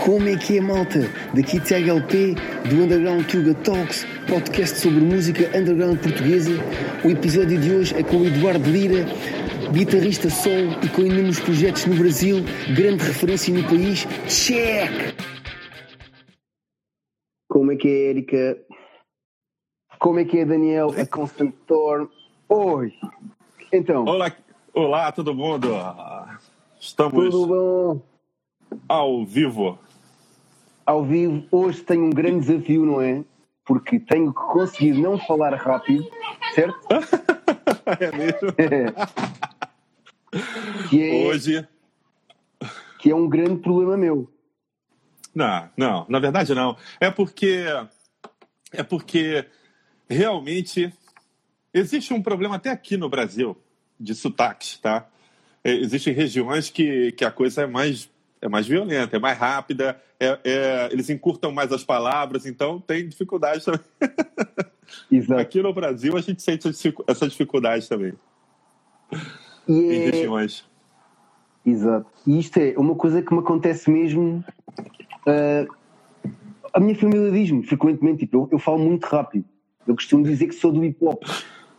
Como é que é, malta? Daqui Tiago LP, do Underground Tuga Talks, podcast sobre música underground portuguesa. O episódio de hoje é com o Eduardo Lira, guitarrista solo e com inúmeros projetos no Brasil, grande referência no país. Check! Como é que é, Érica? Como é que é, Daniel? A Constant Storm. Oi! Então. Olá, todo mundo. Estamos tudo bom? Ao vivo. Ao vivo. Hoje tenho um grande desafio, não é? Porque tenho que conseguir não falar rápido, certo? É mesmo? Hoje... Que é um grande problema meu. Não, na verdade não. É porque realmente existe um problema até aqui no Brasil de sotaques, tá? Existem regiões que a coisa é mais violenta, é mais rápida, eles encurtam mais as palavras, então tem dificuldade também. Exato. Aqui no Brasil a gente sente essa dificuldade também. Em regiões. Exato. E isto é uma coisa que me acontece mesmo. A minha família diz-me frequentemente, tipo, eu falo muito rápido. Eu costumo dizer que sou do hip hop.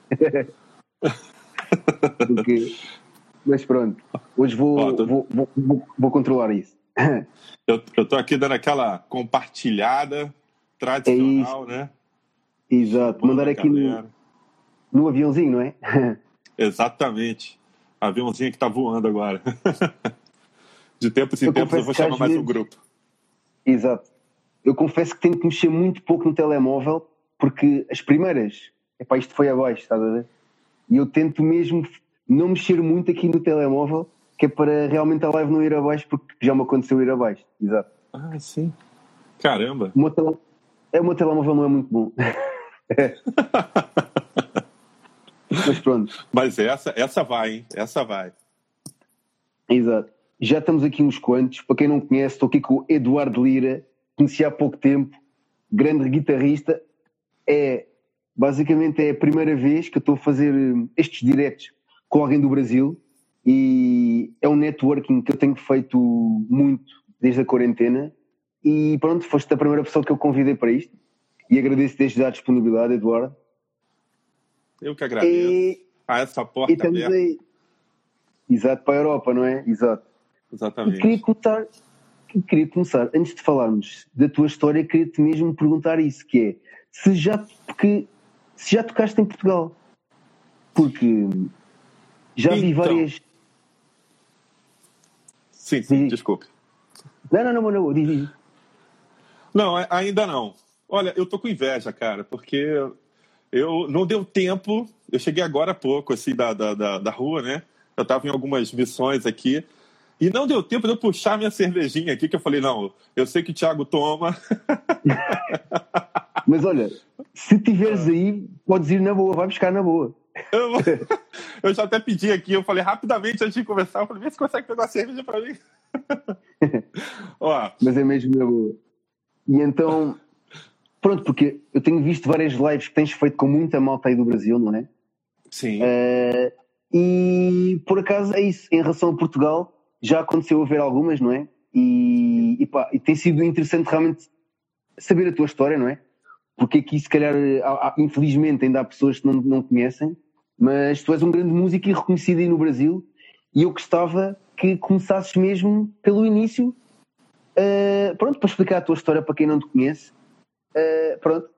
Mas pronto, hoje vou controlar isso. Eu estou aqui dando aquela compartilhada tradicional, né? Exato, mandar aqui no aviãozinho, não é? Exatamente. Aviãozinho que está voando agora. De tempos em tempos eu vou chamar mais um grupo. Exato. Eu confesso que tenho que mexer muito pouco no telemóvel, porque as primeiras, isto foi abaixo, estás a ver? E eu tento mesmo não mexer muito aqui no telemóvel, que é para realmente a live não ir abaixo, porque já me aconteceu ir abaixo. Exato. Ah, sim. Caramba. O meu telemóvel não é muito bom. Mas pronto. Mas essa vai, hein? Essa vai. Exato. Já estamos aqui uns quantos. Para quem não conhece, estou aqui com o Eduardo Lira. Conheci há pouco tempo. Grande guitarrista. Basicamente é a primeira vez que eu estou a fazer estes diretos com alguém do Brasil. E é um networking que eu tenho feito muito desde a quarentena. E pronto, foste a primeira pessoa que eu convidei para isto. E agradeço desde já a disponibilidade, Eduardo. Eu que agradeço. Essa porta aberta. Aí. Exato, para a Europa, não é? Exato. Exatamente. E queria começar, antes de falarmos da tua história, queria-te mesmo perguntar isso, que é, se já tocaste em Portugal. Porque já vi várias... Sim, desculpe. Não, diz. Não, ainda não. Olha, eu tô com inveja, cara, porque eu não deu tempo, eu cheguei agora há pouco, assim, da rua, né? Eu tava em algumas missões aqui, e não deu tempo de eu puxar minha cervejinha aqui, que eu falei, não, eu sei que o Thiago toma. Mas olha, se tiveres aí, podes ir na boa, vai buscar na boa. Eu já até pedi aqui, eu falei rapidamente antes de conversar, eu falei, vê se consegue pegar uma cerveja pra mim. Ó. Mas é mesmo na boa. E então, pronto, porque eu tenho visto várias lives que tens feito com muita malta aí do Brasil, não é? Sim. E por acaso é isso, em relação a Portugal, já aconteceu haver algumas, não é? E tem sido interessante realmente saber a tua história, não é? Porque aqui se calhar, infelizmente, ainda há pessoas que não conhecem, mas tu és um grande músico e reconhecido aí no Brasil, e eu gostava que começasses mesmo pelo início, pronto, para explicar a tua história para quem não te conhece. Pronto.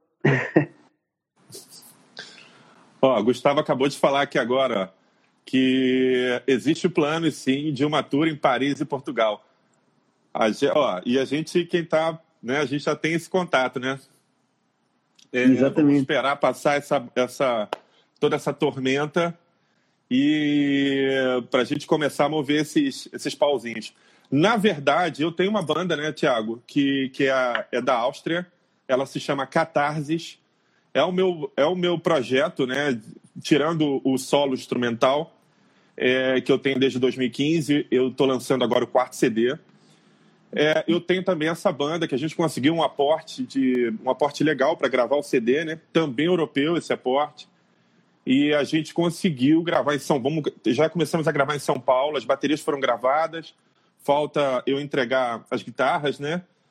Ó, Gustavo acabou de falar aqui agora que existe o plano, sim, de uma tour em Paris e Portugal. E a gente, quem tá, né, a gente já tem esse contato, né? Exatamente. Vamos esperar passar toda essa tormenta e para a gente começar a mover esses pauzinhos. Na verdade, eu tenho uma banda, né, Thiago, que é da Áustria, ela se chama Catarsis, é o meu projeto, né, tirando o solo instrumental, que eu tenho desde 2015, eu estou lançando agora o 4º CD. Eu tenho também essa banda que a gente conseguiu um aporte legal para gravar o CD, né? Também europeu esse aporte. E a gente conseguiu gravar em já começamos a gravar em São Paulo, as baterias foram gravadas, falta eu entregar as guitarras, né?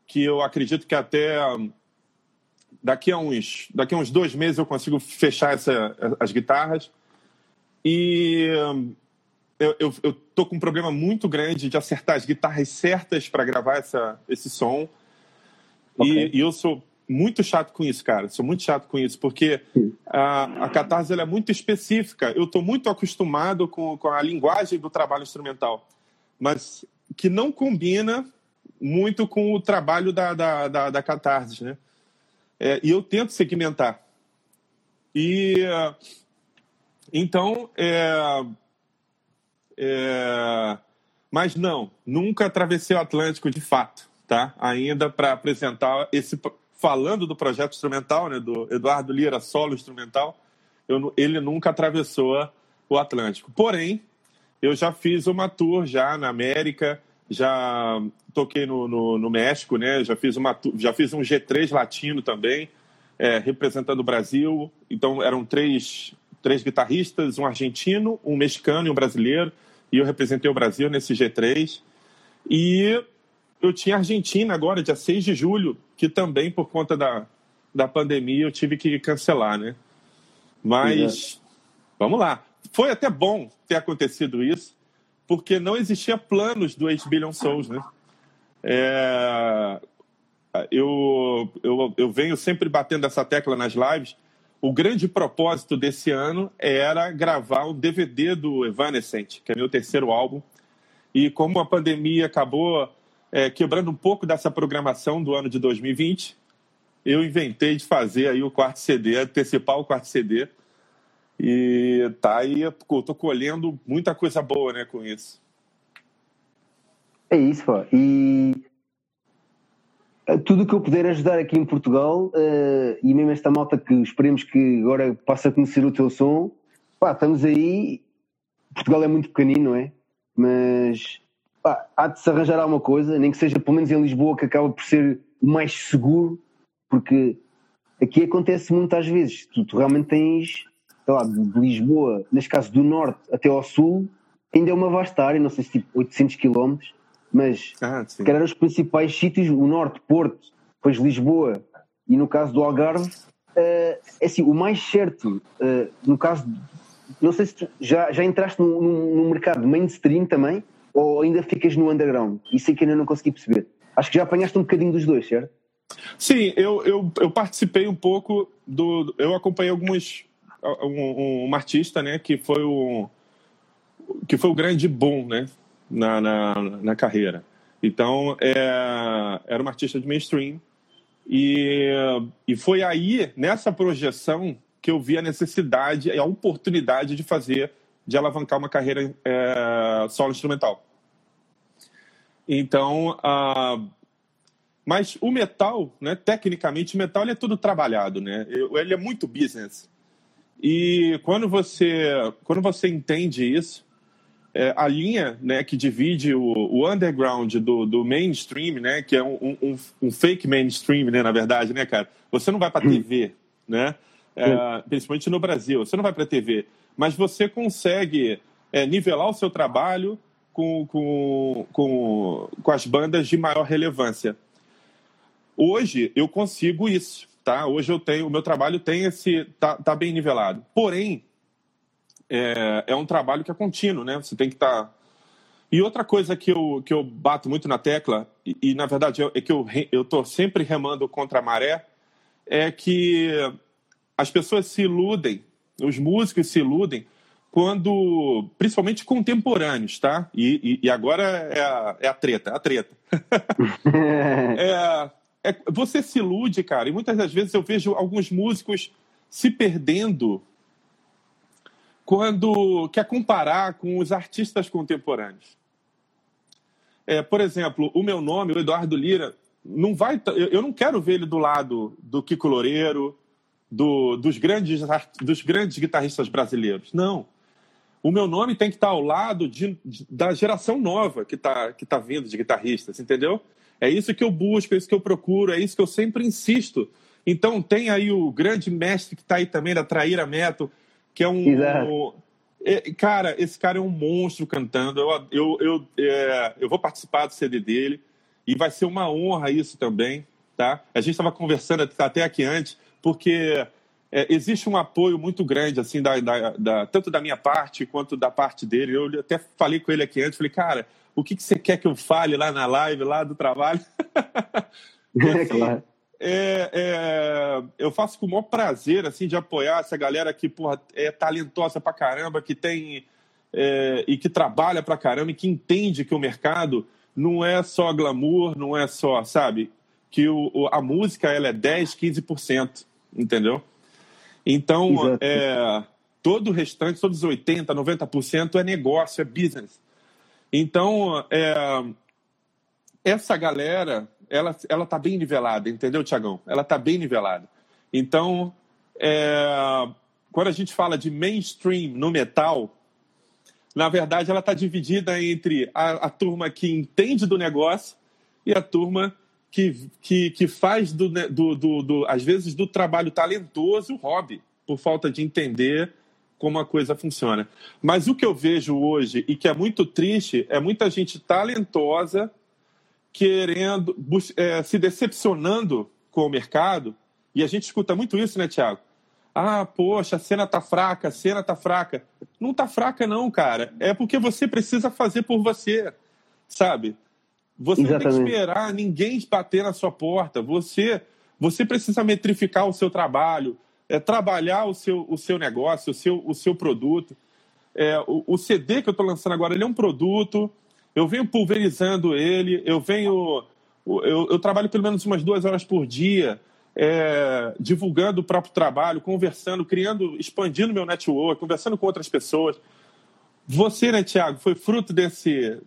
que eu acredito que até daqui a uns 2 meses eu consigo fechar as guitarras. E eu tô com um problema muito grande de acertar as guitarras certas para gravar esse som. Okay. E eu sou muito chato com isso, cara. Sou muito chato com isso, porque a Catarse ela é muito específica. Eu estou muito acostumado com a linguagem do trabalho instrumental, mas que não combina muito com o trabalho da Catarse, né? E eu tento segmentar. Então, mas não, nunca atravessei o Atlântico de fato, tá? Ainda para apresentar falando do projeto instrumental, né, do Eduardo Lira, solo instrumental, ele nunca atravessou o Atlântico. Porém, eu já fiz uma tour já na América, já toquei no México, né? Já fiz um G3 latino também, representando o Brasil. Então, eram três guitarristas, um argentino, um mexicano e um brasileiro, e eu representei o Brasil nesse G3. E eu tinha a Argentina agora, dia 6 de julho, que também, por conta da pandemia, eu tive que cancelar, né? Mas, vamos lá. Foi até bom ter acontecido isso, porque não existia planos do 8 Billion Souls, né? Eu venho sempre batendo essa tecla nas lives. O grande propósito desse ano era gravar um DVD do Evanescent, que é meu terceiro álbum. E como a pandemia acabou quebrando um pouco dessa programação do ano de 2020, eu inventei de fazer aí o quarto CD, antecipar o quarto CD. E tá aí, eu tô colhendo muita coisa boa, né, com isso. É isso, pá. E tudo o que eu puder ajudar aqui em Portugal, e mesmo esta malta que esperemos que agora passe a conhecer o teu som, pá, estamos aí. Portugal é muito pequenino, não é? Mas pá, há de se arranjar alguma coisa, nem que seja pelo menos em Lisboa, que acaba por ser o mais seguro, porque aqui acontece muitas vezes. Tu realmente tens, sei lá, de Lisboa, neste caso do norte até ao sul, ainda é uma vasta área, não sei se tipo 800 km, mas se calhar os principais sítios, o norte, Porto, depois Lisboa e no caso do Algarve, é assim, o mais certo, no caso, não sei se tu já entraste no mercado mainstream também, ou ainda ficas no underground? Isso é que ainda não consegui perceber. Acho que já apanhaste um bocadinho dos dois, certo? Sim, eu participei um pouco eu acompanhei uma artista, né, que foi o grande boom, né, na carreira. Então, era uma artista de mainstream e foi aí, nessa projeção, que eu vi a necessidade e a oportunidade de alavancar uma carreira solo instrumental. Então, mas o metal, né, tecnicamente, o metal ele é tudo trabalhado, né? Ele é muito business. E quando você entende isso, a linha, né, que divide o underground do mainstream, né, que é um fake mainstream, né, na verdade, né, cara? Você não vai para TV, né? Principalmente no Brasil, você não vai para TV, mas você consegue nivelar o seu trabalho com as bandas de maior relevância. Hoje eu consigo isso, tá? Hoje o meu trabalho tem tá bem nivelado. Porém, é um trabalho que é contínuo, né? Você tem que estar. E outra coisa que eu bato muito na tecla, e na verdade é que eu tô sempre remando contra a maré, é que as pessoas se iludem, os músicos se iludem, principalmente contemporâneos, tá? E agora é a treta. Você se ilude, cara, e muitas das vezes eu vejo alguns músicos se perdendo quando quer comparar com os artistas contemporâneos. Por exemplo, o meu nome, o Eduardo Lira, eu não quero ver ele do lado do Kiko Loureiro, dos grandes guitarristas brasileiros. Não. O meu nome tem que estar ao lado da geração nova que tá vindo de guitarristas, entendeu? É isso que eu busco, é isso que eu procuro, é isso que eu sempre insisto. Então, tem aí o grande mestre que está aí também, da Traíra Metal, que é cara, esse cara é um monstro cantando. Eu vou participar do CD dele. e vai ser uma honra isso também, tá? A gente estava conversando até aqui antes, porque existe um apoio muito grande, assim, tanto da minha parte quanto da parte dele. Eu até falei com ele aqui antes, falei, cara, o que você quer que eu fale lá na live, lá do trabalho? E, assim, Claro. eu faço com o maior prazer, assim, de apoiar essa galera que, porra, é talentosa pra caramba, que tem... e que trabalha pra caramba e que entende que o mercado não é só glamour, não é só, sabe? Que a música, ela é 10%, 15%, entendeu? Então, todo o restante, todos os 80%, 90% é negócio, é business. Então, essa galera, ela tá bem nivelada, entendeu, Tiagão? Ela tá bem nivelada. Então, quando a gente fala de mainstream no metal, na verdade, ela está dividida entre a turma que entende do negócio e a turma que faz, às vezes, do trabalho talentoso hobby, por falta de entender como a coisa funciona. Mas o que eu vejo hoje, e que é muito triste, é muita gente talentosa querendo, se decepcionando com o mercado, e a gente escuta muito isso, né, Thiago? Ah, poxa, a cena tá fraca, a cena tá fraca. Não tá fraca não, cara. É porque você precisa fazer por você, sabe? Você não tem que esperar ninguém bater na sua porta. Você precisa metrificar o seu trabalho, trabalhar o seu negócio, o seu produto. O CD que eu estou lançando agora, ele é um produto. Eu venho pulverizando ele, eu trabalho pelo menos umas 2 horas por dia, divulgando o próprio trabalho, conversando, expandindo meu network, conversando com outras pessoas. Você, né, Thiago, foi fruto desse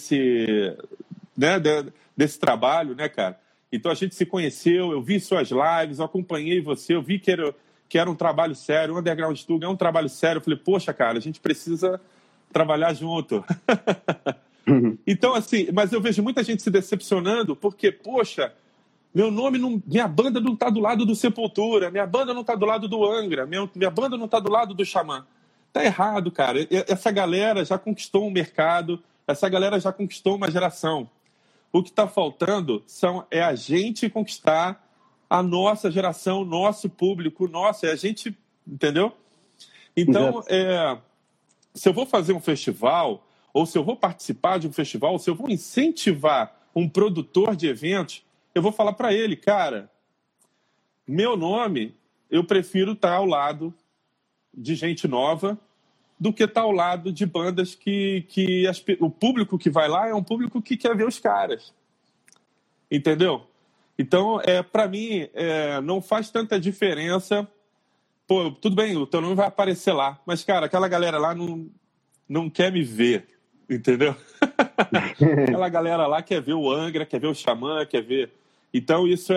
trabalho, né, cara? Então a gente se conheceu, eu vi suas lives, eu acompanhei você, eu vi que era um trabalho sério, o Underground Studio é um trabalho sério. Eu falei, poxa, cara, a gente precisa trabalhar junto. Então, assim, mas eu vejo muita gente se decepcionando porque, poxa, minha banda não está do lado do Sepultura, minha banda não está do lado do Angra, minha banda não está do lado do Xamã. Tá errado, cara. Essa galera já conquistou um mercado, essa galera já conquistou uma geração. O que está faltando é a gente conquistar a nossa geração, nosso público, a gente, entendeu? Então, se eu vou fazer um festival, ou se eu vou participar de um festival, se eu vou incentivar um produtor de eventos, eu vou falar para ele, cara, meu nome, eu prefiro estar ao lado de gente nova do que estar ao lado de bandas que o público que vai lá é um público que quer ver os caras. Entendeu? Então, para mim, não faz tanta diferença. Pô, tudo bem, o teu nome vai aparecer lá, mas, cara, aquela galera lá não quer me ver, entendeu? Aquela galera lá quer ver o Angra, quer ver o Xamã, quer ver... Então, isso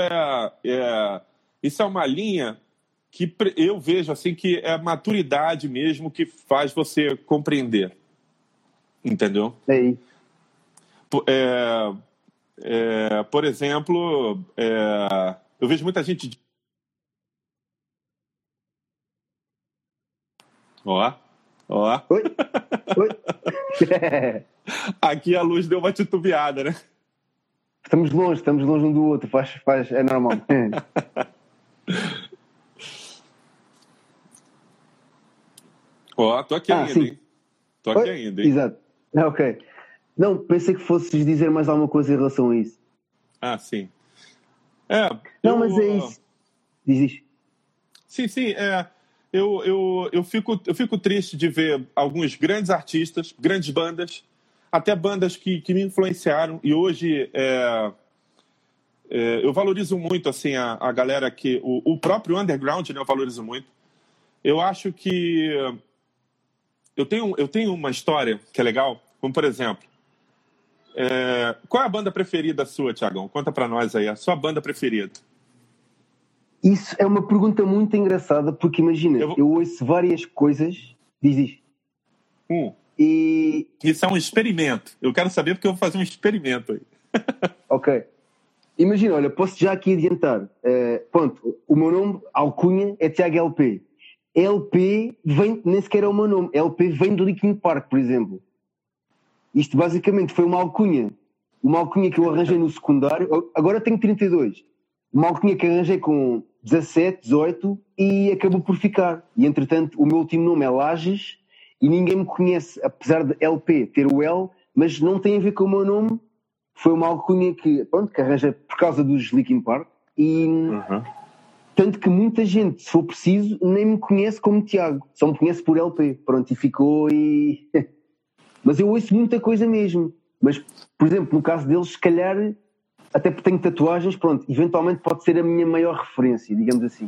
é uma linha que eu vejo assim que é a maturidade mesmo que faz você compreender. Entendeu? Por exemplo, eu vejo muita gente... Ó. Oi? Aqui a luz deu uma titubeada, né? Estamos longe um do outro, é normal. Ó, tô aqui ainda, sim. hein? Tô aqui ainda, hein? Exato. Ok. Não, pensei que fosses dizer mais alguma coisa em relação a isso. Ah, sim. Não, mas é isso. Diz. Sim. Eu fico triste de ver alguns grandes artistas, grandes bandas, até bandas que me influenciaram. E hoje eu valorizo muito assim, a galera que... O próprio underground, né, eu valorizo muito. Eu acho que... Eu tenho uma história que é legal, como por exemplo... qual é a banda preferida sua, Thiagão? Conta pra nós aí, a sua banda preferida. Isso é uma pergunta muito engraçada, porque imagina, eu ouço várias coisas. Diz. E... Isso é um experimento. Eu quero saber porque eu vou fazer um experimento aí. Ok. Imagina, olha, posso já aqui adiantar. Pronto, o meu nome, alcunha, é Tiago LP. LP nem sequer é o meu nome. LP vem do Linkin Park, por exemplo. Isto basicamente foi uma alcunha uma alcunha que eu arranjei no secundário, agora tenho 32. Uma alcunha que arranjei com 17, 18 e acabou por ficar. E entretanto, o meu último nome é Lages e ninguém me conhece, apesar de LP ter o L, mas não tem a ver com o meu nome. Foi uma alcunha que arranjei por causa dos Linkin Park e tanto que muita gente, se for preciso, nem me conhece como Tiago, só me conhece por LP. Pronto, e ficou e... Mas eu ouço muita coisa mesmo. Mas, por exemplo, no caso deles, se calhar, até porque tenho tatuagens, pronto, eventualmente pode ser a minha maior referência, digamos assim.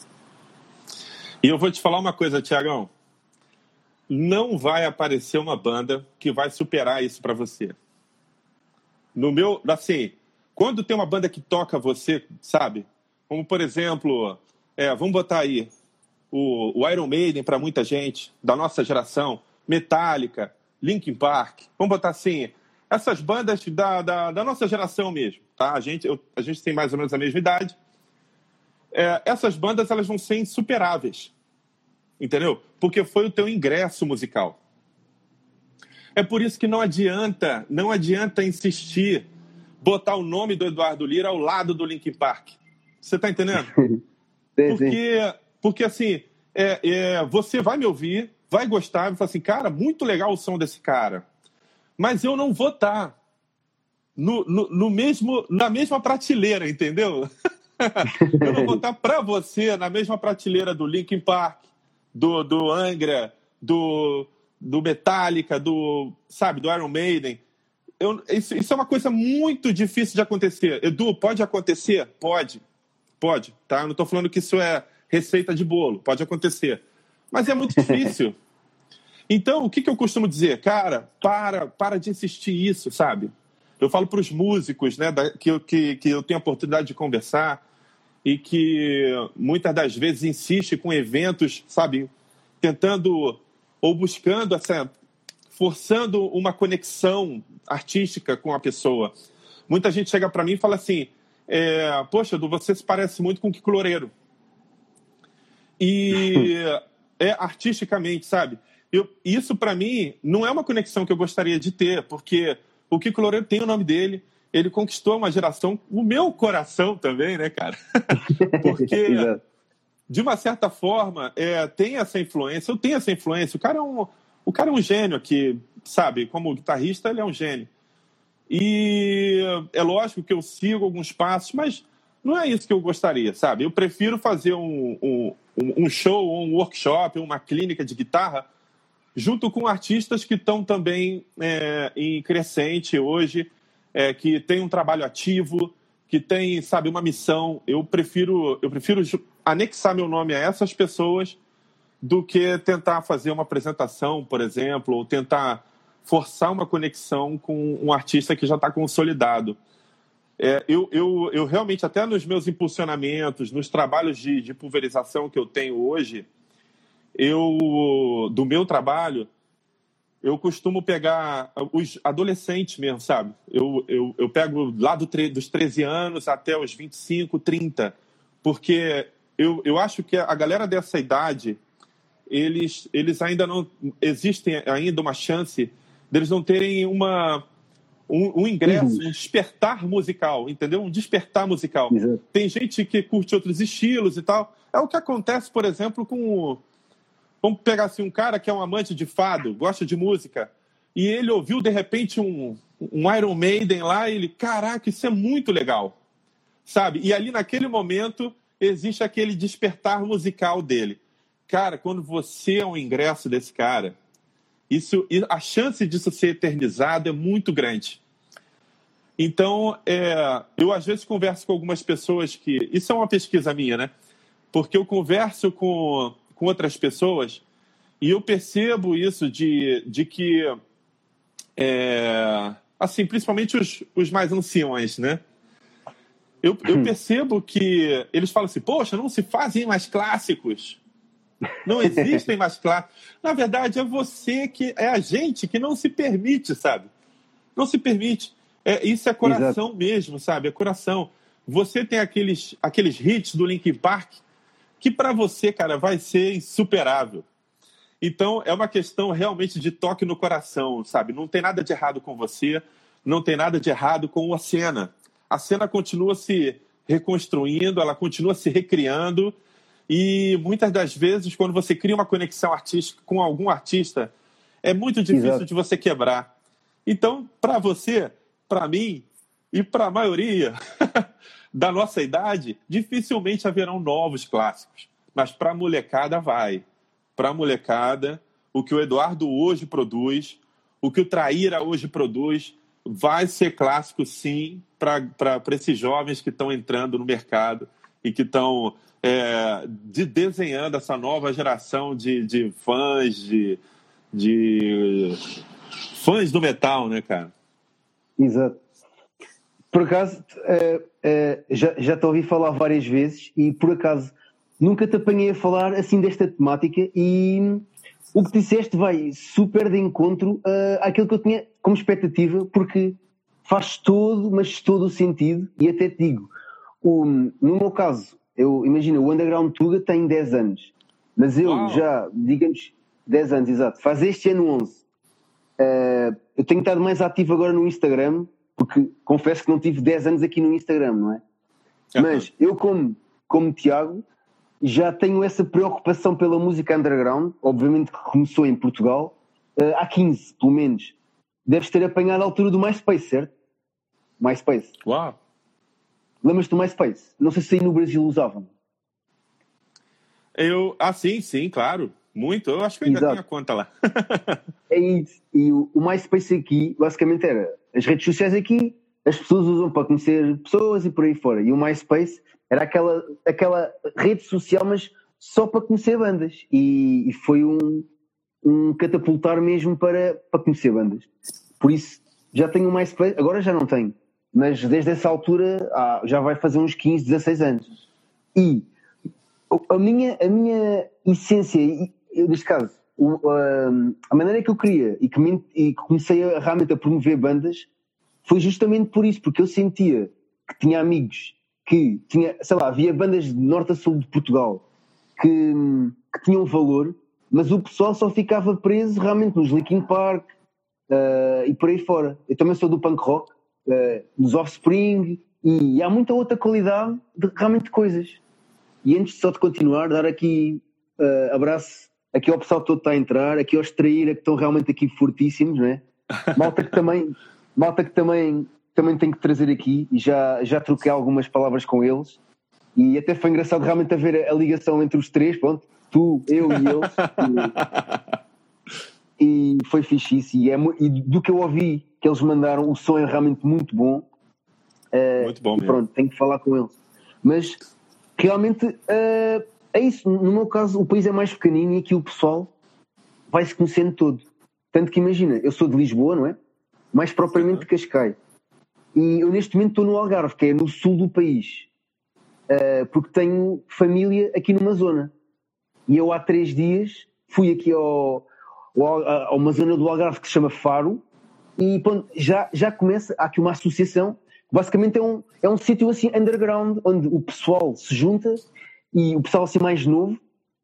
E eu vou te falar uma coisa, Tiagão. Não vai aparecer uma banda que vai superar isso pra você. No meu, assim, quando tem uma banda que toca você, sabe? Como, por exemplo, vamos botar aí o Iron Maiden para muita gente, da nossa geração, Metallica, Linkin Park, vamos botar assim, essas bandas da nossa geração mesmo, tá? A gente tem mais ou menos a mesma idade. Essas bandas, elas vão ser insuperáveis, entendeu? Porque foi o teu ingresso musical. É por isso que não adianta insistir, botar o nome do Eduardo Lira ao lado do Linkin Park. Você tá entendendo? Porque assim, você vai me ouvir, vai gostar, vai falar assim, cara, muito legal o som desse cara. Mas eu não vou estar na mesma prateleira, entendeu? Eu não vou estar para você na mesma prateleira do Linkin Park, do Angra, do Metallica, do Iron Maiden. Isso é uma coisa muito difícil de acontecer. Edu, pode acontecer? Pode, tá? Eu não estou falando que isso é receita de bolo, pode acontecer. Mas é muito difícil. Então, o que eu costumo dizer? Cara, para de insistir isso, sabe? Eu falo para os músicos, né, que eu tenho a oportunidade de conversar e que muitas das vezes insiste com eventos, sabe, tentando ou buscando forçando uma conexão artística com a pessoa. Muita gente chega para mim e fala assim, poxa, Edu, você se parece muito com o Kiko Loureiro. E artisticamente, sabe? Isso, para mim, não é uma conexão que eu gostaria de ter, porque o Kiko Loureiro tem o nome dele, ele conquistou uma geração, o meu coração também, né, cara? Porque, de uma certa forma, tem essa influência, eu tenho essa influência. O cara é um gênio aqui, sabe? Como guitarrista, ele é um gênio. E é lógico que eu sigo alguns passos, mas não é isso que eu gostaria, sabe? Eu prefiro fazer um show, ou um workshop, uma clínica de guitarra, junto com artistas que estão também em crescente hoje, que tem um trabalho ativo, que tem, sabe, uma missão. Eu prefiro anexar meu nome a essas pessoas do que tentar fazer uma apresentação, por exemplo, ou tentar forçar uma conexão com um artista que já está consolidado. Eu realmente, até nos meus impulsionamentos, nos trabalhos de pulverização que eu tenho hoje, do meu trabalho, eu costumo pegar os adolescentes mesmo, sabe? Eu pego lá dos 13 anos até os 25, 30, porque eu acho que a galera dessa idade, eles ainda não... Existem ainda uma chance deles não terem um ingresso, um despertar musical, entendeu? Um despertar musical. Exato. Tem gente que curte outros estilos e tal. É o que acontece, por exemplo, com... Vamos pegar assim, um cara que é um amante de fado, gosta de música, e ele ouviu, de repente, um Iron Maiden lá, e ele, caraca, isso é muito legal, sabe? E ali, naquele momento, existe aquele despertar musical dele. Cara, quando você é um ingresso desse cara, a chance disso ser eternizado é muito grande. Então, eu às vezes converso com algumas pessoas que... Isso é uma pesquisa minha, né? Porque eu converso com outras pessoas e eu percebo isso de que, assim, principalmente os mais anciões, né? Eu percebo que eles falam assim, poxa, não se fazem mais clássicos. Não existem mais clássicos. Na verdade, é a gente que não se permite, sabe? Não se permite. Isso é coração. Exato. Mesmo, sabe? É coração. Você tem aqueles hits do Linkin Park que para você, cara, vai ser insuperável. Então, é uma questão realmente de toque no coração, sabe? Não tem nada de errado com você, não tem nada de errado com a cena. A cena continua se reconstruindo, ela continua se recriando, e muitas das vezes, quando você cria uma conexão artística com algum artista, é muito difícil Exato. de você quebrar. Então, para você, para mim e para a maioria da nossa idade, dificilmente haverão novos clássicos. Mas para a molecada vai. Para a molecada, o que o Eduardo hoje produz, o que o Traíra hoje produz, vai ser clássico, sim, para esses jovens que estão entrando no mercado e que estão desenhando essa nova geração de fãs, de fãs do metal, né, cara? Exato. Por acaso, já te ouvi falar várias vezes e, por acaso, nunca te apanhei a falar assim desta temática, e o que disseste vai super de encontro àquilo que eu tinha como expectativa, porque faz todo, mas todo o sentido. E até te digo, no meu caso, imagina, o Underground Tuga tem 10 anos, mas eu já, digamos, 10 anos, exato, faz este ano 11. Eu tenho estado mais ativo agora no Instagram, porque confesso que não tive 10 anos aqui no Instagram, não é? Mas eu, como Tiago, já tenho essa preocupação pela música underground, obviamente que começou em Portugal, há 15, pelo menos. Deves ter apanhado a altura do MySpace, certo? MySpace. Uau! Lembras-te do MySpace? Não sei se aí no Brasil usavam. Sim, claro. Muito. Eu acho que eu ainda tenho a conta lá. É isso. E o MySpace aqui, basicamente era as redes sociais aqui, as pessoas usam para conhecer pessoas e por aí fora. E o MySpace era aquela rede social, mas só para conhecer bandas. E foi um catapultar mesmo para conhecer bandas. Por isso, já tenho um MySpace. Agora já não tenho. Mas desde essa altura, já vai fazer uns 15, 16 anos. E a minha essência, neste caso, a maneira que eu queria e que comecei realmente a promover bandas foi justamente por isso, porque eu sentia que tinha amigos que havia bandas de norte a sul de Portugal que tinham valor, mas o pessoal só ficava preso realmente nos Linkin Park e por aí fora. Eu também sou do punk rock, dos Offspring, e há muita outra qualidade realmente de coisas. E antes só de continuar, dar aqui abraço aqui ao pessoal todo que está a entrar, aqui aos Traíra que estão realmente aqui fortíssimos, não é? Malta que também tenho que trazer aqui, e já troquei algumas palavras com eles, e até foi engraçado realmente haver a ligação entre os três, pronto, tu, eu e eles, e foi fixe isso, e do que eu ouvi que eles mandaram, o som é realmente muito bom. Muito bom mesmo. Pronto, tenho que falar com eles. Mas realmente é isso. No meu caso, o país é mais pequenino e aqui o pessoal vai-se conhecendo todo. Tanto que imagina, eu sou de Lisboa, não é? Mais propriamente de Cascais. E eu neste momento estou no Algarve, que é no sul do país. Porque tenho família aqui numa zona. E eu há 3 dias fui aqui a uma zona do Algarve que se chama Faro, e pronto, já começa, há aqui uma associação, basicamente é um sítio assim underground, onde o pessoal se junta, e o pessoal assim mais novo,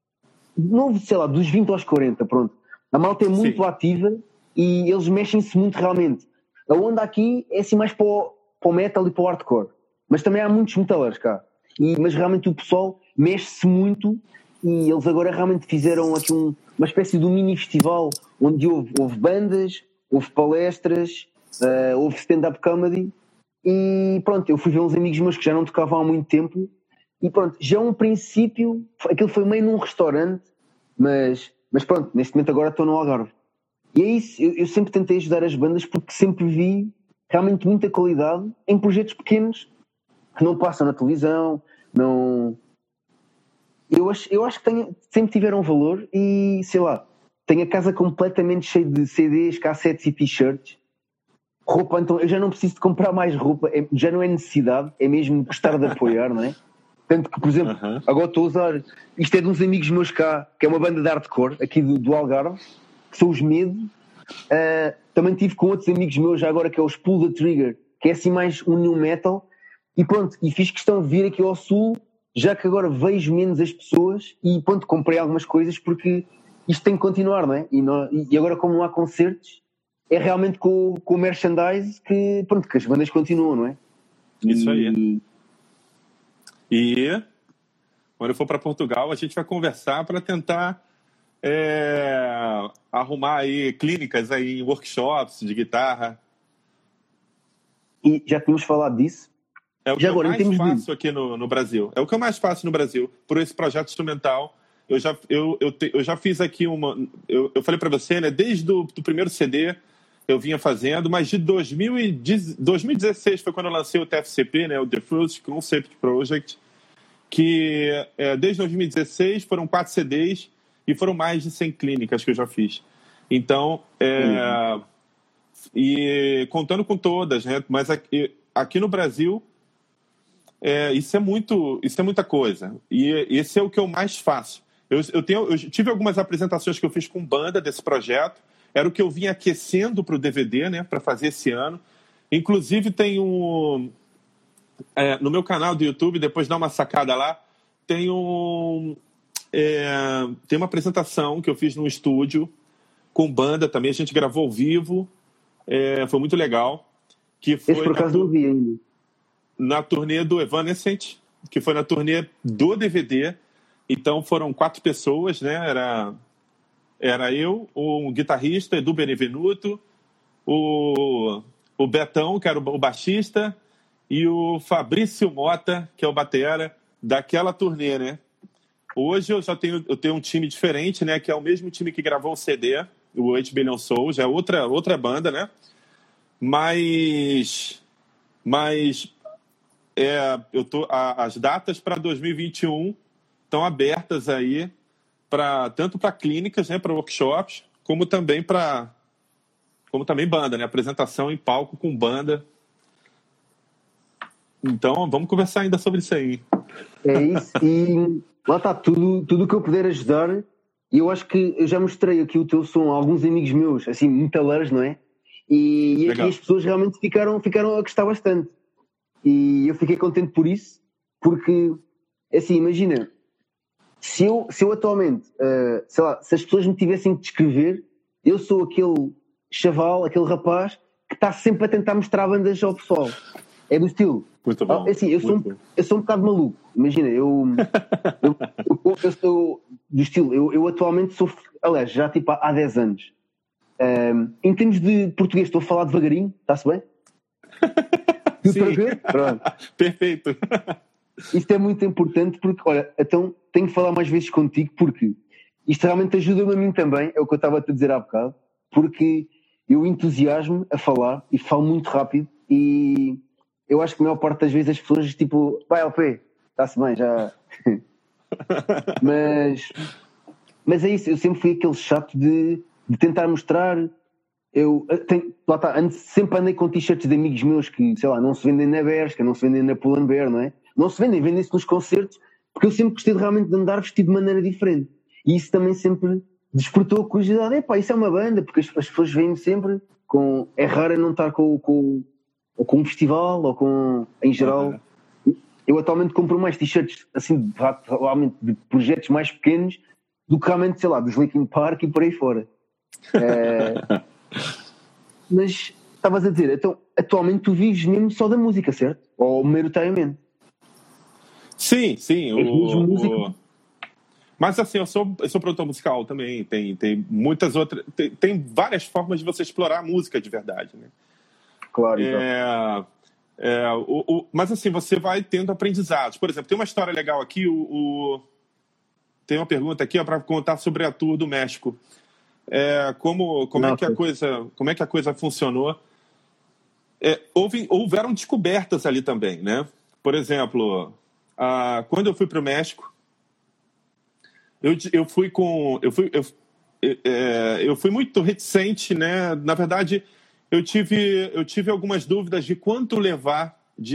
sei lá, dos 20 aos 40, pronto. A malta é muito ativa e eles mexem-se muito realmente. A onda aqui é assim mais para o metal e para o hardcore, mas também há muitos metaleiros cá. Mas realmente o pessoal mexe-se muito, e eles agora realmente fizeram aqui uma espécie de um mini festival onde houve bandas, houve palestras, houve stand-up comedy, e pronto, eu fui ver uns amigos meus que já não tocavam há muito tempo, e pronto, já um princípio, aquilo foi meio num restaurante, mas pronto, neste momento agora estou no Algarve. E é isso, eu sempre tentei ajudar as bandas porque sempre vi realmente muita qualidade em projetos pequenos que não passam na televisão, não... Eu acho que sempre tiveram valor, e sei lá, tenho a casa completamente cheia de CDs, cassetes e t-shirts, roupa, então eu já não preciso de comprar mais roupa, já não é necessidade, é mesmo gostar de apoiar, não é? Tanto que, por exemplo, agora estou a usar, isto é de uns amigos meus cá, que é uma banda de hardcore aqui do Algarve, que são os Medo. Também tive com outros amigos meus já agora, que é os Pull the Trigger, que é assim mais um new metal, e pronto, e fiz questão de vir aqui ao sul, já que agora vejo menos as pessoas, e pronto, comprei algumas coisas porque isto tem que continuar, não é? E agora, como não há concertos, é realmente com o merchandise que, pronto, que as bandas continuam, não é? Isso aí. E quando eu for para Portugal, a gente vai conversar para tentar arrumar aí clínicas aí, workshops de guitarra. E já tínhamos falado disso. É o que eu mais faço aqui no Brasil. É o que eu mais faço no Brasil, por esse projeto instrumental. Eu já fiz aqui uma... Eu falei para você, né? Desde o primeiro CD eu vinha fazendo, mas de 2016 foi quando eu lancei o TFCP, né? O The First Concept Project, que desde 2016 foram 4 CDs e foram mais de 100 clínicas que eu já fiz. Então, e contando com todas, né? Mas aqui no Brasil, isso é muita coisa. E esse é o que eu mais faço. Eu tive algumas apresentações que eu fiz com banda desse projeto. Era o que eu vinha aquecendo para o DVD, né? Para fazer esse ano. Inclusive, tem no meu canal do YouTube, depois dá uma sacada lá, tem uma apresentação que eu fiz num estúdio com banda também. A gente gravou ao vivo. Foi muito legal. Que foi esse por acaso não vi ainda. Na turnê do Evanescent, que foi na turnê do DVD. Então foram 4 pessoas, né? Era eu, um guitarrista, Edu Benevenuto, o Betão, que era o baixista, e o Fabrício Mota, que é o batera, daquela turnê, né? Hoje eu tenho um time diferente, né? Que é o mesmo time que gravou o CD, o 8 Billion Souls, é outra banda, né? Mas as datas para 2021 estão abertas aí, tanto para clínicas, né, para workshops, como também banda, né? Apresentação em palco com banda. Então, vamos conversar ainda sobre isso aí. É isso, e lá está tudo que eu puder ajudar. E eu acho que eu já mostrei aqui o teu som a alguns amigos meus, assim, metaleiros, não é? E as pessoas realmente ficaram a gostar bastante. E eu fiquei contente por isso, porque, assim, imagina, se eu atualmente, sei lá, se as pessoas me tivessem que descrever, eu sou aquele chaval, aquele rapaz que está sempre a tentar mostrar bandas ao pessoal. É do estilo. Muito bom. Assim, eu sou um bocado maluco. Imagina, eu sou do estilo. Eu atualmente sou, aliás, já tipo há 10 anos. Em termos de português, estou a falar devagarinho, está-se bem? Sim. Pronto. Perfeito. Isto é muito importante porque, olha, então tenho que falar mais vezes contigo porque isto realmente ajuda-me a mim também, é o que eu estava a te dizer há bocado, porque eu entusiasmo a falar e falo muito rápido e eu acho que a maior parte das vezes as pessoas tipo, vai LP, está-se bem, já... mas é isso, eu sempre fui aquele chato de tentar mostrar. Sempre andei com t-shirts de amigos meus que, sei lá, não se vendem na Bershka, não se vendem na Pull&Bear, não é? Não se vendem-se nos concertos, porque eu sempre gostei realmente de andar vestido de maneira diferente. E isso também sempre despertou a curiosidade. Isso é uma banda, porque as pessoas veem-me sempre com... É raro não estar com um festival, ou com... Em geral... Eu atualmente compro mais t-shirts, assim, realmente de projetos mais pequenos, do que realmente, sei lá, dos Linkin Park e por aí fora. Mas estavas a dizer, então atualmente tu vives mesmo só da música, certo? Ou maioritariamente? Sim. Mas assim, eu sou produtor musical também. Tem muitas outras. Tem várias formas de você explorar a música de verdade, né? Claro. Mas assim, você vai tendo aprendizados. Por exemplo, tem uma história legal aqui. Tem uma pergunta aqui para contar sobre a tour do México. Como é que a coisa funcionou? Houveram descobertas ali também, né? Por exemplo, quando eu fui para o México, eu fui muito reticente, né? Na verdade, eu tive algumas dúvidas de quanto levar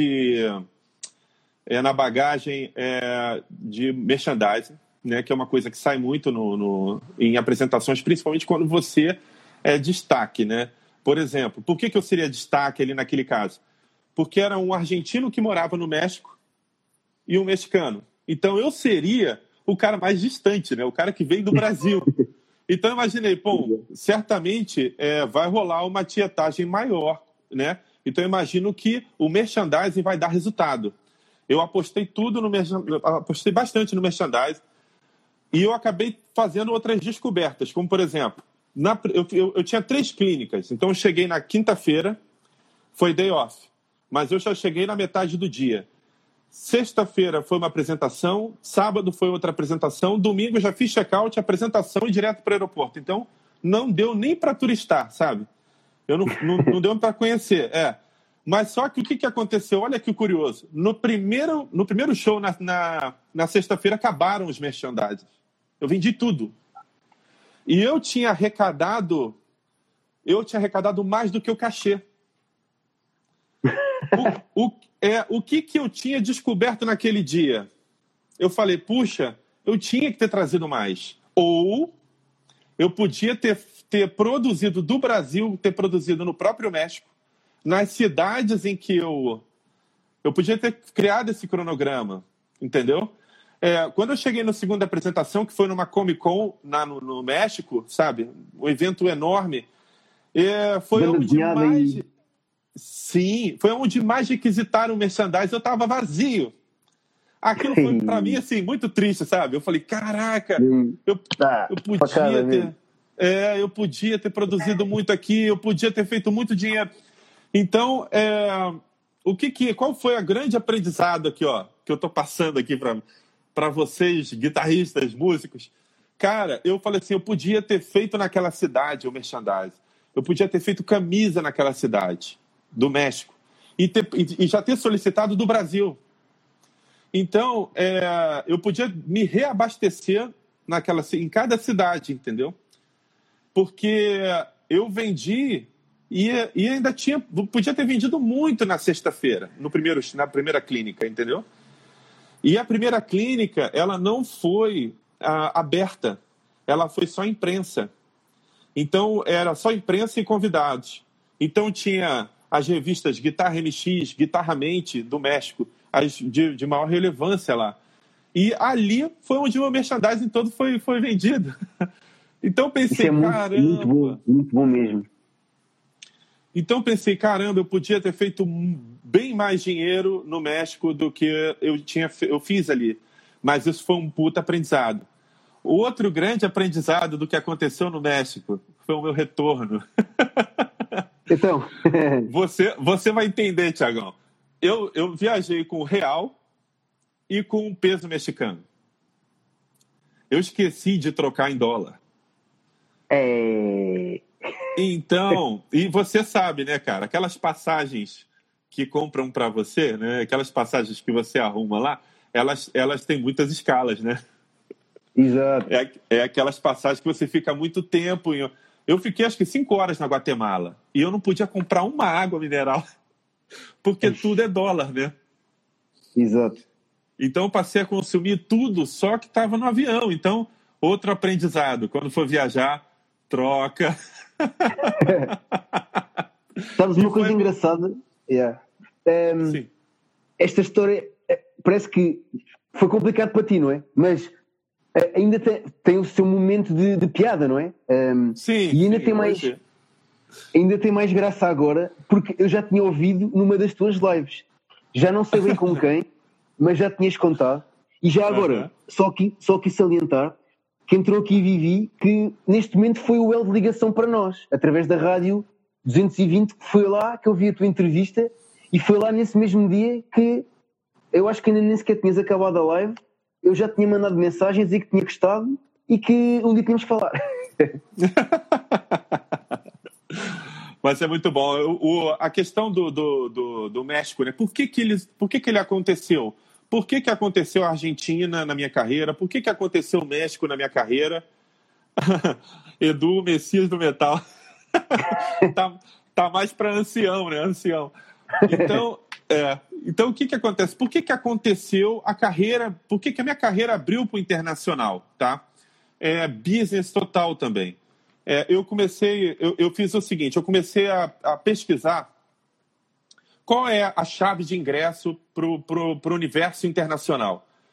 na bagagem de merchandising, né, que é uma coisa que sai muito em apresentações, principalmente quando você é destaque, né? Por exemplo, por que eu seria destaque ali naquele caso? Porque era um argentino que morava no México e um mexicano. Então eu seria o cara mais distante, né? O cara que veio do Brasil. Então, imaginei, bom, certamente vai rolar uma tietagem maior, né? Então, eu imagino que o merchandising vai dar resultado. Eu apostei apostei bastante no merchandising e eu acabei fazendo outras descobertas, como, por exemplo, eu tinha 3 clínicas. Então, eu cheguei na quinta-feira, foi day off, mas eu já cheguei na metade do dia. Sexta-feira foi uma apresentação, sábado foi outra apresentação, domingo eu já fiz check-out, apresentação e direto para o aeroporto. Então, não deu nem para turistar, sabe? Não deu para conhecer, Mas só que o que aconteceu? Olha que curioso. No primeiro show, na sexta-feira, acabaram os merchandising. Eu vendi tudo. E eu tinha arrecadado mais do que o cachê. O que eu tinha descoberto naquele dia? Eu falei, puxa, eu tinha que ter trazido mais. Ou eu podia ter produzido do Brasil, ter produzido no próprio México, nas cidades em que eu podia ter criado esse cronograma, entendeu? Quando eu cheguei na segunda apresentação, que foi numa Comic Con no México, sabe? Um evento enorme, foi onde mais... Sim, foi onde mais requisitaram o merchandising, eu estava vazio. Aquilo foi, para mim, assim, muito triste, sabe? Eu falei, caraca, eu podia ter produzido muito aqui, eu podia ter feito muito dinheiro. Então, qual foi a grande aprendizado aqui, ó, que eu estou passando aqui para vocês, guitarristas, músicos? Cara, eu falei assim, eu podia ter feito naquela cidade o merchandising, eu podia ter feito camisa naquela cidade do México e já ter solicitado do Brasil. Então, eu podia me reabastecer em cada cidade, entendeu? Porque eu vendi e ainda podia ter vendido muito na sexta-feira, na primeira clínica, entendeu? E a primeira clínica, ela não foi aberta, ela foi só imprensa. Então, era só imprensa e convidados. Então, tinha as revistas Guitarra MX, Guitarra Mente, do México, as de maior relevância lá. E ali foi onde o meu merchandising todo foi vendido. Então, pensei, caramba... Muito bom mesmo. Então, pensei, caramba, eu podia ter feito bem mais dinheiro no México do que eu fiz ali. Mas isso foi um puta aprendizado. Outro grande aprendizado do que aconteceu no México foi o meu retorno. Então... Você vai entender, Tiagão. Eu viajei com o real e com o peso mexicano. Eu esqueci de trocar em dólar. Então, e você sabe, né, cara? Aquelas passagens que compram para você, né? Aquelas passagens que você arruma lá, elas têm muitas escalas, né? Exato. É aquelas passagens que você fica muito tempo. Eu fiquei, acho que 5 horas na Guatemala. E eu não podia comprar uma água mineral. Porque tudo é dólar, né? Exato. Então, eu passei a consumir tudo só que estava no avião. Então, outro aprendizado. Quando for viajar, troca. Sabes uma coisa engraçada? Sim. Esta história parece que foi complicado para ti, não é? Mas... ainda tem o seu momento de piada, não é? Sim. E ainda tem mais graça agora, porque eu já tinha ouvido numa das tuas lives. Já não sei bem com quem, mas já tinhas contado. E já agora, só aqui salientar, que entrou aqui Vivi, que neste momento foi o elo de ligação para nós, através da rádio 220, que foi lá que eu vi a tua entrevista, e foi lá nesse mesmo dia que eu acho que ainda nem sequer tinhas acabado a live. Eu já tinha mandado mensagens e que tinha gostado e que um dia tínhamos que falar. Mas é muito bom. A questão do México, né? Por que ele aconteceu? Por que aconteceu a Argentina na minha carreira? Por que aconteceu o México na minha carreira? Edu, Messias do Metal. tá mais para ancião, né? Ancião. Então, o que acontece? Por que aconteceu a carreira? Por que a minha carreira abriu para o internacional? Tá? Business total também. Eu fiz o seguinte, eu comecei a pesquisar qual é a chave de ingresso para o universo internacional.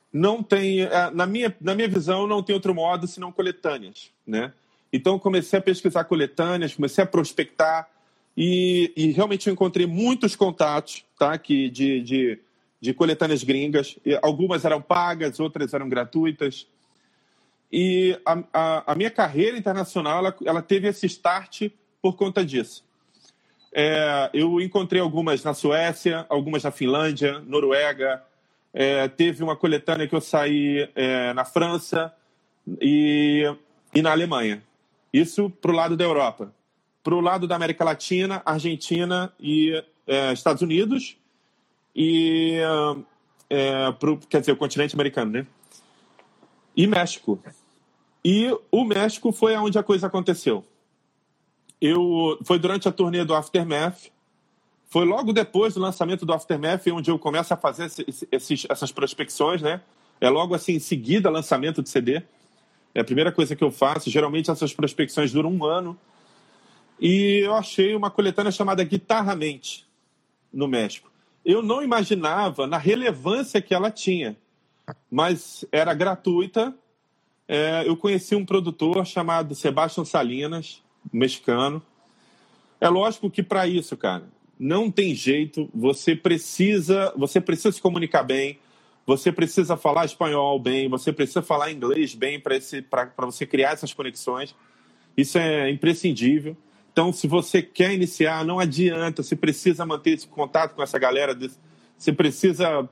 não tem, na minha visão, não tem outro modo senão coletâneas, né? Então, eu comecei a pesquisar coletâneas, comecei a prospectar e realmente eu encontrei muitos contatos, tá? De coletâneas gringas. Algumas eram pagas, outras eram gratuitas. E a minha carreira internacional, ela teve esse start por conta disso. Eu encontrei algumas na Suécia, algumas na Finlândia, Noruega. Teve uma coletânea que eu saí na França e na Alemanha. Isso para o lado da Europa. Para o lado da América Latina, Argentina e Estados Unidos e quer dizer, o continente americano, né? E México. E o México foi onde a coisa aconteceu. Foi durante a turnê do Aftermath, foi logo depois do lançamento do Aftermath onde eu começo a fazer essas prospecções, né? É logo assim, em seguida, lançamento de CD. É a primeira coisa que eu faço. Geralmente essas prospecções duram 1 ano. E eu achei uma coletânea chamada Guitarramente, no México. Eu não imaginava na relevância que ela tinha, mas era gratuita. Eu conheci um produtor chamado Sebastián Salinas, mexicano. É lógico que para isso, cara, não tem jeito. Você precisa se comunicar bem, você precisa falar espanhol bem, você precisa falar inglês bem para você criar essas conexões. Isso é imprescindível. Então, se você quer iniciar, não adianta. Você precisa manter esse contato com essa galera. Você precisa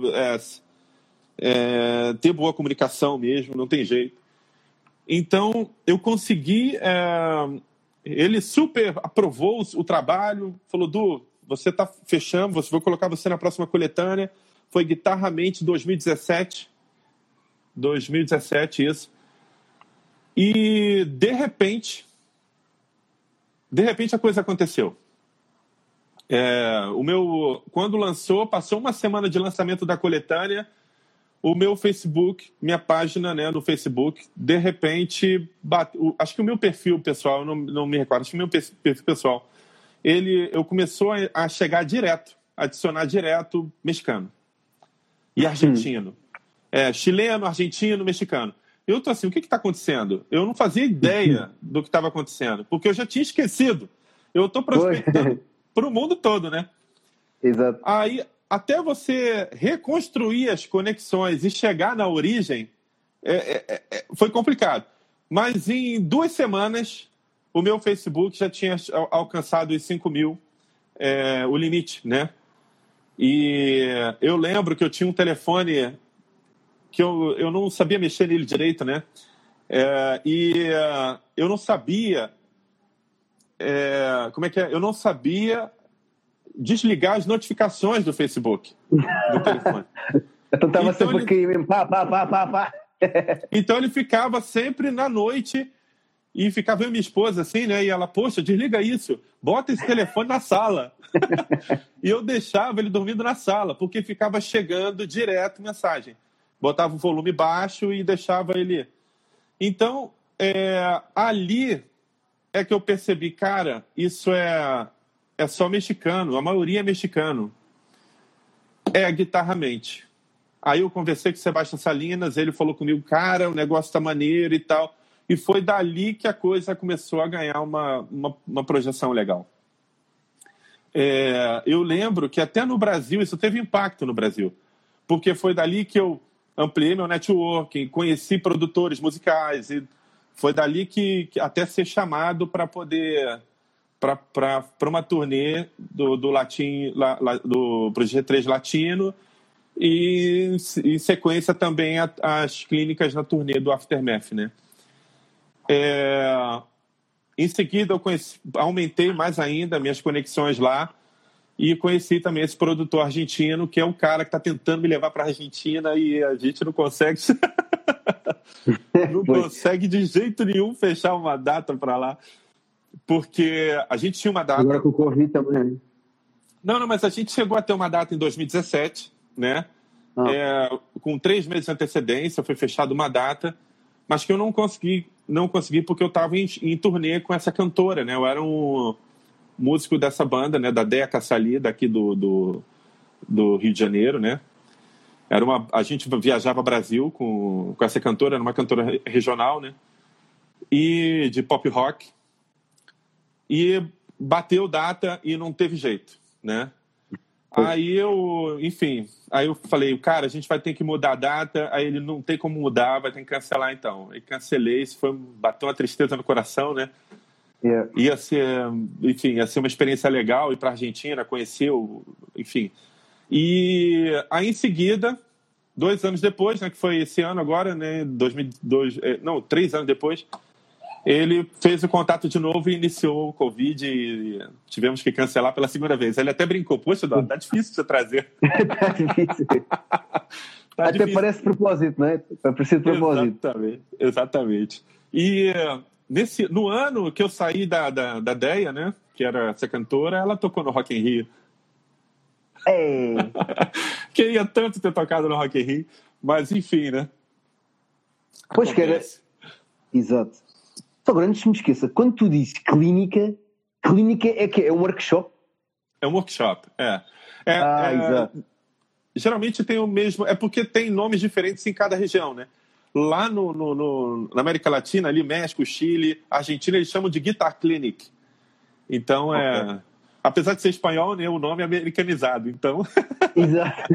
ter boa comunicação mesmo, não tem jeito. Então, eu consegui... ele super aprovou o trabalho, falou, Du, você está fechando, vou colocar você na próxima coletânea. Foi Guitarramente 2017. 2017, isso. E, de repente a coisa aconteceu. Quando lançou, passou 1 semana de lançamento da coletânea, o meu Facebook, minha página, né, no Facebook, de repente, acho que o meu perfil pessoal, não me recordo, acho que o meu perfil pessoal, eu começou a chegar direto, adicionar direto mexicano e argentino. Chileno, argentino, mexicano. Eu tô assim, o que está acontecendo? Eu não fazia ideia do que estava acontecendo, porque eu já tinha esquecido. Eu estou prospectando para o mundo todo, né? Exato. Aí, até você reconstruir as conexões e chegar na origem, foi complicado. Mas em 2 semanas, o meu Facebook já tinha alcançado os 5.000, o limite, né? E eu lembro que eu tinha um telefone que eu não sabia mexer nele direito, né? Eu não sabia... como é que é? Eu não sabia desligar as notificações do Facebook, do telefone. Então estava sempre aqui mesmo, pá. Então ele ficava sempre na noite e ficava eu e minha esposa assim, né? E ela, poxa, desliga isso, bota esse telefone na sala. E eu deixava ele dormindo na sala, porque ficava chegando direto mensagem. Botava o volume baixo e deixava ele... Então, ali é que eu percebi, cara, isso é só mexicano, a maioria é mexicano. Guitarramente. Aí eu conversei com o Sebastián Salinas, ele falou comigo, cara, o negócio tá maneiro e tal. E foi dali que a coisa começou a ganhar uma projeção legal. Eu lembro que até no Brasil, isso teve impacto no Brasil, porque foi dali que eu ampliei meu networking, conheci produtores musicais, e foi dali que até ser chamado para poder... para uma turnê do Projeto G3 Latino e, em sequência, também as clínicas na turnê do Aftermath, né? Em seguida, eu aumentei mais ainda minhas conexões lá e conheci também esse produtor argentino, que é um cara que está tentando me levar para a Argentina e a gente não consegue... não consegue de jeito nenhum fechar uma data para lá. Porque a gente tinha uma data... Agora com o Covid também. Não, mas a gente chegou a ter uma data em 2017, né? Com 3 meses de antecedência, foi fechada uma data, mas que eu não consegui porque eu estava em turnê com essa cantora, né? Eu era um músico dessa banda, né? Da Dea Cassali, daqui do Rio de Janeiro, né? A gente viajava Brasil com essa cantora, era uma cantora regional, né? E de pop rock. E bateu data e não teve jeito, né? Aí eu falei, cara, a gente vai ter que mudar a data. Aí ele, não tem como mudar, vai ter que cancelar então. Aí cancelei, bateu uma tristeza no coração, né? Yeah. Ia ser uma experiência legal ir para a Argentina, conhecer, enfim. E aí em seguida, 2 anos depois, né, que foi esse ano agora, né, 3 anos depois, ele fez o contato de novo e iniciou o Covid e tivemos que cancelar pela segunda vez. Ele até brincou, poxa, Eduardo, tá difícil você trazer. Tá difícil. Até difícil. Parece propósito, não é? Vai parecer propósito. Exatamente. E no ano que eu saí da Deia, né, que era essa cantora, ela tocou no Rock in Rio. Queria tanto ter tocado no Rock in Rio, mas enfim, né? Pois que era... Exato. Só agora, antes de me esqueça, quando tu dizes clínica é que é um workshop? É um workshop, exato. Geralmente tem o mesmo... É porque tem nomes diferentes em cada região, né? Lá na América Latina, ali, México, Chile, Argentina, eles chamam de Guitar Clinic. Então, apesar de ser espanhol, né, o nome é americanizado, então... Exato.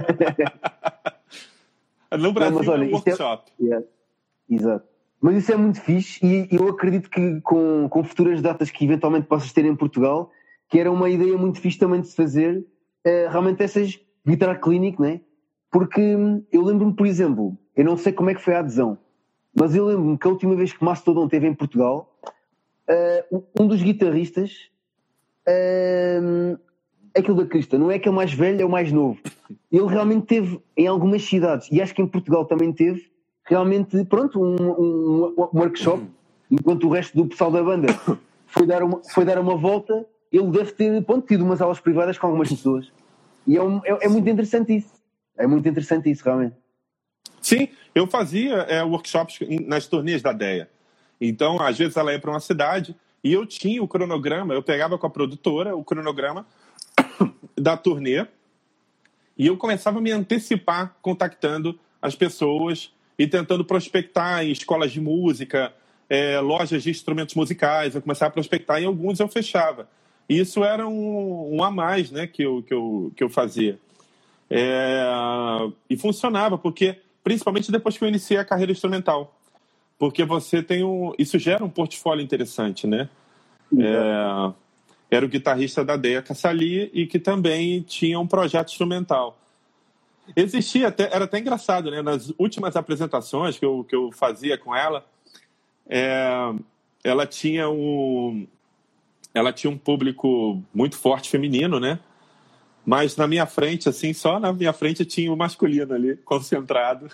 No Brasil é um workshop. Exato. Mas isso é muito fixe e eu acredito que com futuras datas que eventualmente possas ter em Portugal, que era uma ideia muito fixe também de se fazer realmente essas Guitar Clinic, né? Porque eu lembro-me, por exemplo, eu não sei como é que foi a adesão, mas eu lembro-me que a última vez que Mastodon esteve em Portugal, um dos guitarristas, aquele da Crista, não é aquele mais velho, é o mais novo. Ele realmente teve em algumas cidades, e acho que em Portugal também teve, realmente, pronto, um workshop, enquanto o resto do pessoal da banda foi dar uma volta, ele deve ter, tido umas aulas privadas com algumas pessoas. E é muito interessante isso. É muito interessante isso, realmente. Sim, eu fazia workshops nas turnês da Deia. Então, às vezes ela ia para uma cidade e eu tinha o cronograma, eu pegava com a produtora o cronograma da turnê e eu começava a me antecipar contactando as pessoas e tentando prospectar em escolas de música, lojas de instrumentos musicais. Eu começava a prospectar e alguns eu fechava. Isso era um a mais, né, que eu fazia. E funcionava, porque principalmente depois que eu iniciei a carreira instrumental. Porque você tem isso gera um portfólio interessante, né? Era o guitarrista da Deia Cassali e que também tinha um projeto instrumental. Existia, era até engraçado, né? Nas últimas apresentações que eu fazia com ela, ela tinha um público muito forte feminino, né? Mas na minha frente, assim, só na minha frente tinha o masculino ali, concentrado.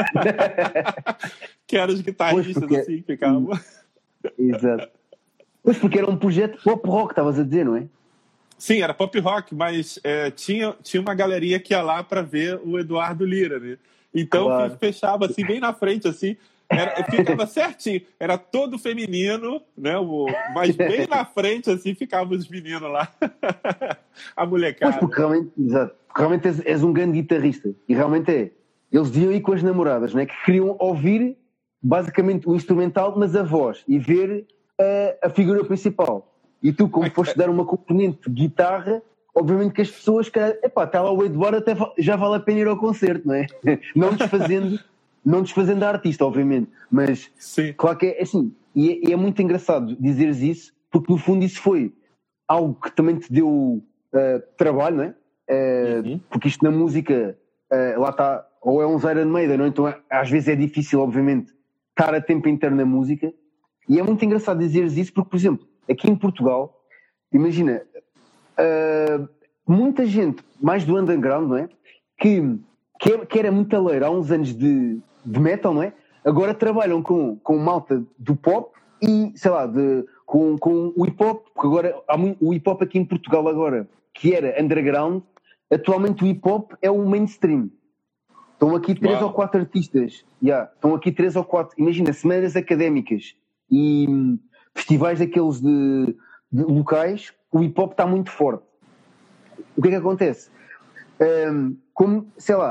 Que eram os guitarristas, assim, que ficavam. Exato. Pois, porque era um projeto pop rock, estavas a dizer, não é? Sim, era pop rock, mas tinha uma galeria que ia lá para ver o Eduardo Lira, né? Então, claro, fechava assim, bem na frente, assim, ficava certinho. Era todo feminino, né? Mas bem na frente, assim, ficavam os meninos lá. A molecada. Pois, porque realmente, exato, porque realmente és um grande guitarrista. E realmente é. Eles iam ir com as namoradas, né? Que queriam ouvir, basicamente, o instrumental, mas a voz. E ver a figura principal. E tu, como foste dar uma componente de guitarra, obviamente que as pessoas, está lá o Eduardo, até já vale a pena ir ao concerto, não é? Não desfazendo a artista, obviamente. Mas, sim, claro que é assim. E é muito engraçado dizeres isso, porque no fundo isso foi algo que também te deu trabalho, não é? Porque isto na música, lá está, ou é um Iron Maiden, não é? Então às vezes é difícil, obviamente, estar a tempo inteiro na música. E é muito engraçado dizeres isso, porque, por exemplo, aqui em Portugal, imagina, muita gente, mais do underground, não é? Que era muito aleira há uns anos de metal, não é? Agora trabalham com malta do pop e, sei lá, com o hip hop, porque agora o hip hop aqui em Portugal agora, que era underground, atualmente o hip hop é o mainstream. Estão aqui 3 ou 4 artistas, estão aqui 3 ou 4, imagina, semanas académicas e festivais daqueles de locais, o hip hop está muito forte. O que é que acontece? Como, sei lá,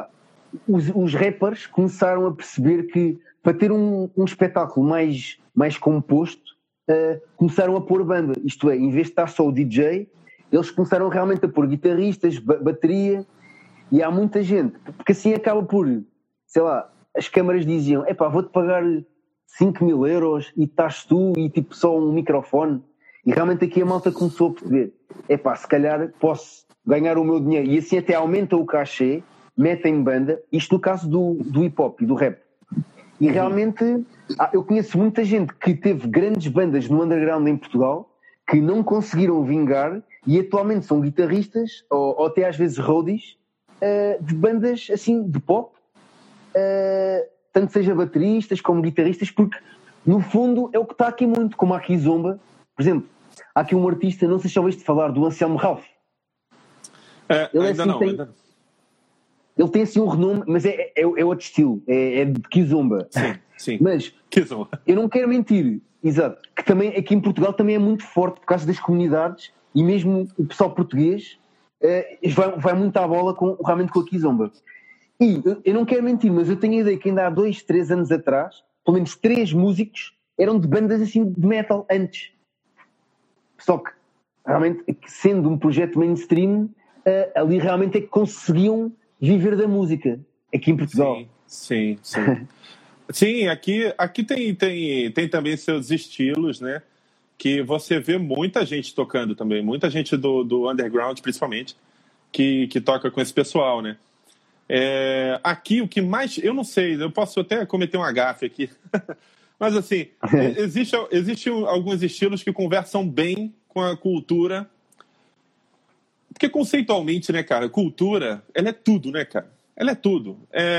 os rappers começaram a perceber que para ter um espetáculo mais composto, começaram a pôr banda. Isto é, em vez de estar só o DJ, eles começaram realmente a pôr guitarristas, bateria, e há muita gente, porque assim acaba por, sei lá, as câmaras diziam, vou-te pagar 5.000 euros e estás tu e tipo só um microfone. E realmente aqui a malta começou a perceber, se calhar posso ganhar o meu dinheiro, e assim até aumenta o cachê, metem banda, isto no caso do hip-hop e do rap. E realmente eu conheço muita gente que teve grandes bandas no underground em Portugal que não conseguiram vingar e atualmente são guitarristas ou até às vezes roadies de bandas assim de pop, tanto seja bateristas como guitarristas, porque no fundo é o que está aqui muito, como há aqui Zomba. Por exemplo, há aqui um artista, não sei se já ouviste falar, do Anselmo Ralph. Ainda não. Ele tem assim um renome, mas é outro estilo, é de Kizomba. Sim. Mas Kizomba. Eu não quero mentir, exato, que também aqui em Portugal também é muito forte por causa das comunidades e mesmo o pessoal português vai muito à bola realmente com a Kizomba. E eu não quero mentir, mas eu tenho a ideia que ainda há 2, 3 anos atrás, pelo menos 3 músicos eram de bandas assim de metal antes. Só que realmente, sendo um projeto mainstream, ali realmente é que conseguiam viver da música, aqui em Portugal. Sim. Sim, aqui tem também seus estilos, né? Que você vê muita gente tocando também, muita gente do underground, principalmente, que toca com esse pessoal, né? Aqui, o que mais... Eu não sei, eu posso até cometer um gafe aqui. Mas, assim, existem alguns estilos que conversam bem com a cultura. Porque, conceitualmente, né, cara, cultura, ela é tudo, né, cara? Ela é tudo.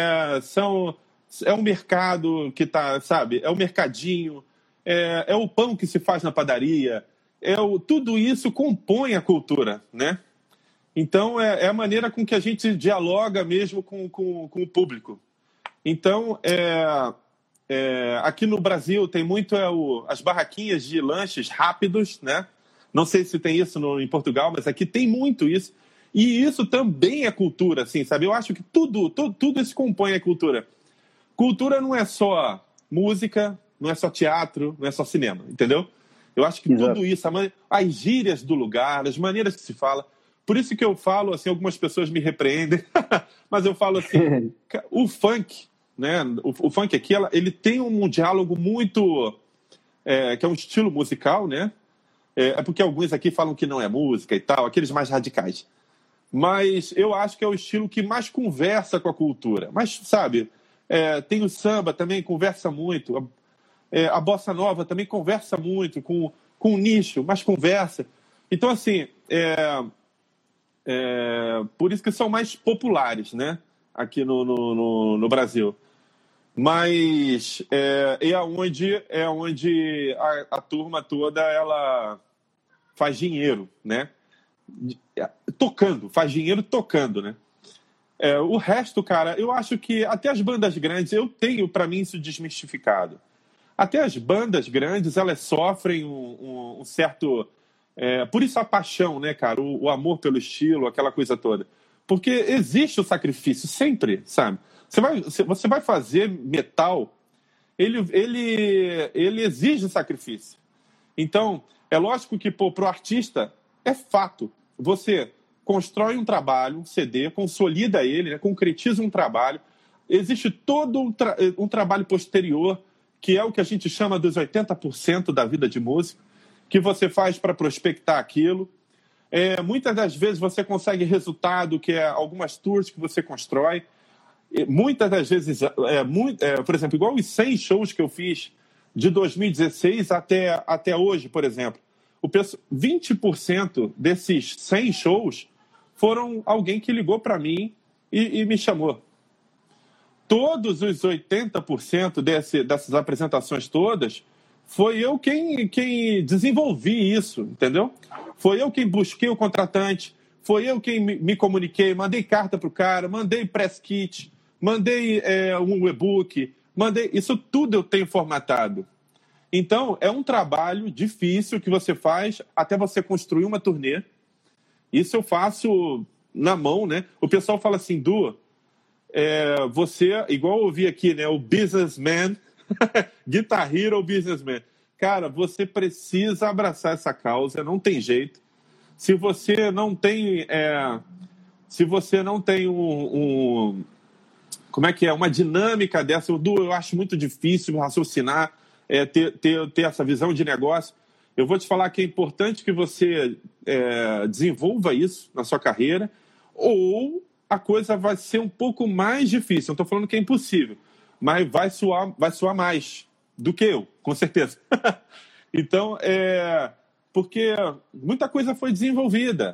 É um mercado que tá, sabe? É o mercadinho, é o pão que se faz na padaria, tudo isso compõe a cultura, né? Então, é a maneira com que a gente dialoga mesmo com o público. Então, aqui no Brasil tem muito as barraquinhas de lanches rápidos, né? Não sei se tem isso em Portugal, mas aqui tem muito isso. E isso também é cultura, assim, sabe? Eu acho que tudo isso compõe a cultura. Cultura não é só música, não é só teatro, não é só cinema, entendeu? Eu acho que Tudo isso, as gírias do lugar, as maneiras que se fala. Por isso que eu falo, assim, algumas pessoas me repreendem, mas eu falo assim, o funk, né? O funk aqui, ele tem um diálogo muito... que é um estilo musical, né? Porque alguns aqui falam que não é música e tal, aqueles mais radicais. Mas eu acho que é o estilo que mais conversa com a cultura. Mas, sabe, tem o samba também, conversa muito. A bossa nova também conversa muito com o nicho, mas conversa. Então, assim, por isso que são mais populares, né? Aqui no Brasil. Mas é onde a turma toda ela faz dinheiro, né? Faz dinheiro tocando, né? O resto, cara, eu acho que até as bandas grandes, eu tenho para mim isso desmistificado. Até as bandas grandes, elas sofrem um certo... por isso a paixão, né, cara? O amor pelo estilo, aquela coisa toda. Porque existe o sacrifício, sempre, sabe? Você vai fazer metal, ele exige sacrifício. Então, é lógico que pro artista é fato. Você constrói um trabalho, um CD, consolida ele, né, concretiza um trabalho. Existe todo um trabalho posterior, que é o que a gente chama dos 80% da vida de músico, que você faz para prospectar aquilo. Muitas das vezes você consegue resultado, que é algumas tours que você constrói. Muitas das vezes, por exemplo, igual os 100 shows que eu fiz de 2016 até hoje, por exemplo, 20% desses 100 shows foram alguém que ligou para mim e me chamou. Todos os 80% dessas apresentações todas, foi eu quem desenvolvi isso, entendeu? Foi eu quem busquei o contratante, foi eu quem me comuniquei, mandei carta para o cara, mandei press kit, mandei um e-book, isso tudo eu tenho formatado. Então, é um trabalho difícil que você faz até você construir uma turnê. Isso eu faço na mão, né? O pessoal fala assim, Du, você, igual eu ouvi aqui, né, o businessman, Guitar Hero businessman. Cara, você precisa abraçar essa causa, não tem jeito. Se você não tem, como é que é? Uma dinâmica dessa, eu acho muito difícil raciocinar, ter essa visão de negócio. Eu vou te falar que é importante que você desenvolva isso na sua carreira, ou a coisa vai ser um pouco mais difícil. Não estou falando que é impossível, mas vai suar mais do que eu, com certeza. Então, porque muita coisa foi desenvolvida.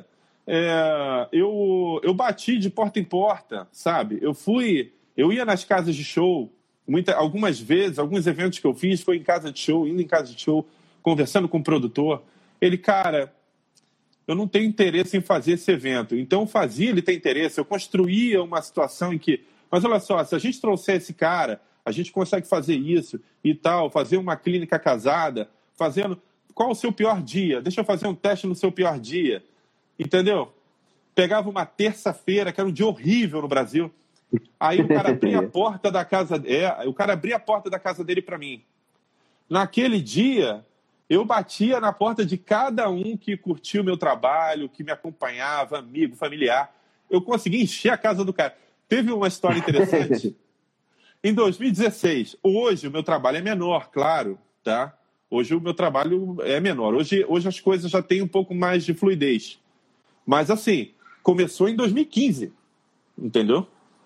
Eu bati de porta em porta, sabe? Eu ia nas casas de show, algumas vezes, alguns eventos que eu fiz foi em casa de show, indo em casa de show, conversando com o produtor. Ele, cara, eu não tenho interesse em fazer esse evento. Então eu fazia, ele tem interesse, eu construía uma situação em que, mas olha só, se a gente trouxer esse cara, a gente consegue fazer isso e tal, fazer uma clínica casada, fazendo... Qual o seu pior dia? Deixa eu fazer um teste no seu pior dia. Entendeu? Pegava uma terça-feira, que era um dia horrível no Brasil. Aí o cara abria a porta da casa... o cara abria a porta da casa dele para mim. Naquele dia, eu batia na porta de cada um que curtia o meu trabalho, que me acompanhava, amigo, familiar. Eu consegui encher a casa do cara. Teve uma história interessante. Em 2016, hoje o meu trabalho é menor, claro, tá? Hoje o meu trabalho é menor. Hoje as coisas já têm um pouco mais de fluidez. Mas, assim, começou em 2015, entendeu?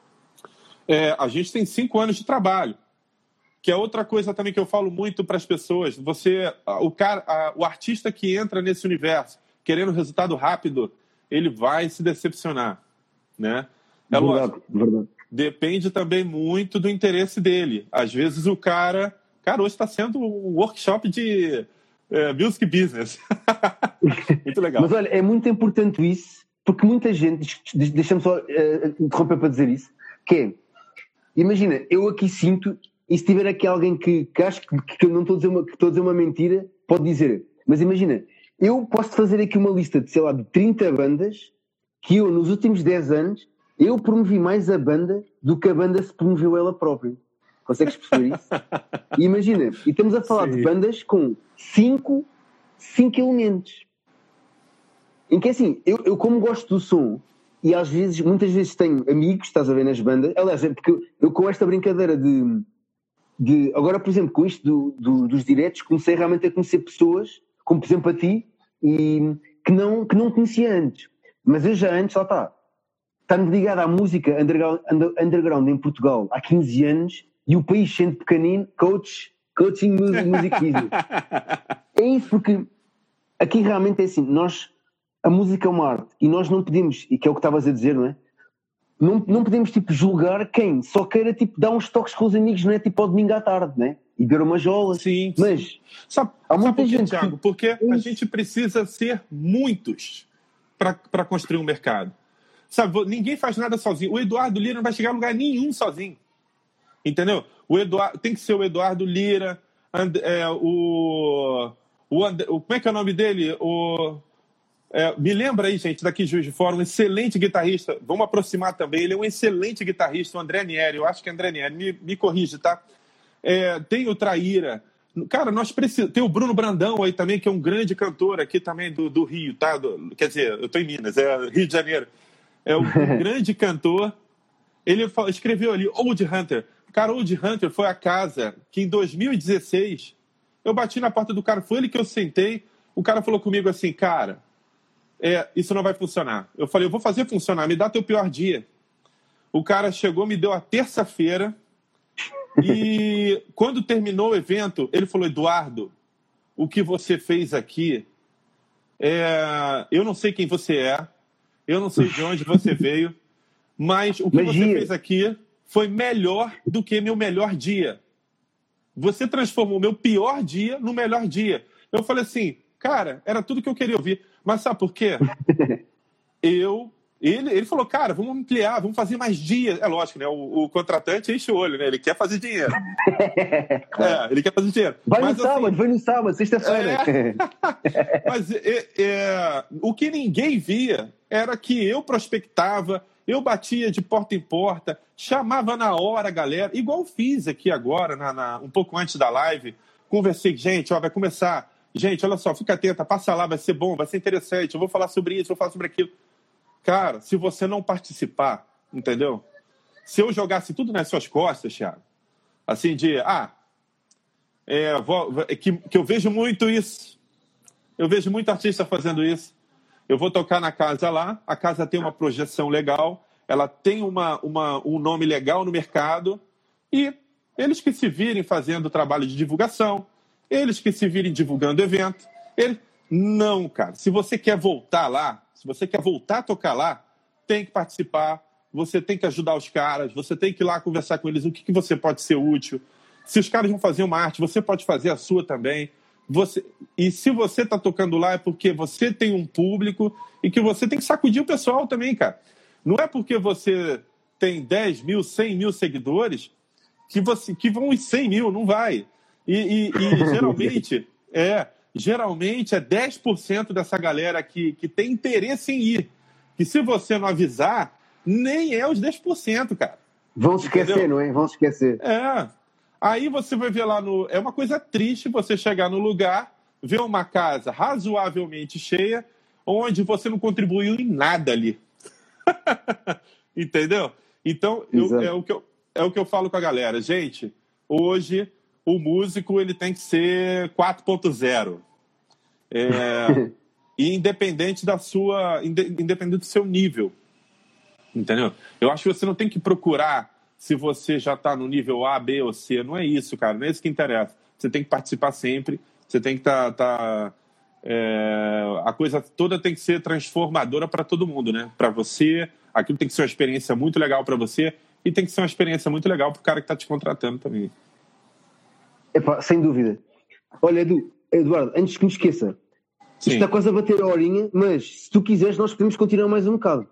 A gente tem 5 anos de trabalho, que é outra coisa também que eu falo muito para as pessoas. O artista que entra nesse universo querendo resultado rápido, ele vai se decepcionar, né? Lógico. Verdade. Depende também muito do interesse dele. Às vezes o cara... Cara, hoje está sendo um workshop de music business. Muito legal. Mas olha, é muito importante isso, porque muita gente... Deixa-me só interromper para dizer isso. Que é, imagina, eu aqui sinto, e se tiver aqui alguém que acha que eu não estou a dizer uma mentira, pode dizer. Mas imagina, eu posso fazer aqui uma lista de, sei lá, de 30 bandas que eu, nos últimos 10 anos, eu promovi mais a banda do que a banda se promoveu ela própria. Consegues perceber isso? E imagina, e estamos a falar de bandas com 5 elementos. Em que assim, eu como gosto do som, e muitas vezes tenho amigos, estás a ver, nas bandas, aliás, é porque eu com esta brincadeira de agora, por exemplo, com isto dos diretos, comecei realmente a conhecer pessoas, como por exemplo a ti, e que não conhecia antes. Mas eu já antes, lá está-me ligado à música underground em Portugal há 15 anos, e o país sendo pequenino, coaching music business. É isso, porque aqui realmente é assim, a música é uma arte, e nós não podemos, e que é o que estavas a dizer, não é? Não podemos, tipo, julgar quem só queira, tipo, dar uns toques com os amigos, não é? Tipo, ao domingo à tarde, não é? E beber uma jola. Sim. Mas há muita gente, Thiago, porque a gente precisa ser muitos para construir um mercado. Sabe, ninguém faz nada sozinho. O Eduardo Lira não vai chegar a lugar nenhum sozinho. Entendeu? Tem que ser o Eduardo Lira, como é que é o nome dele? Me lembra aí, gente, daqui de Juiz de Fora, um excelente guitarrista. Vamos aproximar também. Ele é um excelente guitarrista, o André Nieri. Eu acho que é André Nieri. Me corrige, tá? Tem o Traíra. Cara, nós precisamos... Tem o Bruno Brandão aí também, que é um grande cantor aqui também do Rio, tá? Quer dizer, eu estou em Minas, Rio de Janeiro. É um grande cantor. Ele escreveu ali, Old Hunter. Cara, Old Hunter foi a casa que em 2016 eu bati na porta do cara. Foi ele que eu sentei. O cara falou comigo assim, cara, isso não vai funcionar. Eu falei, eu vou fazer funcionar, me dá teu pior dia. O cara chegou, me deu a terça-feira e quando terminou o evento, ele falou, Eduardo, o que você fez aqui, eu não sei quem você é, eu não sei de onde você veio, mas o que você fez aqui foi melhor do que meu melhor dia. Você transformou meu pior dia no melhor dia. Eu falei assim, cara, era tudo que eu queria ouvir. Mas sabe por quê? Ele falou, cara, vamos ampliar, vamos fazer mais dias. É lógico, né? O contratante enche o olho, né? Ele quer fazer dinheiro. Ele quer fazer dinheiro. Vai no sábado, sexta-feira. Mas o que ninguém via era que eu prospectava, Eu batia de porta em porta, chamava na hora a galera, igual eu fiz aqui agora, um pouco antes da live. Conversei, gente, ó, vai começar. Gente, olha só, fica atenta, passa lá, vai ser bom, vai ser interessante. Eu vou falar sobre isso, vou falar sobre aquilo. Cara, se você não participar, entendeu? Se eu jogasse tudo nas suas costas, Thiago, assim, que eu vejo muito isso. Eu vejo muito artista fazendo isso. Eu vou tocar na casa lá, a casa tem uma projeção legal, ela tem um nome legal no mercado, e eles que se virem fazendo trabalho de divulgação, eles que se virem divulgando evento. Não, cara. Se você quer voltar lá, se você quer voltar a tocar lá, tem que participar, você tem que ajudar os caras, você tem que ir lá conversar com eles o que você pode ser útil. Se os caras vão fazer uma arte, você pode fazer a sua também. E se você está tocando lá é porque você tem um público e que você tem que sacudir o pessoal também, cara. Não é porque você tem 10 mil, 100 mil seguidores que vão os 100 mil, não vai. E geralmente é 10% dessa galera que tem interesse em ir. Que se você não avisar, nem é os 10%, cara. Vão se esquecer, entendeu? Não é? Vão se esquecer. Aí você vai ver lá É uma coisa triste você chegar no lugar, ver uma casa razoavelmente cheia, onde você não contribuiu em nada ali. Entendeu? Então, é o que eu falo com a galera. Gente, hoje o músico ele tem que ser 4.0. Independente independente do seu nível. Entendeu? Eu acho que você não tem que procurar se você já está no nível A, B ou C. Não é isso, cara. Não é isso que interessa. Você tem que participar sempre. Você tem que a coisa toda tem que ser transformadora para todo mundo, né? Para você, aquilo tem que ser uma experiência muito legal para você e tem que ser uma experiência muito legal para o cara que está te contratando também. Sem dúvida. Olha, Eduardo, antes que me esqueça, isto está quase a bater a horinha, mas se tu quiseres nós podemos continuar mais um bocado.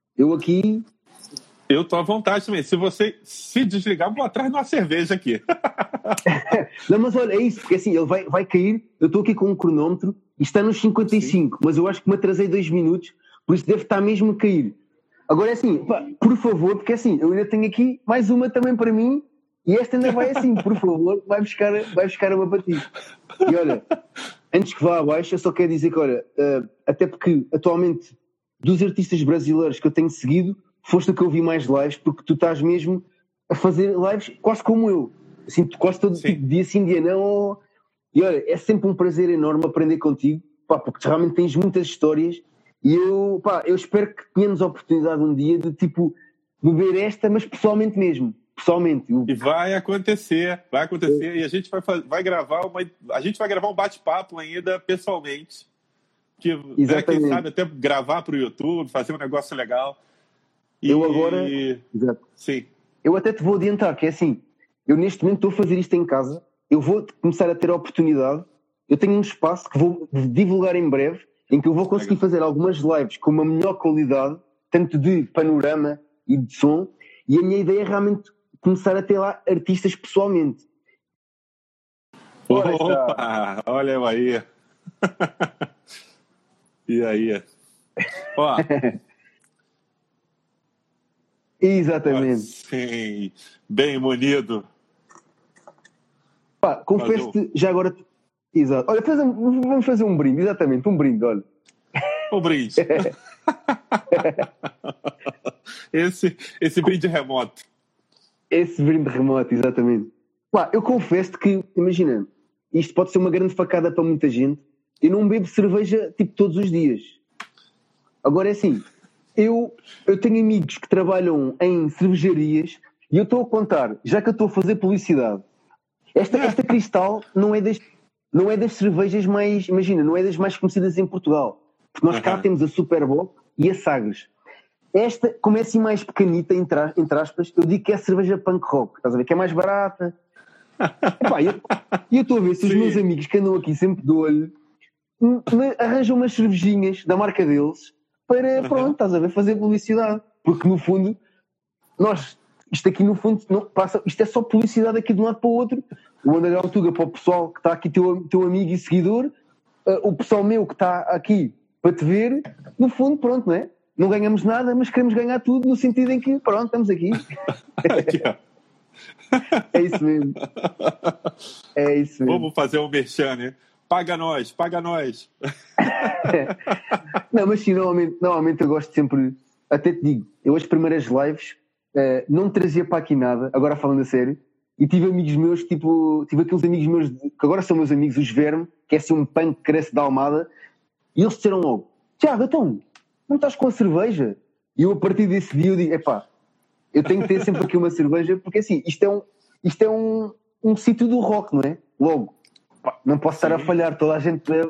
Eu estou à vontade também. Se você se desligar, vou atrás de uma cerveja aqui. Não, mas olha, é isso, porque assim, ele vai cair. Eu estou aqui com um cronómetro e está nos 55, mas eu acho que me atrasei 2 minutos, por isso deve estar mesmo a cair. Agora é assim, por favor, porque assim, eu ainda tenho aqui mais uma também para mim e esta ainda vai assim, por favor, vai buscar uma para ti. E olha, antes que vá abaixo, eu só quero dizer que, olha, até porque atualmente dos artistas brasileiros que eu tenho seguido, foste o que eu vi mais lives, porque tu estás mesmo a fazer lives quase como eu. Assim, tu quase todo tipo de dia sim, dia não. E olha, é sempre um prazer enorme aprender contigo, porque tu realmente tens muitas histórias e eu espero que tenhamos a oportunidade um dia de tipo beber esta, mas pessoalmente mesmo. Pessoalmente. E vai acontecer. E a gente vai gravar um bate-papo ainda pessoalmente. Quem sabe até gravar para o YouTube, fazer um negócio legal. Exato. Sim. Eu até te vou adiantar, que é assim, eu neste momento estou a fazer isto em casa, eu vou começar a ter a oportunidade, eu tenho um espaço que vou divulgar em breve, em que eu vou conseguir fazer algumas lives com uma melhor qualidade, tanto de panorama e de som, e a minha ideia é realmente começar a ter lá artistas pessoalmente. Opa, olha eu aí. E aí? Ó. Exatamente. Sim, bem munido. Confesso-te, já agora... Exato. Olha, vamos fazer um brinde, exatamente, um brinde, olha. Um brinde. Esse brinde remoto. Esse brinde remoto, exatamente. Eu confesso-te que, imagina, isto pode ser uma grande facada para muita gente. Eu não bebo cerveja, tipo, todos os dias. Agora é assim... Eu tenho amigos que trabalham em cervejarias e eu estou a contar, já que eu estou a fazer publicidade, esta Cristal não é das cervejas mais, imagina, não é das mais conhecidas em Portugal. Porque nós cá temos a Superboc e a Sagres. Esta, como é assim mais pequenita, entre aspas, eu digo que é cerveja punk rock, estás a ver? Que é mais barata. E eu estou a ver se os meus amigos que andam aqui sempre de olho me arranjam umas cervejinhas da marca deles para, pronto, estás a ver, fazer publicidade. Porque, no fundo, isto aqui, no fundo, não passa, isto é só publicidade aqui de um lado para o outro. O Underground Tuga para o pessoal que está aqui, teu amigo e seguidor, o pessoal meu que está aqui para te ver, no fundo, pronto, não é? não ganhamos nada, mas queremos ganhar tudo, no sentido em que, pronto, estamos aqui. Aqui, ó. É isso mesmo. É isso mesmo. Vamos fazer um merchan, né? Paga nós, paga nós. Não, mas sim, normalmente eu gosto sempre, até te digo, eu as primeiras lives não trazia para aqui nada, agora falando a sério, e tive amigos meus, tive aqueles amigos meus que agora são meus amigos, os Verme, que é assim um punk que cresce da Almada, e eles disseram logo: Tiago, então, não estás com a cerveja? E eu a partir desse dia eu digo: epá, eu tenho que ter sempre aqui uma cerveja, porque assim, isto é um sítio do rock, não é? Logo, pá, não posso estar a falhar, toda a gente bebe.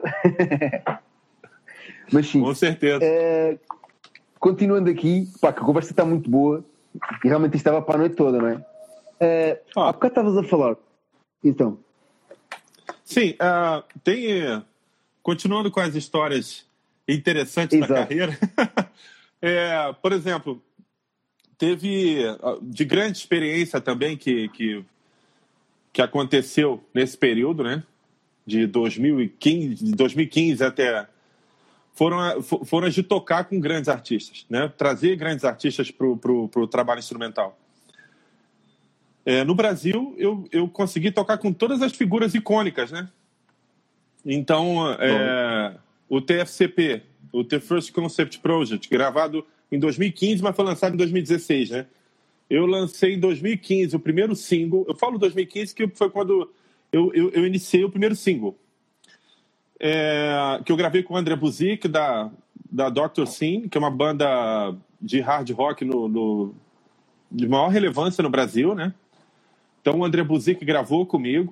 Mas sim, com certeza. Continuando aqui, pá, que a conversa está muito boa, e realmente isto estava para a noite toda, não é? Há bocado estavas a falar, então. Sim, continuando com as histórias interessantes da carreira, por exemplo, teve de grande experiência também que aconteceu nesse período, né? De 2015 até... Foram as de tocar com grandes artistas, né? Trazer grandes artistas para o trabalho instrumental. No Brasil, eu consegui tocar com todas as figuras icônicas, né? Então, o TFCP, o The First Concept Project, gravado em 2015, mas foi lançado em 2016, né? Eu lancei em 2015 o primeiro single. Eu falo 2015 que foi quando eu iniciei o primeiro single. Que eu gravei com o André Buzik, da Dr. Sim, que é uma banda de hard rock de maior relevância no Brasil, né? Então o André Buzik gravou comigo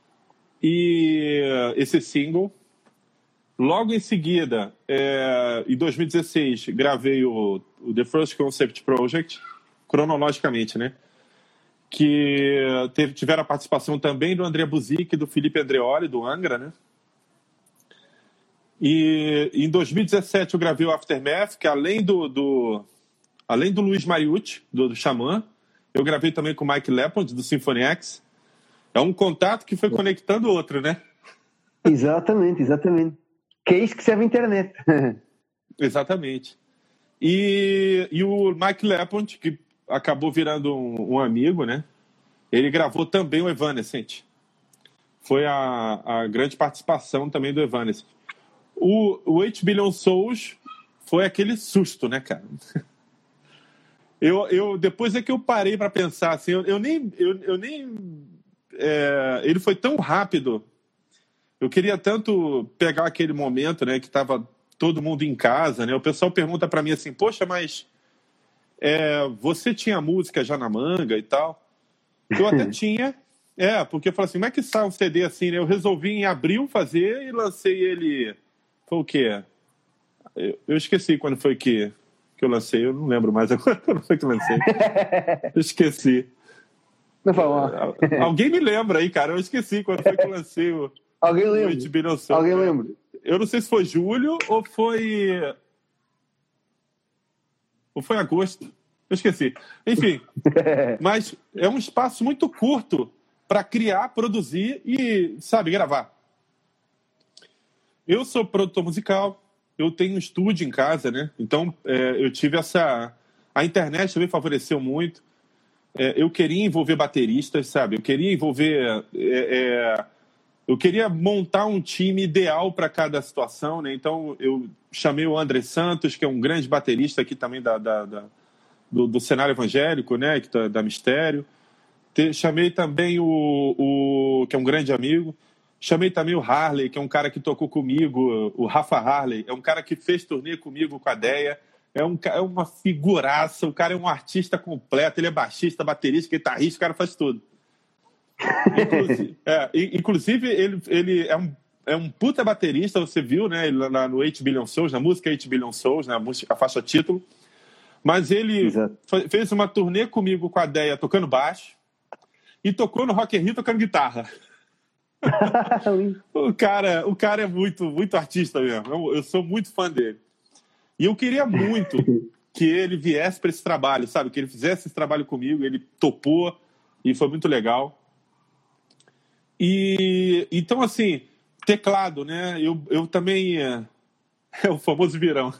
e esse single. Logo em seguida, em 2016, gravei o The First Concept Project, cronologicamente, né? Que tiveram a participação também do André Buzik e do Felipe Andreoli, do Angra, né? E em 2017 eu gravei o Aftermath, que além do Luiz Mariucci, do Xamã, eu gravei também com o Mike Lepond, do Symphony X. É um contato que foi conectando o outro, né? Exatamente. Que é isso que serve a internet. Exatamente. E o Mike Lepond, que acabou virando um amigo, né? Ele gravou também o Evanescent. Foi a grande participação também do Evanescent. O 8 Billion Souls foi aquele susto, né, cara? Depois é que eu parei para pensar, assim, ele foi tão rápido. Eu queria tanto pegar aquele momento, né, que estava todo mundo em casa, né? O pessoal pergunta para mim assim: poxa, mas você tinha música já na manga e tal? Eu até tinha, porque eu falei assim: como é que sai um CD assim, né? Eu resolvi em abril fazer e lancei ele. Foi o quê? Eu esqueci quando foi que eu lancei, eu não lembro mais agora quando foi que eu lancei. Eu esqueci. Não foi mal. Alguém me lembra aí, cara, eu esqueci quando foi que eu lancei o Alguém lembra? Alguém lembra? Eu não sei se foi julho ou foi agosto. Eu esqueci. Enfim, mas é um espaço muito curto para criar, produzir e, sabe, gravar. Eu sou produtor musical, eu tenho um estúdio em casa, né? Então, eu tive a internet também favoreceu muito. Eu queria envolver bateristas, sabe? Eu queria envolver... eu queria montar um time ideal para cada situação, né? Então, eu chamei o André Santos, que é um grande baterista aqui também do cenário evangélico, né? Da Mistério. Chamei também que é um grande amigo. Chamei também o Harley, que é um cara que tocou comigo, o Rafa Harley, é um cara que fez turnê comigo com a Deia, é uma figuraça, o cara é um artista completo, ele é baixista, baterista, guitarrista, o cara faz tudo. Inclusive ele é um puta baterista, você viu, né, lá no 8 Billion Souls, na música 8 Billion Souls, a faixa título, mas ele fez uma turnê comigo com a Deia tocando baixo e tocou no Rock in Rio tocando guitarra. O cara é muito, muito artista mesmo. Eu sou muito fã dele. E eu queria muito que ele viesse para esse trabalho, sabe? Que ele fizesse esse trabalho comigo. Ele topou e foi muito legal. E então, assim, teclado, né? Eu também É o famoso virão.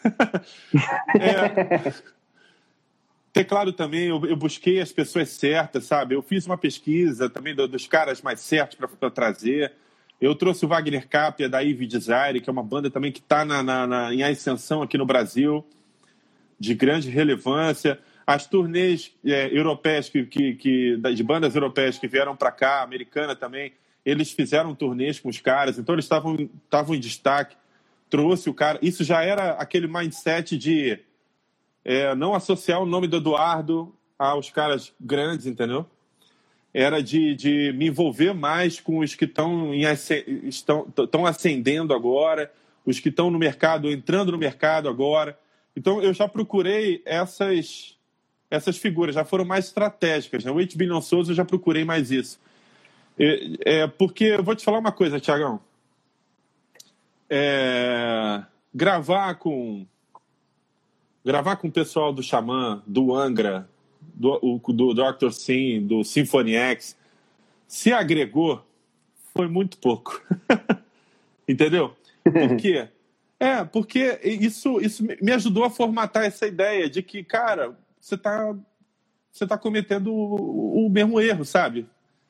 Teclado também, eu busquei as pessoas certas, sabe? Eu fiz uma pesquisa também dos caras mais certos para trazer. Eu trouxe o Wagner Capia, da Ivy Desire, que é uma banda também que está em ascensão aqui no Brasil, de grande relevância. As turnês europeias, de bandas europeias que vieram para cá, americana também, eles fizeram turnês com os caras, então eles estavam em destaque. Trouxe o cara. Isso já era aquele mindset de não associar o nome do Eduardo aos caras grandes, entendeu? Era de me envolver mais com os que estão ascendendo agora, os que estão no mercado, entrando no mercado agora. Então, eu já procurei essas figuras, já foram mais estratégicas, né? O 8 Billion Souls eu já procurei mais isso. Porque, eu vou te falar uma coisa, Thiagão. Gravar com o pessoal do Xamã, do Angra, do Dr. Sim, do Symphony X, se agregou, foi muito pouco. Entendeu? Por quê? Porque isso me ajudou a formatar essa ideia de que, cara, você tá cometendo o mesmo erro, sabe?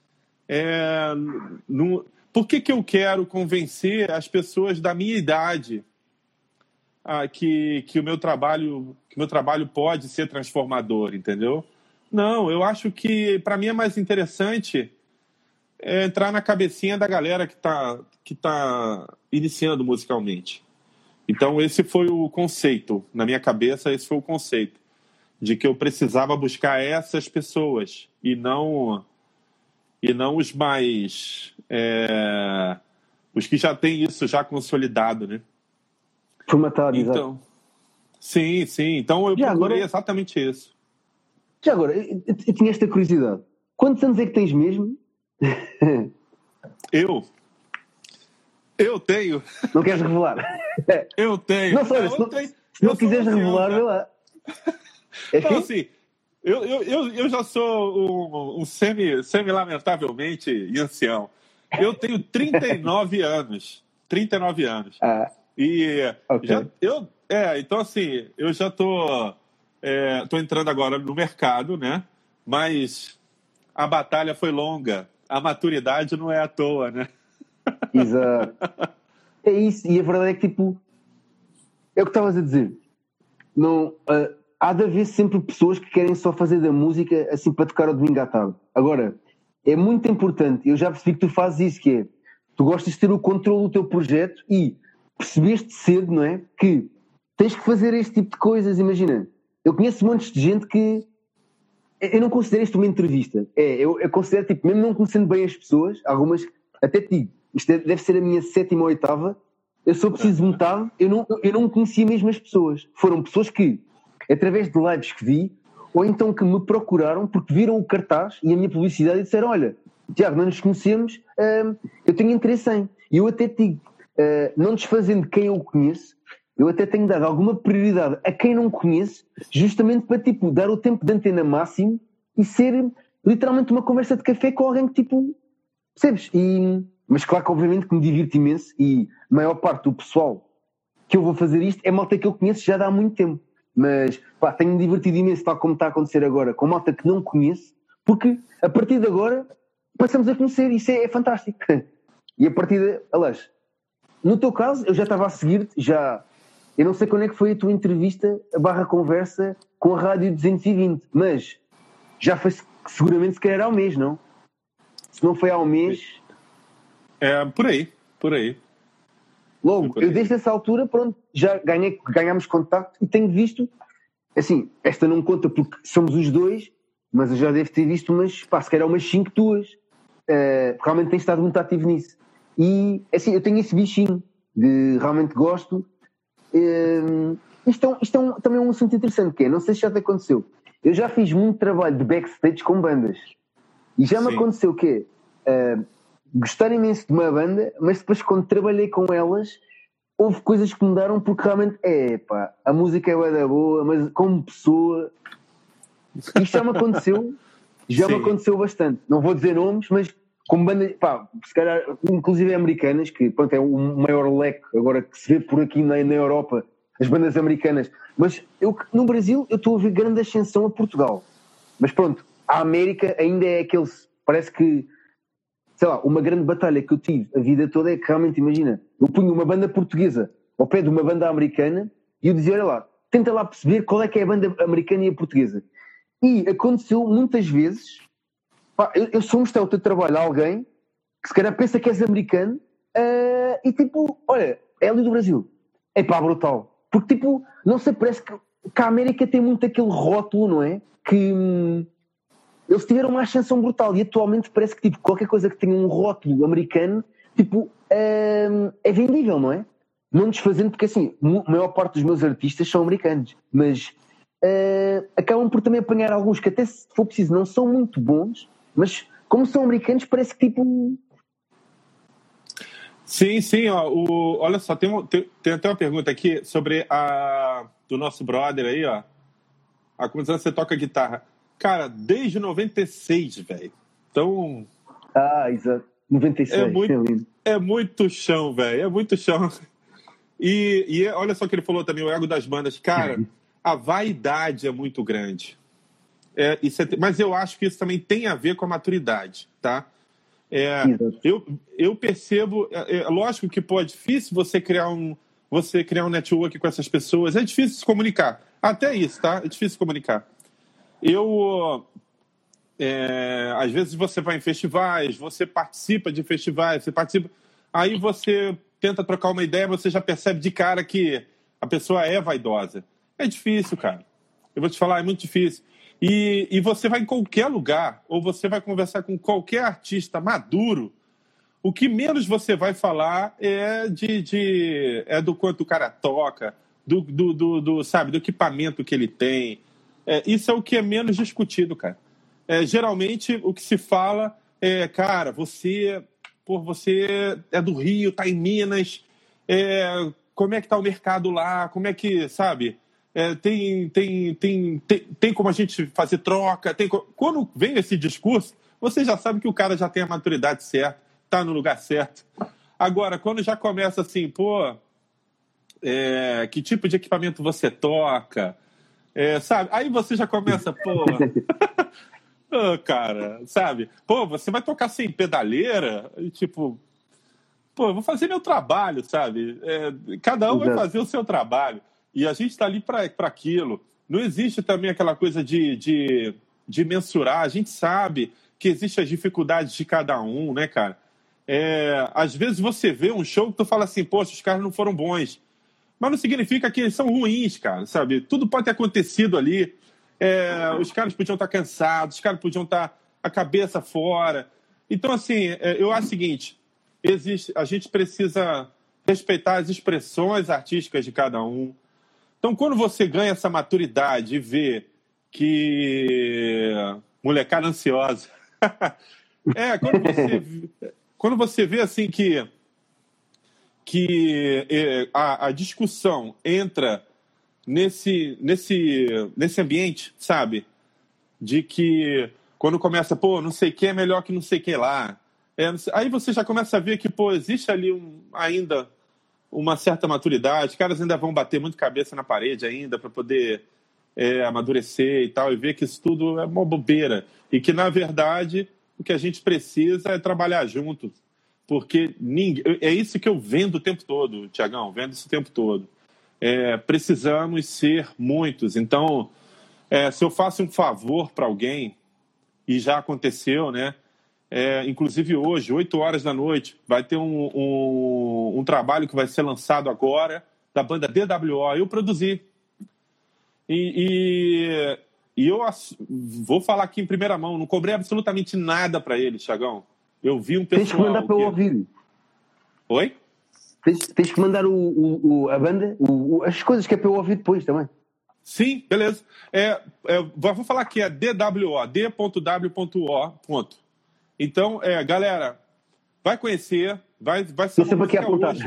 Por que eu quero convencer as pessoas da minha idade que o meu trabalho pode ser transformador, entendeu? Não, eu acho que para mim é mais interessante entrar na cabecinha da galera que tá iniciando musicalmente. Então esse foi o conceito, na minha cabeça esse foi o conceito, de que eu precisava buscar essas pessoas e não os mais os que já têm isso já consolidado, né? Formatado, então, exato. Sim. Então eu procurei exatamente isso. Já agora, eu tinha esta curiosidade. Quantos anos é que tens mesmo? Eu tenho. Não queres revelar? Eu tenho. Não, olha, se não quiseres revelar, vê lá. Então, assim, eu já sou um semi-lamentavelmente ancião. Eu tenho 39 anos. 39 anos. E okay. então assim, eu já tô entrando agora no mercado, né? Mas a batalha foi longa. A maturidade não é à toa, né? Exato. É isso. E a verdade é que, tipo, é o que estavas a dizer. Não, há de haver sempre pessoas que querem só fazer da música assim para tocar ao domingo à tarde. Agora, é muito importante. Eu já percebi que tu fazes isso, que é, tu gostas de ter o controle do teu projeto e percebeste cedo, não é? Que tens que fazer este tipo de coisas. Imagina, eu conheço montes de gente que eu não considero isto uma entrevista. Eu considero, tipo, mesmo não conhecendo bem as pessoas, algumas, até te digo, isto deve ser a minha 7ª ou 8ª, eu sou preciso metade, eu não conhecia mesmo as pessoas. Foram pessoas que, através de lives que vi, ou então que me procuraram porque viram o cartaz e a minha publicidade e disseram, olha, Tiago, não nos conhecemos, eu tenho interesse em. E eu até te digo, não desfazendo quem eu conheço, eu até tenho dado alguma prioridade a quem não conheço, justamente para, tipo, dar o tempo de antena máximo e ser literalmente uma conversa de café com alguém que, tipo, percebes? Mas claro que obviamente que me divirto imenso e a maior parte do pessoal que eu vou fazer isto é malta que eu conheço já há muito tempo. Mas, pá, tenho-me divertido imenso, tal como está a acontecer agora, com malta que não conheço, porque a partir de agora passamos a conhecer, isso é fantástico. E a partir de, aliás, no teu caso, eu já estava a seguir-te, eu não sei quando é que foi a tua entrevista, / conversa com a Rádio 220, mas já foi seguramente se calhar há um mês, não? Se não foi há um mês... Por aí. Logo, eu desde essa altura, pronto, já ganhámos contacto e tenho visto, assim, esta não conta porque somos os dois, mas eu já devo ter visto se calhar umas 5 tuas, porque realmente tens estado muito ativo nisso. E, assim, eu tenho esse bichinho de realmente gosto. Isto também é um assunto interessante, que é, não sei se já te aconteceu, eu já fiz muito trabalho de backstage com bandas, e já me aconteceu que gostar imenso de uma banda, mas depois quando trabalhei com elas houve coisas que mudaram porque realmente a música é bué da boa, mas como pessoa isto já me aconteceu me aconteceu bastante, não vou dizer nomes, mas como bandas, pá, se calhar, inclusive americanas, que pronto, é o maior leque agora que se vê por aqui na Europa, as bandas americanas. Mas no Brasil eu estou a ver grande ascensão a Portugal. Mas pronto, a América ainda é aquele, parece que, sei lá, uma grande batalha que eu tive a vida toda é que realmente, imagina, eu punho uma banda portuguesa ao pé de uma banda americana e eu dizia, olha lá, tenta lá perceber qual é que é a banda americana e a portuguesa. E aconteceu muitas vezes, pá, eu sou mostrar o teu trabalho a alguém que se calhar pensa que és americano e tipo, olha, é ali do Brasil. É pá, brutal. Porque tipo, não sei, parece que a América tem muito aquele rótulo, não é? Que eles tiveram uma ascensão brutal e atualmente parece que tipo, qualquer coisa que tenha um rótulo americano, tipo, é vendível, não é? Não desfazendo, porque assim, a maior parte dos meus artistas são americanos, mas acabam por também apanhar alguns que até se for preciso não são muito bons, mas como são americanos parece que tipo... Sim, ó, olha só, tem até uma pergunta aqui sobre do nosso brother aí, ó. Há quantos anos você toca guitarra? Cara, desde 96, velho. Então... exato. 96, é muito chão, velho. É muito chão. E olha só o que ele falou também, o ego das bandas. Cara, a vaidade é muito grande. Mas eu acho que isso também tem a ver com a maturidade, tá? Eu percebo... lógico que, pô, é difícil você criar um network com essas pessoas. É difícil se comunicar. Até isso, tá? É difícil se comunicar. Às vezes você vai em festivais, você participa de festivais, aí você tenta trocar uma ideia, você já percebe de cara que a pessoa é vaidosa. É difícil, cara. Eu vou te falar, é muito difícil. E você vai em qualquer lugar, ou você vai conversar com qualquer artista maduro, o que menos você vai falar é do quanto o cara toca, sabe, do equipamento que ele tem. Isso é o que é menos discutido, cara. Geralmente, o que se fala é, cara, você é do Rio, tá em Minas, como é que tá o mercado lá, como é que, sabe, tem como a gente fazer troca, quando vem esse discurso, você já sabe que o cara já tem a maturidade certa, tá no lugar certo. Agora, quando já começa assim, pô, que tipo de equipamento você toca, sabe, aí você já começa, pô... cara, sabe? Pô, você vai tocar sem pedaleira? E, tipo, pô, eu vou fazer meu trabalho, sabe? Cada um vai fazer o seu trabalho. E a gente está ali para aquilo. Não existe também aquela coisa de mensurar. A gente sabe que existem as dificuldades de cada um, né, cara? Às vezes você vê um show que tu fala assim, poxa, os caras não foram bons. Mas não significa que eles são ruins, cara, sabe? Tudo pode ter acontecido ali. Os caras podiam estar cansados, os caras podiam estar a cabeça fora. Então, assim, eu acho o seguinte, a gente precisa respeitar as expressões artísticas de cada um. Então, quando você ganha essa maturidade e vê que... Molecada ansiosa. Quando você vê, assim, que a discussão entra... Nesse ambiente, sabe? De que quando começa, pô, não sei o que é melhor que não sei o que lá. Aí você já começa a ver que, pô, existe ali ainda uma certa maturidade. Os caras ainda vão bater muito cabeça na parede ainda para poder amadurecer e tal, e ver que isso tudo é uma bobeira. E que, na verdade, o que a gente precisa é trabalhar junto. Porque é isso que eu vendo o tempo todo, Tiagão, vendo isso o tempo todo. Precisamos ser muitos. Então, se eu faço um favor para alguém, e já aconteceu, né? Inclusive hoje, 8 horas da noite, vai ter um trabalho que vai ser lançado agora, da banda DWO. Eu produzi. E eu vou falar aqui em primeira mão, não cobrei absolutamente nada para eles, Thiagão. Eu vi um pessoal... Tens que mandar para eu ouvir. Oi? Tens que mandar a banda, as coisas que é para eu ouvir depois também. Sim, beleza. Vou falar aqui, DWO, D.W.O. Então, galera, vai conhecer, vai ser uma música hoje.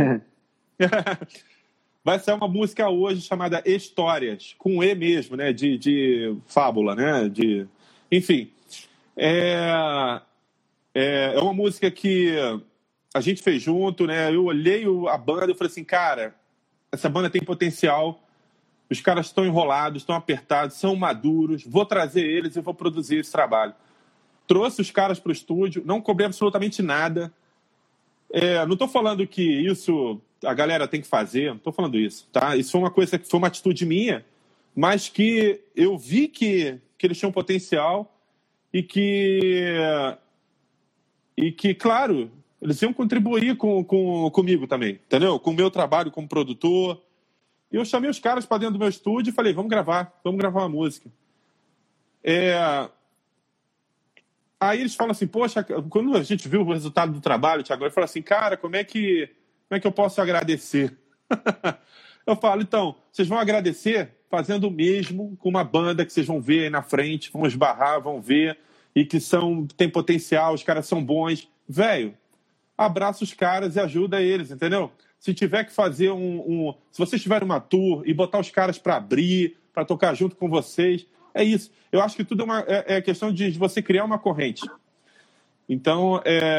Vai ser uma música hoje chamada Histórias, com E mesmo, né? De fábula, né? Enfim. É uma música que a gente fez junto, né? Eu olhei a banda e falei assim, cara, essa banda tem potencial, os caras estão enrolados, estão apertados, são maduros, vou trazer eles e vou produzir esse trabalho. Trouxe os caras para o estúdio, não cobrei absolutamente nada. Não estou falando que isso a galera tem que fazer, não estou falando isso, tá? Isso foi uma coisa que foi uma atitude minha, mas que eu vi que eles tinham potencial e que, claro, eles iam contribuir comigo também, entendeu? Com o meu trabalho como produtor. E eu chamei os caras para dentro do meu estúdio e falei, vamos gravar uma música. Aí eles falam assim, poxa, quando a gente viu o resultado do trabalho, Thiago, ele fala assim, cara, como é que eu posso agradecer? Eu falo, então, vocês vão agradecer fazendo o mesmo com uma banda que vocês vão ver aí na frente, vão esbarrar, vão ver, e que tem potencial, os caras são bons. Velho, abraça os caras e ajuda eles, entendeu? Se tiver que fazer se vocês tiverem uma tour e botar os caras para abrir, para tocar junto com vocês, é isso. Eu acho que tudo é questão de você criar uma corrente. Então,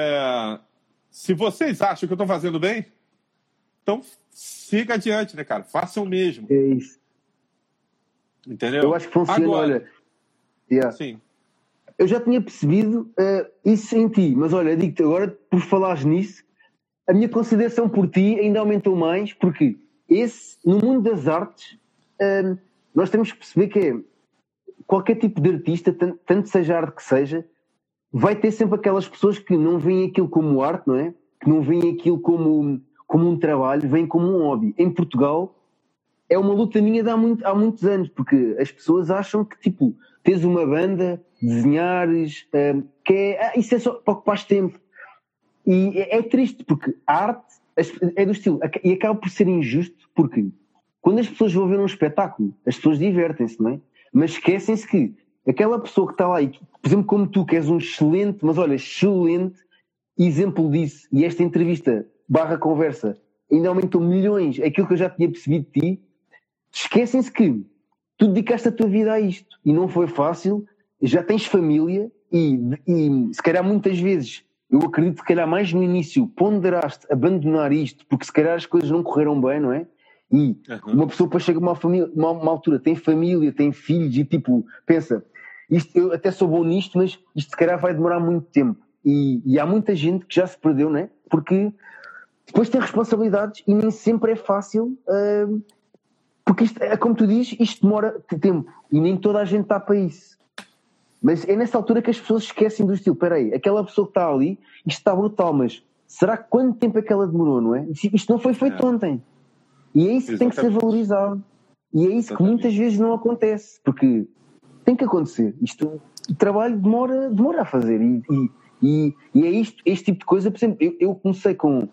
se vocês acham que eu estou fazendo bem, então siga adiante, né, cara? Façam o mesmo. É isso. Entendeu? Eu acho que funciona, agora, olha. Sim. Eu já tinha percebido isso em ti, mas olha, digo-te agora, por falares nisso, a minha consideração por ti ainda aumentou mais, porque no mundo das artes, nós temos que perceber que qualquer tipo de artista, tanto seja arte que seja, vai ter sempre aquelas pessoas que não veem aquilo como arte, não é? Que não veem aquilo como um trabalho, veem como um hobby. Em Portugal, é uma luta minha de há muitos anos, porque as pessoas acham que, tipo, tens uma banda, desenhares, isso é só para ocupar tempo. E é triste, porque a arte é do estilo, e acaba por ser injusto, porque quando as pessoas vão ver um espetáculo, as pessoas divertem-se, não é? Mas esquecem-se que aquela pessoa que está lá, e, por exemplo, como tu, que és um excelente exemplo disso, e esta entrevista /conversa ainda aumentou milhões aquilo que eu já tinha percebido de ti, esquecem-se que tu dedicaste a tua vida a isto e não foi fácil, já tens família e se calhar muitas vezes, eu acredito que se calhar mais no início ponderaste abandonar isto porque se calhar as coisas não correram bem, não é? E uma pessoa depois chega a uma altura, tem família, tem filhos e tipo, pensa, eu até sou bom nisto, mas isto se calhar vai demorar muito tempo. E há muita gente que já se perdeu, não é? Porque depois tem responsabilidades e nem sempre é fácil, porque isto, como tu dizes, isto demora tempo e nem toda a gente está para isso. Mas é nessa altura que as pessoas esquecem do estilo, espera aí, aquela pessoa que está ali, isto está brutal, mas será que quanto tempo é que ela demorou, não é? Isto não foi feito ontem. E é isso que tem que ser valorizado. E é isso que muitas vezes não acontece, porque tem que acontecer. O trabalho demora a fazer. E é este tipo de coisa, por exemplo, eu comecei com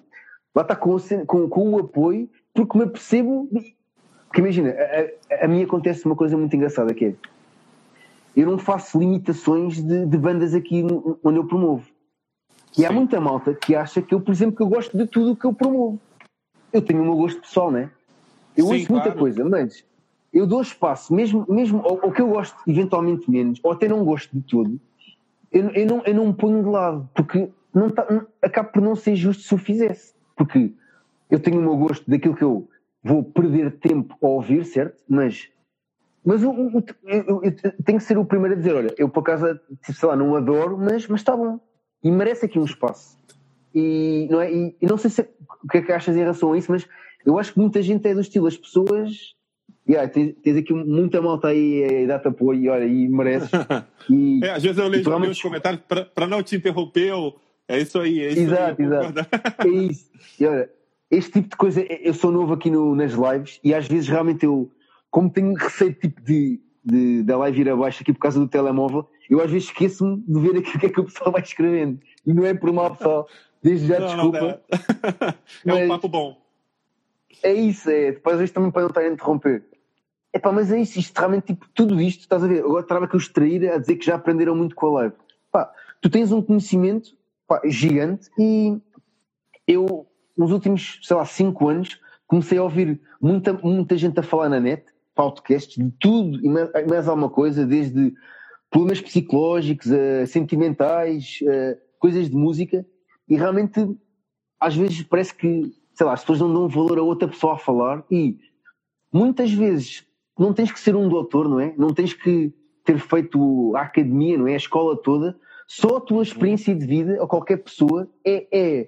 o apoio, porque me apercebo. Porque imagina, a mim acontece uma coisa muito engraçada, que é, eu não faço limitações de bandas aqui onde eu promovo. E há muita malta que acha que eu, por exemplo, que eu gosto de tudo o que eu promovo. Eu tenho o meu gosto pessoal, não é? Eu ouço muita coisa, mas eu dou espaço, mesmo ao que eu gosto eventualmente menos, ou até não gosto de tudo, eu não me ponho de lado, porque acaba por não ser justo se o fizesse. Porque eu tenho o meu gosto daquilo que eu vou perder tempo a ouvir, certo? Mas eu tenho que ser o primeiro a dizer, olha, eu por acaso, sei lá, não adoro, mas está bom. E merece aqui um espaço. E não sei o que é que achas em relação a isso, mas eu acho que muita gente é do estilo, as pessoas... tens aqui muita malta aí a dar-te apoio e olha, e mereces. Às vezes eu leio os comentários para não te interromper, é isso aí. Exato. É isso. E olha, este tipo de coisa, eu sou novo aqui nas lives e às vezes realmente como tenho receio tipo da live ir abaixo aqui por causa do telemóvel, eu às vezes esqueço-me de ver aquilo que é que o pessoal vai escrevendo. E não é por mal, pessoal. Desde já, desculpa. Não, é um papo bom. É isso, depois às vezes também para não estar a interromper. Mas é isso, isto realmente, tipo, tudo isto, estás a ver, agora estava que eu extrair a dizer que já aprenderam muito com a live. Tu tens um conhecimento gigante e eu, nos últimos, 5 anos, comecei a ouvir muita gente a falar na net, podcasts, de tudo e mais alguma coisa, desde problemas psicológicos, sentimentais, coisas de música e realmente às vezes parece que, sei lá, as pessoas não dão valor a outra pessoa a falar e muitas vezes não tens que ser um doutor, não é? Não tens que ter feito a academia, não é? A escola toda. Só a tua experiência de vida ou qualquer pessoa é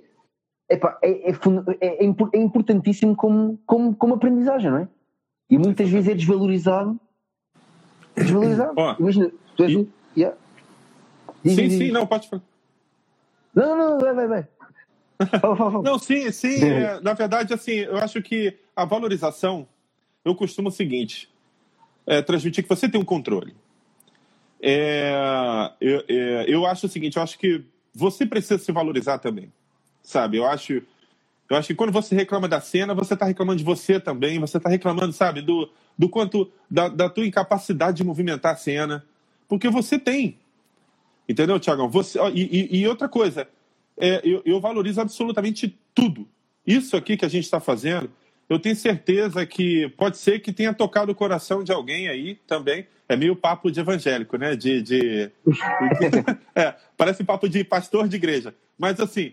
importantíssimo como aprendizagem, não é? E muitas vezes é desvalorizado. Imagina, tu és um... Yeah. Sim, não, pode falar. Não, vai. Fala. Não, sim. Na verdade, assim, eu acho que a valorização, eu costumo o seguinte, transmitir que você tem um controle. Eu acho o seguinte, eu acho que você precisa se valorizar também, sabe? Eu acho que quando você reclama da cena, você está reclamando de você também, você está reclamando, sabe, do quanto, da tua incapacidade de movimentar a cena, porque você tem, entendeu, Thiagão? E outra coisa, eu valorizo absolutamente tudo. Isso aqui que a gente está fazendo, eu tenho certeza que pode ser que tenha tocado o coração de alguém aí também. É meio papo de evangélico, né? Parece papo de pastor de igreja. Mas, assim...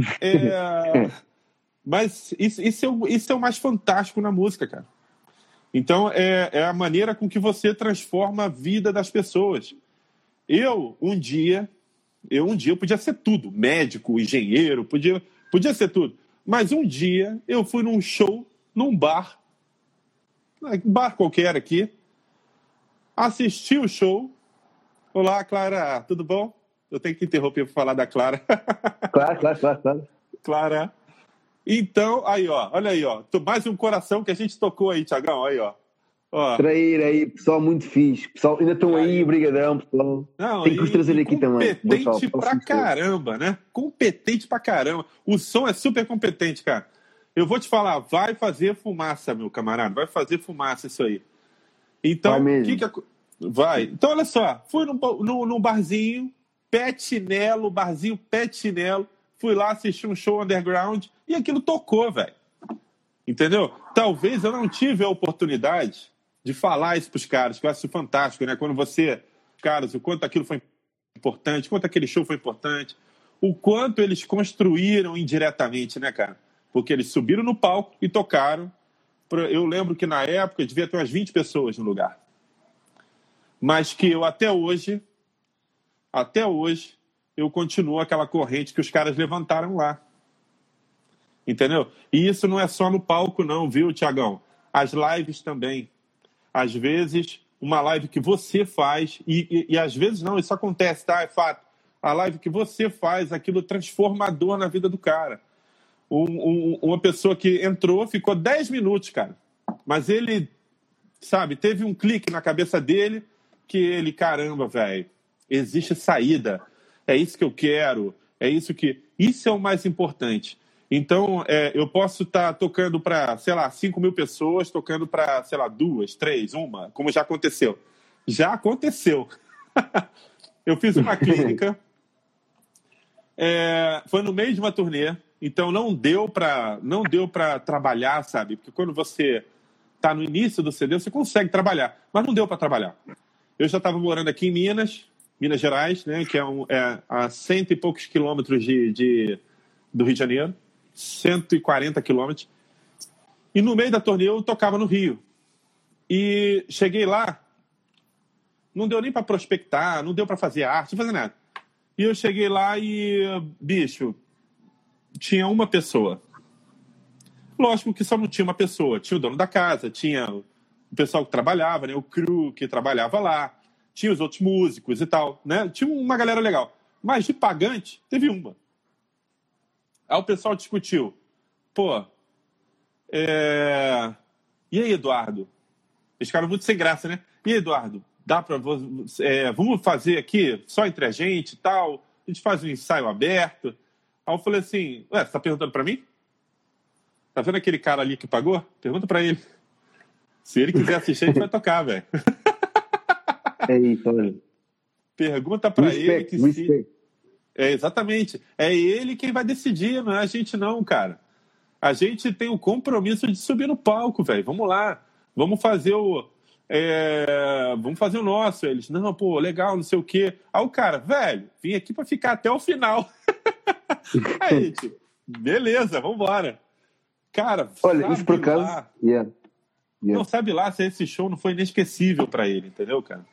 Mas isso é o mais fantástico na música, cara. Então, é a maneira com que você transforma a vida das pessoas. Eu um dia podia ser tudo. Médico, engenheiro, podia ser tudo. Mas um dia eu fui num show, num bar qualquer aqui, assisti o show. Olá, Clara, tudo bom? Eu tenho que interromper para falar da Clara. Claro. Clara. Então, aí, ó, olha aí, ó. Mais um coração que a gente tocou aí, Thiagão, aí, ó. Trair aí, pessoal muito fixe. Pessoal, ainda estão aí, brigadão, pessoal. Não, tem que os trazer aqui também. Competente pra caramba, né? Competente pra caramba. O som é super competente, cara. Eu vou te falar, vai fazer fumaça, meu camarada. Vai fazer fumaça isso aí. Então, vai. Então, olha só. Fui num barzinho, barzinho Pet Chinelo. Fui lá assistir um show underground e aquilo tocou, velho. Entendeu? Talvez eu não tive a oportunidade de falar isso pros caras, que eu acho fantástico, né? Quando caras, o quanto aquilo foi importante, o quanto aquele show foi importante, o quanto eles construíram indiretamente, né, cara? Porque eles subiram no palco e tocaram. Eu lembro que na época devia ter umas 20 pessoas no lugar. Mas que eu até hoje, eu continuo aquela corrente que os caras levantaram lá. Entendeu? E isso não é só no palco não, viu, Thiagão? As lives também. Às vezes, uma live que você faz, e às vezes não, isso acontece, tá? É fato. A live que você faz, aquilo transformador na vida do cara. Uma pessoa que entrou, ficou 10 minutos, cara. Mas ele, sabe, teve um clique na cabeça dele que ele, caramba, velho, existe saída. É isso que eu quero. Isso é o mais importante. Então, eu posso estar tocando para, sei lá, 5.000 pessoas, tocando para, sei lá, 2, 3, 1, como já aconteceu. Já aconteceu. Eu fiz uma clínica, foi no meio de uma turnê, então não deu para trabalhar, sabe? Porque quando você está no início do CD, você consegue trabalhar, mas não deu para trabalhar. Eu já estava morando aqui em Minas Gerais, né, que é a 100 e poucos quilômetros do Rio de Janeiro, 140 quilômetros. E no meio da turnê eu tocava no Rio. E cheguei lá, não deu nem para prospectar, não deu para fazer arte, não fazer nada. E eu cheguei lá e, bicho, tinha uma pessoa. Lógico que só não tinha uma pessoa. Tinha o dono da casa, tinha o pessoal que trabalhava, né, o crew que trabalhava lá, tinha os outros músicos e tal, né? Tinha uma galera legal. Mas de pagante, teve uma. Aí o pessoal discutiu. Pô, e aí, Eduardo? Eles ficaram muito sem graça, né? E aí, Eduardo, dá pra vamos fazer aqui só entre a gente e tal? A gente faz um ensaio aberto. Aí eu falei assim, você tá perguntando pra mim? Tá vendo aquele cara ali que pagou? Pergunta pra ele. Se ele quiser assistir, a gente vai tocar, velho. É isso, olha. Pergunta pra ele que se... exatamente. É ele quem vai decidir, não é a gente não, cara. A gente tem o compromisso de subir no palco, velho. Vamos lá. Vamos fazer vamos fazer o nosso. Eles, não, pô, legal, não sei o quê. Aí o cara, velho, vim aqui pra ficar até o final. Aí, tipo, beleza, vambora. Cara, olha, isso por acaso... lá, Yeah. não sabe lá se esse show não foi inesquecível pra ele, entendeu, cara?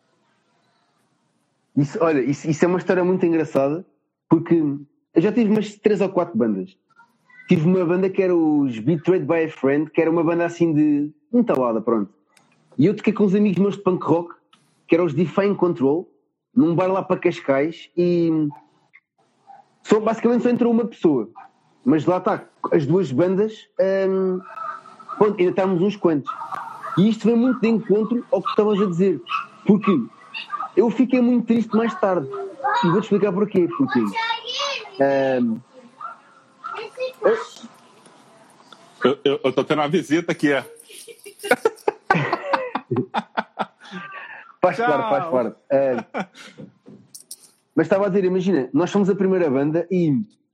Isso é uma história muito engraçada, porque eu já tive umas 3 ou 4 bandas. Tive uma banda que era os Betrayed by a Friend, que era uma banda assim de entalada, pronto. E eu toquei com uns amigos meus de punk rock, que eram os Define Control, num bar lá para Cascais, e basicamente só entrou uma pessoa. Mas lá está, as duas bandas, pronto, ainda estávamos uns quantos. E isto vem muito de encontro ao que estavas a dizer, porque eu fiquei muito triste mais tarde. E vou-te explicar porquê. Porque eu estou tendo uma visita aqui. Faz parte. Mas estava a dizer, imagina, nós fomos a primeira banda e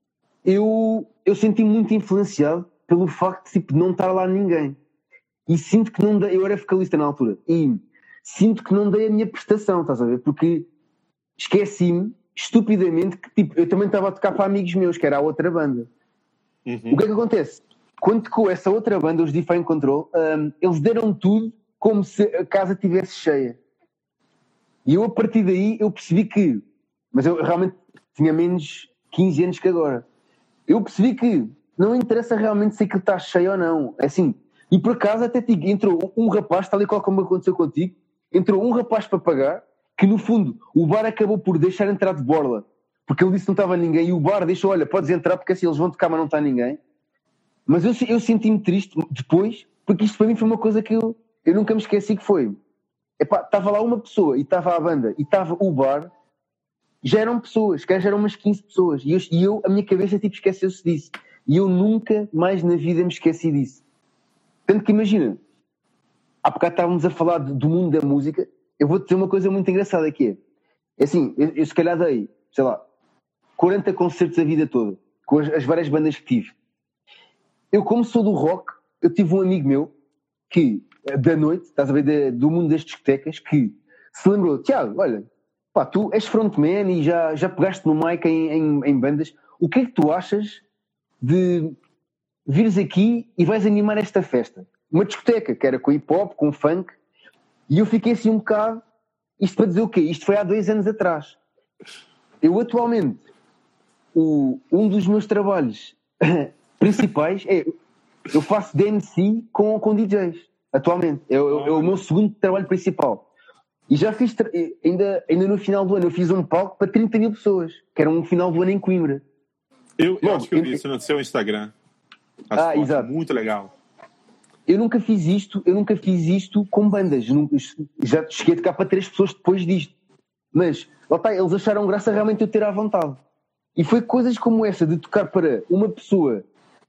eu senti-me muito influenciado pelo facto de tipo, não estar lá ninguém. E sinto que não dei, eu era vocalista na altura, e sinto que não dei a minha prestação, estás a ver? Porque esqueci-me estupidamente que tipo, eu também estava a tocar para amigos meus, que era a outra banda. Uhum. O que é que acontece? Quando tocou essa outra banda, os Define Control, eles deram tudo como se a casa estivesse cheia. E eu, a partir daí, eu percebi que... Mas eu realmente tinha menos 15 anos que agora. Eu percebi que não interessa realmente se aquilo está cheio ou não. É assim... E por acaso até digo, entrou um rapaz, tal e qual como aconteceu contigo, entrou um rapaz para pagar, que no fundo o bar acabou por deixar entrar de borla, porque ele disse que não estava ninguém, e o bar deixou, olha, podes entrar, porque assim eles vão tocar, mas não está ninguém. Mas eu senti-me triste depois, porque isto para mim foi uma coisa que eu nunca me esqueci, que foi, estava lá uma pessoa, e estava a banda, e estava o bar, já eram pessoas, que já eram umas 15 pessoas, e eu a minha cabeça tipo esqueceu-se disso, e eu nunca mais na vida me esqueci disso. Tanto que imagina, há bocado estávamos a falar do mundo da música, eu vou-te dizer uma coisa muito engraçada que é assim, eu se calhar dei, sei lá, 40 concertos a vida toda, com as várias bandas que tive. Eu, como sou do rock, eu tive um amigo meu que, da noite, estás a ver, do mundo das discotecas, que se lembrou, Tiago, olha, pá, tu és frontman e já pegaste no mic em bandas, o que é que tu achas de vires aqui e vais animar esta festa? Uma discoteca, que era com hip-hop, com funk, e eu fiquei assim um bocado, isto para dizer o quê? Isto foi há 2 anos atrás. Eu atualmente, um dos meus trabalhos principais é, eu faço DMC com DJs, atualmente. É o meu segundo trabalho principal. E já fiz, ainda no final do ano, eu fiz um palco para 30 mil pessoas, que era um final do ano em Coimbra. Eu acho que eu vi isso no seu Instagram. Exato. Muito legal. Eu nunca fiz isto com bandas. Já cheguei a tocar para 3 pessoas depois disto. Mas, lá está, eles acharam graça realmente eu ter à vontade. E foi coisas como essa, de tocar para uma pessoa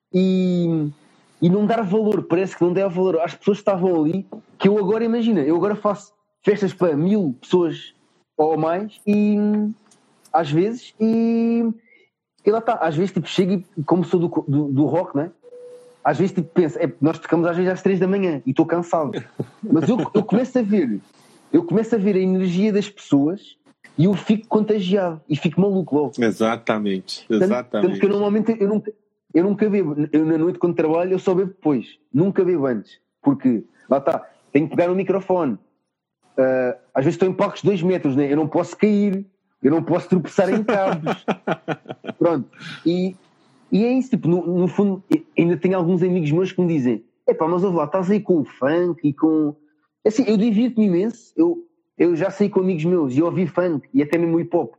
e não dar valor, parece que não der valor às pessoas que estavam ali, que eu agora, imagina, eu agora faço festas para 1000 pessoas ou mais, e às vezes, e lá está, às vezes tipo, chego e como sou do rock, não é? Às vezes tipo, penso, nós tocamos às vezes às 3 da manhã e estou cansado, mas eu começo a ver a energia das pessoas e eu fico contagiado e fico maluco logo. Exatamente. Tanto que eu normalmente eu nunca bebo, eu na noite quando trabalho eu só bebo depois, nunca bebo antes, porque lá está, tenho que pegar no microfone, às vezes estou em palcos de 2 metros, né? Eu não posso cair, eu não posso tropeçar em cabos. Pronto, e é isso, tipo, no fundo, ainda tenho alguns amigos meus que me dizem, mas ouve lá, estás aí com o funk e com... Assim, eu divirto-me imenso, eu já saí com amigos meus e ouvi funk e até mesmo hip-hop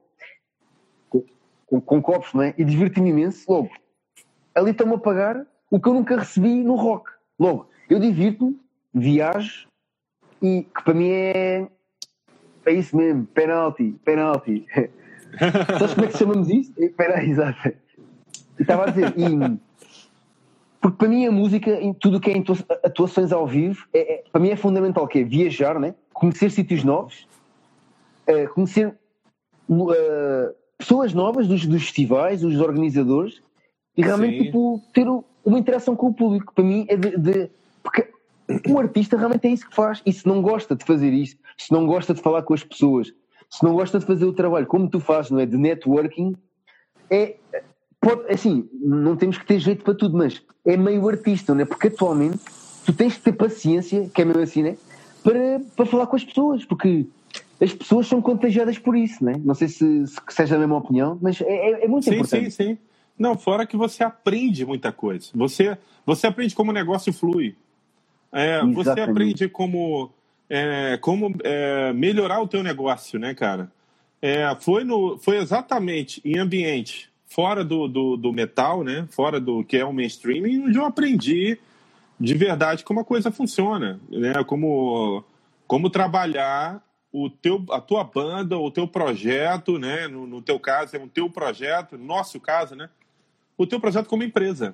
com copos, não é? E divirto-me imenso, logo, ali estão-me a pagar o que eu nunca recebi no rock. Logo, eu divirto-me, viajo, e que para mim é isso mesmo, penalty. Sabes como é que chamamos isso? Exato. E estava a dizer, porque para mim a música, em tudo o que é atuações ao vivo, para mim é fundamental, que é viajar, né? Conhecer sítios novos, conhecer pessoas novas dos festivais, dos organizadores, e realmente tipo, ter uma interação com o público. Para mim é porque O artista realmente é isso que faz. E se não gosta de fazer isso, se não gosta de falar com as pessoas, se não gosta de fazer o trabalho como tu fazes, não é? De networking, assim, não temos que ter jeito para tudo, mas é meio artista, não é? Porque atualmente tu tens que ter paciência, que é mesmo assim, né? Para falar com as pessoas, porque as pessoas são contagiadas por isso, né? Não sei se seja a mesma opinião, mas é muito importante. Sim. Não, fora que você aprende muita coisa. Você aprende como o negócio flui. Você aprende como melhorar o teu negócio, né, cara? Foi exatamente em ambiente fora do metal, né? Fora do que é o mainstream, onde eu aprendi de verdade como a coisa funciona, né? Como trabalhar a tua banda, o teu projeto, né? No teu caso é o teu projeto, no nosso caso, né? O teu projeto como empresa.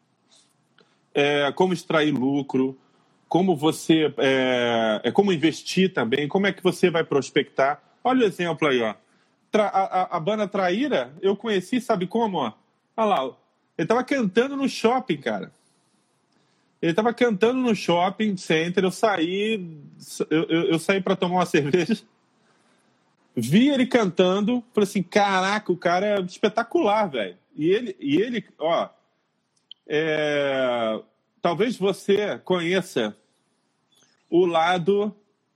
Como extrair lucro, como você como investir também, como é que você vai prospectar. Olha o exemplo aí, ó. A banda Traíra, eu conheci, sabe como? Ó? Olha lá, ele tava cantando no shopping, cara. Ele tava cantando no shopping center, eu saí para tomar uma cerveja, vi ele cantando, falei assim, caraca, o cara é espetacular, velho. E ele, ó, talvez você conheça o lado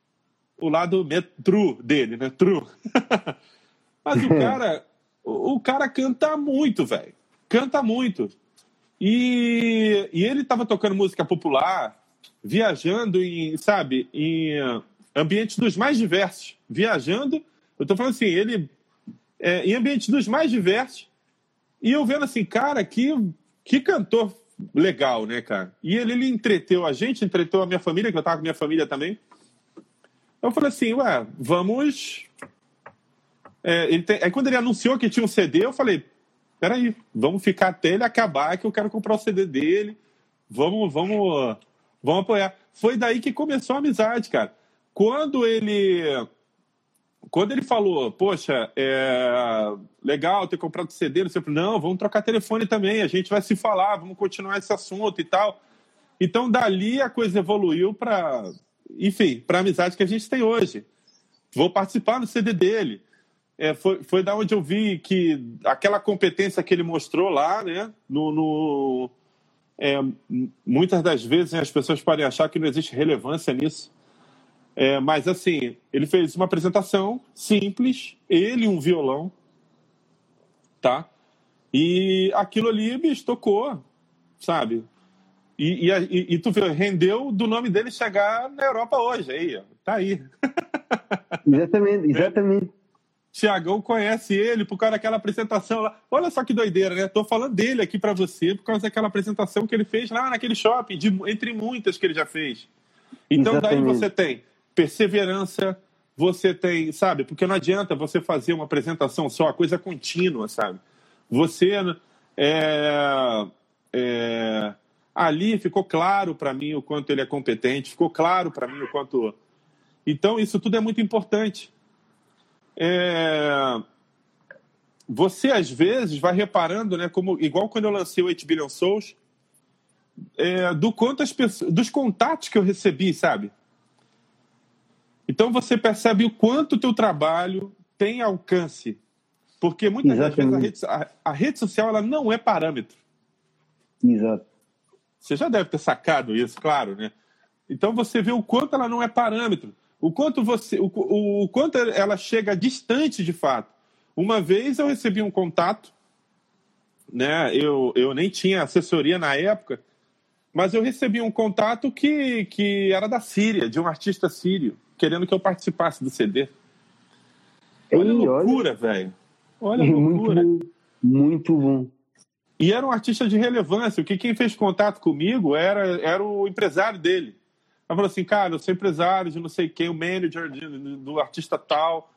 true dele, né? True. Mas o cara canta muito, velho. Canta muito. E ele estava tocando música popular, viajando em ambientes dos mais diversos. Viajando, eu tô falando assim, ele em ambientes dos mais diversos. E eu vendo assim, cara, que cantor legal, né, cara? E ele entreteu a gente, entreteu a minha família, que eu tava com a minha família também. Eu falei assim, vamos... Aí quando ele anunciou que tinha um CD, eu falei, peraí, vamos ficar até ele acabar, que eu quero comprar o CD dele. Vamos apoiar. Foi daí que começou a amizade, cara. Quando ele falou, poxa, legal ter comprado o CD, não, vamos trocar telefone também, a gente vai se falar, vamos continuar esse assunto e tal. Então, dali a coisa evoluiu para a amizade que a gente tem hoje. Vou participar do CD dele. Foi da onde eu vi que aquela competência que ele mostrou lá, né? Muitas das vezes as pessoas podem achar que não existe relevância nisso. Mas, assim, ele fez uma apresentação simples, ele um violão, tá? E aquilo ali, bicho, tocou, sabe? E tu viu, rendeu do nome dele chegar na Europa hoje, aí, ó, tá aí. Exatamente. Tiagão conhece ele por causa daquela apresentação lá. Olha só que doideira, né? Tô falando dele aqui para você por causa daquela apresentação que ele fez lá naquele shopping, entre muitas que ele já fez. Então, daí você tem perseverança, você tem, sabe? Porque não adianta você fazer uma apresentação só, a coisa contínua, sabe? Você ali ficou claro para mim o quanto ele é competente, ficou claro para mim o quanto... Então, isso tudo é muito importante. Você, às vezes, vai reparando, né? Igual quando eu lancei o 8 Billion Souls, do quanto dos contatos que eu recebi, sabe? Então você percebe o quanto o teu trabalho tem alcance. Porque muitas das vezes a rede social ela não é parâmetro. Exato. Você já deve ter sacado isso, claro, né? Então você vê o quanto ela não é parâmetro. O quanto ela chega distante de fato. Uma vez eu recebi um contato, né? Eu nem tinha assessoria na época, mas eu recebi um contato que era da Síria, de um artista sírio, querendo que eu participasse do CD. Olha a loucura, velho. Olha a loucura. Muito bom. E era um artista de relevância, porque quem fez contato comigo era o empresário dele. Ela falou assim, cara, eu sou empresário de não sei quem, o manager do artista tal.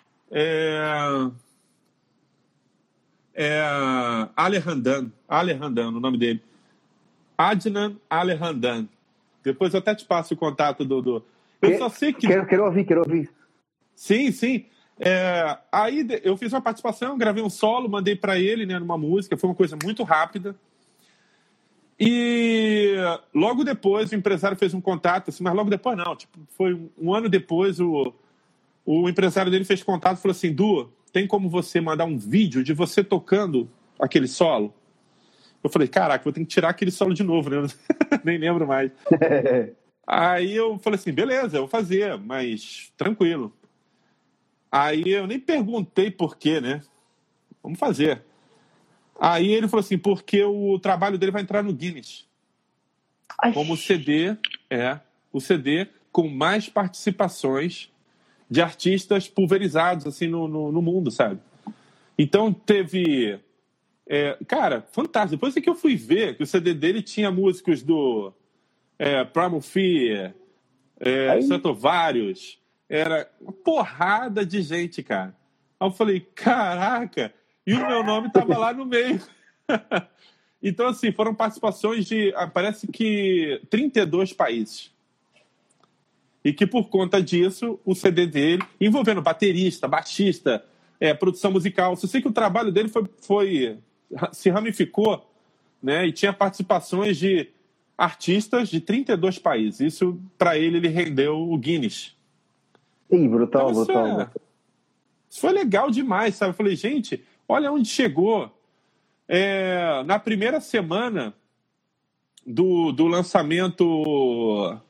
Ale Randan, o nome dele. Adnan Ale Randan. Depois eu até te passo o contato do... Eu só sei que... Quero ouvir. Sim. Aí eu fiz uma participação, gravei um solo, mandei para ele, né, numa música, foi uma coisa muito rápida. E logo depois o empresário fez um contato, assim, mas logo depois não, tipo, foi um ano depois o empresário dele fez contato e falou assim: Du, tem como você mandar um vídeo de você tocando aquele solo? Eu falei, caraca, vou ter que tirar aquele solo de novo, né? Nem lembro mais. Aí eu falei assim, beleza, eu vou fazer, mas tranquilo. Aí eu nem perguntei por quê, né? Vamos fazer. Aí ele falou assim, porque o trabalho dele vai entrar no Guinness. Como o CD com mais participações de artistas pulverizados assim no mundo, sabe? Então teve... cara, fantástico. Depois é que eu fui ver que o CD dele tinha músicos do Primal Fear, Stratovarius, era uma porrada de gente, cara. Aí eu falei, caraca, e o meu nome tava lá no meio. Então, assim, foram participações de, parece que 32 países. E que por conta disso, o CD dele, envolvendo baterista, baixista, produção musical, eu sei que o trabalho dele se ramificou, né? E tinha participações de artistas de 32 países. Isso, para ele rendeu o Guinness. Ih, brutal, Então, brutal. Isso foi legal demais, sabe? Eu falei, gente, olha onde chegou. Na primeira semana do lançamento...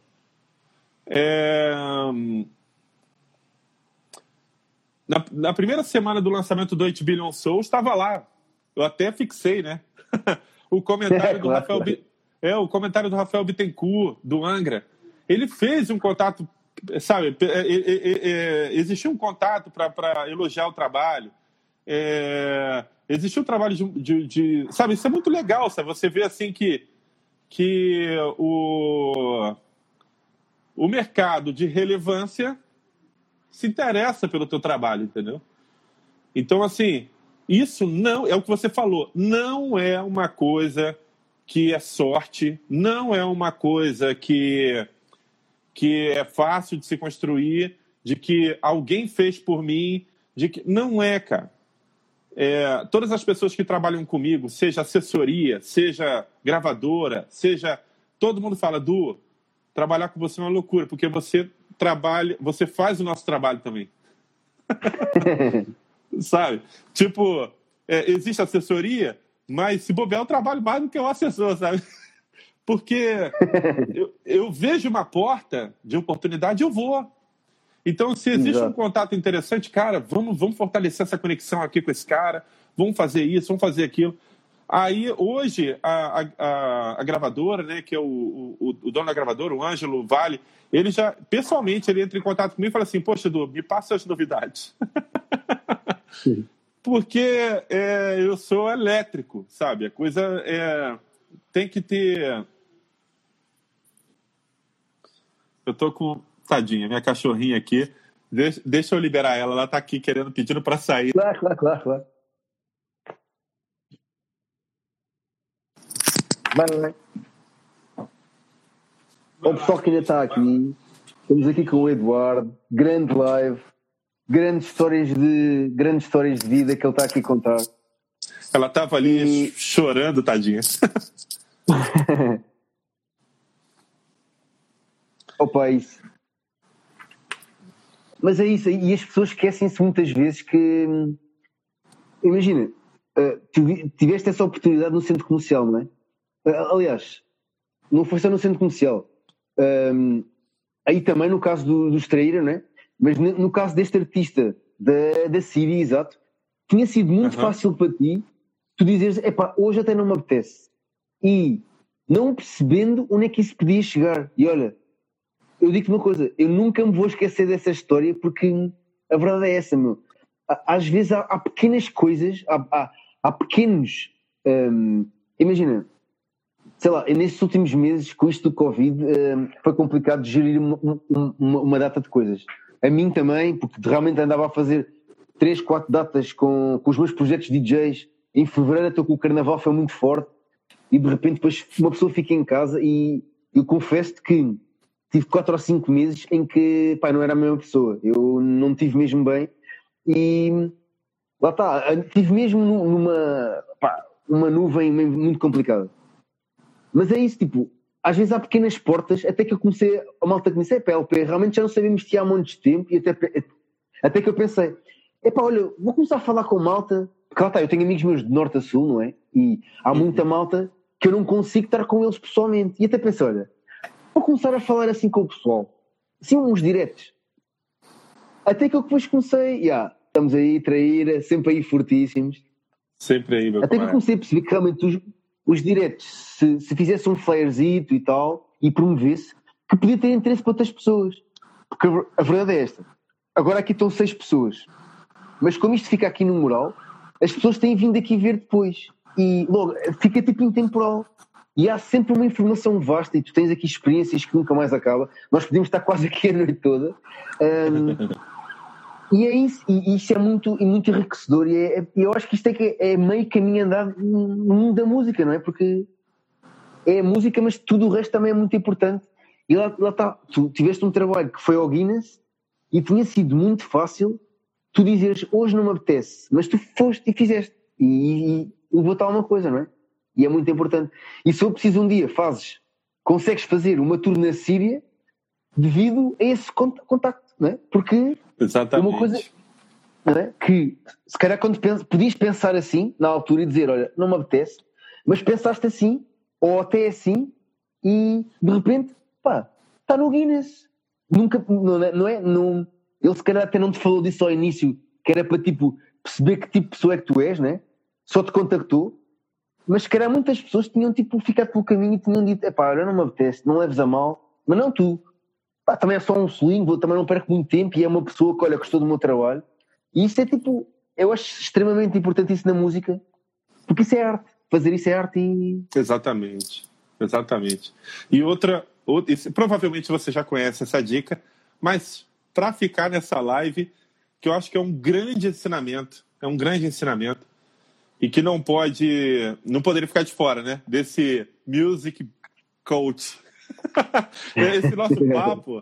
Na primeira semana do lançamento do 8 Billion Souls, estava lá. Eu até fixei, né? O comentário do Rafael... o comentário do Rafael Bittencourt, do Angra. Ele fez um contato, sabe? Existiu um contato para elogiar o trabalho. Existiu um trabalho de... Sabe, isso é muito legal, sabe? Você vê assim que o mercado de relevância se interessa pelo teu trabalho, entendeu? Então, assim, isso não... É o que você falou. Não é uma coisa que é sorte, não é uma coisa que é fácil de se construir, de que alguém fez por mim, de que... Não é, cara. Todas as pessoas que trabalham comigo, seja assessoria, seja gravadora, seja... Todo mundo fala, Du, trabalhar com você é uma loucura, porque você faz o nosso trabalho também. Sabe? Tipo, existe assessoria, mas se bobear eu trabalho mais do que o assessor, sabe? Porque eu vejo uma porta de oportunidade, eu vou. Então, se existe um contato interessante, cara, vamos fortalecer essa conexão aqui com esse cara, vamos fazer isso, vamos fazer aquilo. Aí, hoje, a gravadora, né, que é o dono da gravadora, o Ângelo Vale, ele já, pessoalmente, ele entra em contato comigo e fala assim, poxa, Edu, me passa as novidades. Porque eu sou elétrico, sabe? A coisa tem que ter... Eu tô com... Tadinha, minha cachorrinha aqui. Deixa eu liberar ela. Ela tá aqui pedindo para sair. Claro. Vai. O pessoal que ainda está aqui. Estamos aqui com o Eduardo. Grande live. Grandes histórias de vida que ele está aqui a contar. Ela estava ali chorando, tadinha. Opa, isso. Mas é isso, e as pessoas esquecem-se muitas vezes que... Imagina, tiveste essa oportunidade no centro comercial, não é? Aliás, não foi só no centro comercial. Aí também no caso do Extraíra, não é? Mas no caso deste artista, da Siri, exato, tinha sido muito fácil para ti tu dizeres, hoje até não me apetece. E não percebendo onde é que isso podia chegar. E olha, eu digo-te uma coisa, eu nunca me vou esquecer dessa história, porque a verdade é essa, meu. Às vezes há pequenas coisas, há pequenos... imagina, sei lá, nestes últimos meses, com isto do Covid, foi complicado de gerir uma data de coisas. A mim também, porque realmente andava a fazer 3, 4 datas com os meus projetos de DJs. Em fevereiro até que o carnaval foi muito forte e de repente depois uma pessoa fica em casa e eu confesso-te que tive 4 ou 5 meses em que não era a mesma pessoa. Eu não me tive mesmo bem e lá está, estive mesmo numa uma nuvem muito complicada. Mas é isso, tipo, às vezes há pequenas portas, até que eu comecei, a malta que me disse, é PLP, realmente já não sabíamos vestir há montes de tempo, e até que eu pensei, epá, olha, vou começar a falar com malta, porque lá está, eu tenho amigos meus de norte a sul, não é? E há muita malta que eu não consigo estar com eles pessoalmente. E até pensei, olha, vou começar a falar assim com o pessoal, assim uns diretos. Até que eu depois comecei, estamos aí, traíra, sempre aí fortíssimos. Sempre aí, meu Até que eu camarada. comecei a perceber que realmente os diretos, se fizesse um flarzito e tal, e promovesse, que podia ter interesse para outras pessoas. Porque a verdade é esta. Agora aqui estão 6 pessoas. Mas como isto fica aqui no mural, as pessoas têm vindo aqui ver depois. E logo, fica tipo intemporal. E há sempre uma informação vasta e tu tens aqui experiências que nunca mais acaba. Nós podemos estar quase aqui a noite toda. E é isso, e isto é muito enriquecedor. E eu acho que isto é meio caminho andado no mundo da música, não é? Porque é a música, mas tudo o resto também é muito importante. E lá está, tu tiveste um trabalho que foi ao Guinness e tinha sido muito fácil tu dizeres hoje não me apetece, mas tu foste e fizeste e levou-te a alguma coisa, não é? E é muito importante. E se eu preciso um dia consegues fazer uma tour na Síria devido a esse contacto, não é? Porque Exatamente. uma coisa, não é? Que se calhar quando podias pensar assim na altura e dizer, olha, não me apetece, mas pensaste assim ou até assim e de repente, pá, está no Guinness. Nunca, não é? Não, ele se calhar até não te falou disso ao início, que era para tipo perceber que tipo de pessoa é que tu és, né? Só te contactou, mas se calhar muitas pessoas tinham tipo ficado pelo caminho e tinham dito, epá, olha, não me apetece, não leves a mal, mas não tu. Pá, também é só um selinho, também não perco muito tempo e é uma pessoa que, olha, gostou do meu trabalho. E isso é tipo, eu acho extremamente importante isso na música, porque isso é arte. Fazer isso é arte e... Exatamente. E provavelmente você já conhece essa dica, mas para ficar nessa live, que eu acho que é um grande ensinamento, e que não poderia ficar de fora, né? Desse music coach. Esse nosso papo,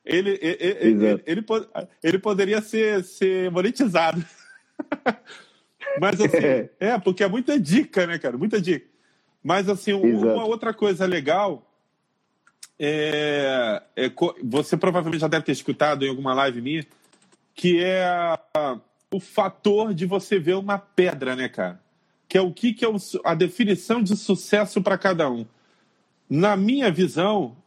ele poderia ser monetizado. Mas assim, porque é muita dica, né, cara? Muita dica. Mas assim, uma outra coisa legal você provavelmente já deve ter escutado em alguma live minha, que é o fator de você ver uma pedra, né, cara? Que é o que é a definição de sucesso para cada um. Na minha visão,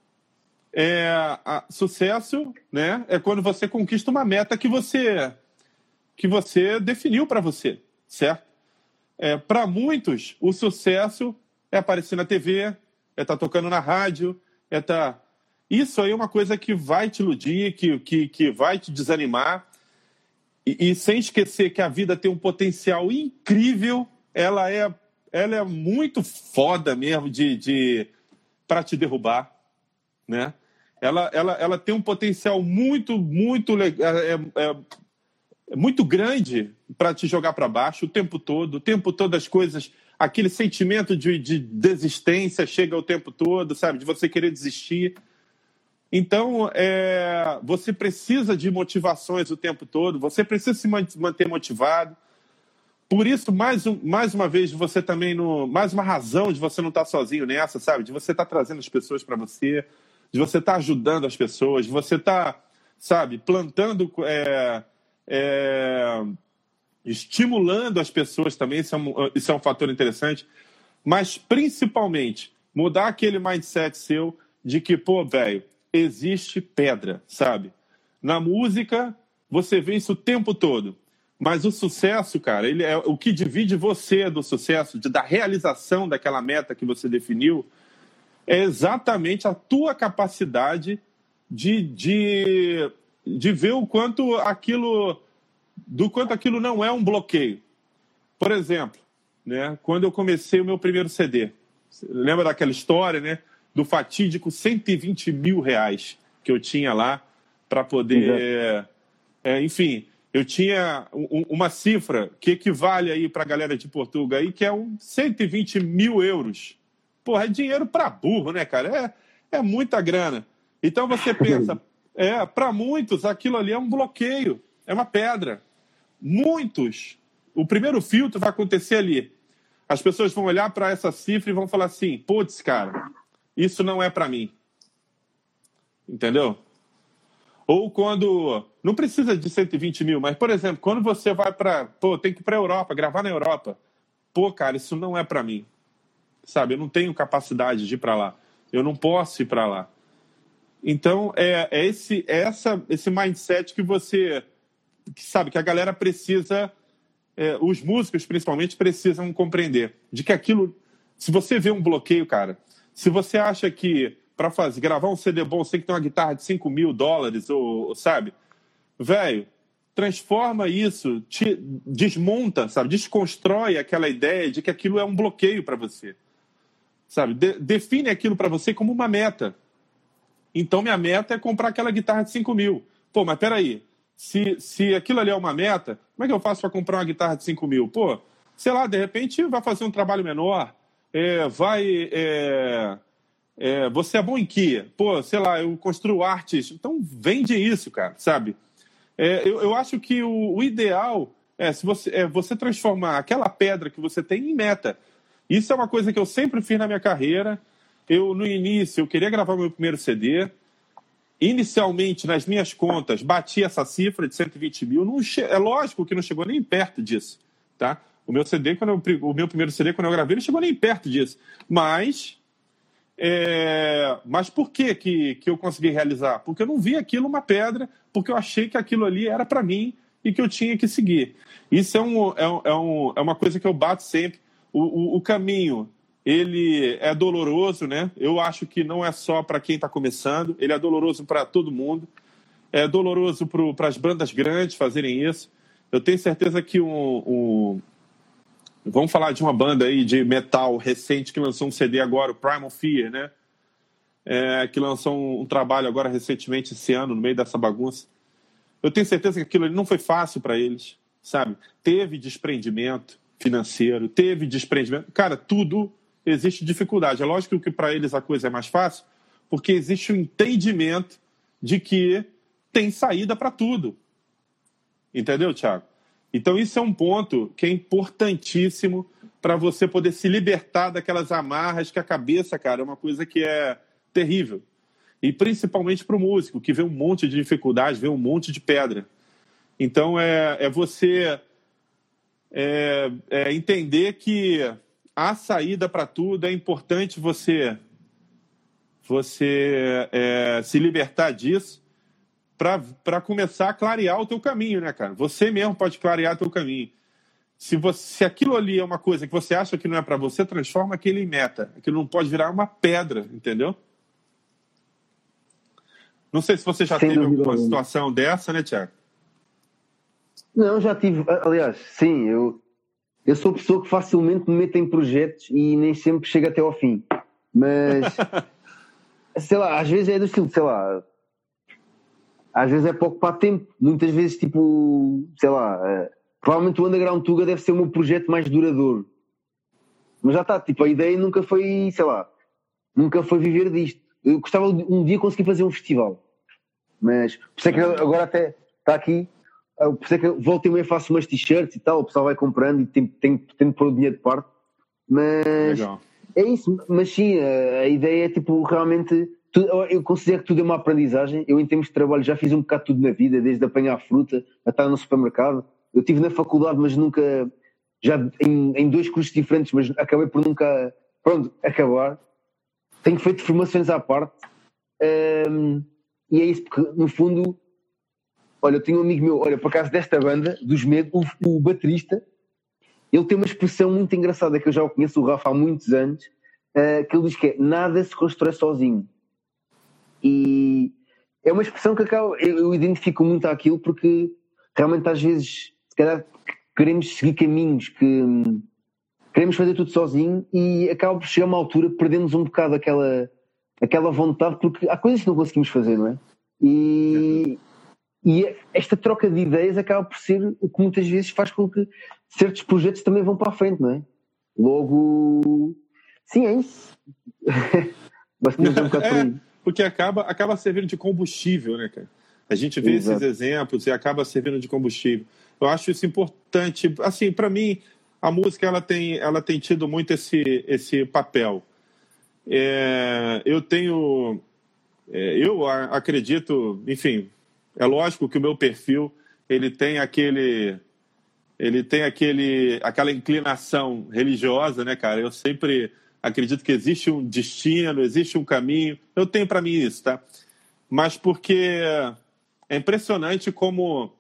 sucesso, né, é quando você conquista uma meta que você definiu para você, certo? Para muitos, o sucesso é aparecer na TV, é estar tocando na rádio, Isso aí é uma coisa que vai te iludir, que vai te desanimar, e sem esquecer que a vida tem um potencial incrível, ela é muito foda mesmo para te derrubar, né? Ela tem um potencial muito legal, muito grande para te jogar para baixo o tempo todo as coisas, aquele sentimento de desistência chega o tempo todo, sabe? De você querer desistir. Então, você precisa de motivações o tempo todo, você precisa se manter motivado. Por isso, mais uma vez, você também mais uma razão de você não estar sozinho nessa, sabe? De você estar trazendo as pessoas para você, de você estar ajudando as pessoas, de você estar, sabe, plantando, estimulando as pessoas também, isso é um fator interessante. Mas, principalmente, mudar aquele mindset seu de que, pô, velho, existe pedra, sabe? Na música, você vê isso o tempo todo. Mas o sucesso, cara, ele é o que divide você do sucesso, da realização daquela meta que você definiu, é exatamente a tua capacidade de ver o quanto aquilo não é um bloqueio. Por exemplo, né, quando eu comecei o meu primeiro CD, lembra daquela história, né? Do fatídico 120 mil reais que eu tinha lá para poder... enfim, eu tinha uma cifra que equivale aí para a galera de Portugal, aí, que é 120 mil euros. Porra, é dinheiro para burro, né, cara? É muita grana. Então você pensa, para muitos aquilo ali é um bloqueio, é uma pedra. Muitos, o primeiro filtro vai acontecer ali. as pessoas vão olhar para essa cifra e vão falar assim, putz, cara, isso não é para mim. Entendeu? Ou quando... Não precisa de 120 mil, mas, por exemplo, quando você vai para... Pô, tem que ir para a Europa, gravar na Europa. Pô, cara, isso não é para mim. Sabe? Eu não tenho capacidade de ir para lá. Eu não posso ir para lá. Então, esse mindset que você... Que sabe, que a galera precisa... os músicos, principalmente, precisam compreender. De que aquilo... Se você vê um bloqueio, cara... Se você acha que... para gravar um CD bom, você tem que ter uma guitarra de $5 mil, ou sabe? Velho, transforma isso, desmonta, sabe? Desconstrói aquela ideia de que aquilo é um bloqueio para você. Sabe? Define aquilo para você como uma meta. Então, minha meta é comprar aquela guitarra de 5 mil. Pô, mas peraí, se aquilo ali é uma meta, como é que eu faço para comprar uma guitarra de 5 mil? Pô, sei lá, de repente vai fazer um trabalho menor, você é bom em quê? Pô, sei lá, eu construo artes. Então, vende isso, cara, sabe? Eu acho que o ideal você transformar aquela pedra que você tem em meta. Isso é uma coisa que eu sempre fiz na minha carreira. No início, eu queria gravar meu primeiro CD. Inicialmente, nas minhas contas, bati essa cifra de 120 mil. É lógico que não chegou nem perto disso, tá? O meu primeiro CD, quando eu gravei, não chegou nem perto disso. Mas por que eu consegui realizar? Porque eu não vi aquilo uma pedra, porque eu achei que aquilo ali era para mim e que eu tinha que seguir. Isso é uma coisa que eu bato sempre. O caminho, ele é doloroso, né? Eu acho que não é só para quem está começando, ele é doloroso para todo mundo. É doloroso para as bandas grandes fazerem isso. Eu tenho certeza que vamos falar de uma banda aí de metal recente que lançou um CD agora, o Primal Fear, né? Que lançou um trabalho agora recentemente esse ano, no meio dessa bagunça. Eu tenho certeza que aquilo ali não foi fácil para eles, sabe? Teve desprendimento financeiro, teve desprendimento... Cara, tudo existe dificuldade. É lógico que para eles a coisa é mais fácil, porque existe o entendimento de que tem saída para tudo. Entendeu, Thiago? Então, isso é um ponto que é importantíssimo para você poder se libertar daquelas amarras que a cabeça, cara, é uma coisa que é terrível. E principalmente para o músico, que vê um monte de dificuldade, vê um monte de pedra. Então, você entender que a saída para tudo, é importante você se libertar disso, para começar a clarear o teu caminho, né, cara? Você mesmo pode clarear o teu caminho. Se aquilo ali é uma coisa que você acha que não é para você, transforma aquilo em meta. Aquilo não pode virar uma pedra, entendeu? Não sei se você já teve alguma situação dessa, né, Thiago? Não, já tive. Aliás, sim, eu sou pessoa que facilmente me meto em projetos e nem sempre chega até ao fim. Mas, sei lá, às vezes é do estilo, sei lá... Às vezes é para ocupar tempo, muitas vezes, tipo, sei lá, provavelmente o Underground Tuga deve ser o meu projeto mais duradouro. Mas já está, tipo, a ideia nunca foi, sei lá, nunca foi viver disto. Eu gostava de um dia conseguir fazer um festival, mas por isso é que agora até está aqui, por isso é que volto e meio faço umas t-shirts e tal, o pessoal vai comprando e tenho de pôr o dinheiro de parte. Mas legal. É isso, mas sim, a ideia é tipo, realmente... Eu considero que tudo é uma aprendizagem. Eu, em termos de trabalho, já fiz um bocado de tudo na vida, desde apanhar fruta a estar no supermercado. Eu estive na faculdade, mas nunca, já em 2 cursos diferentes, mas acabei por nunca, acabar. Tenho feito formações à parte, e é isso, porque no fundo, olha, eu tenho um amigo meu, olha, por acaso desta banda, dos Medo, o baterista, ele tem uma expressão muito engraçada que eu já o conheço, o Rafa, há muitos anos, que ele diz que nada se constrói sozinho. E é uma expressão que eu identifico muito àquilo, porque realmente às vezes se calhar queremos seguir caminhos que queremos fazer tudo sozinho e acaba por chegar a uma altura que perdemos um bocado aquela vontade, porque há coisas que não conseguimos fazer, não é? E esta troca de ideias acaba por ser o que muitas vezes faz com que certos projetos também vão para a frente, não é? Logo, sim, é isso. Bastante um bocado por aí. Porque acaba servindo de combustível, né, cara? A gente vê esses exemplos e acaba servindo de combustível. Eu acho isso importante. Assim, para mim, a música ela tem tido muito esse papel. Eu acredito, enfim, é lógico que o meu perfil ele tem aquela inclinação religiosa, né, cara? Eu sempre acredito que existe um destino, existe um caminho. Eu tenho para mim isso, tá? Mas porque é impressionante como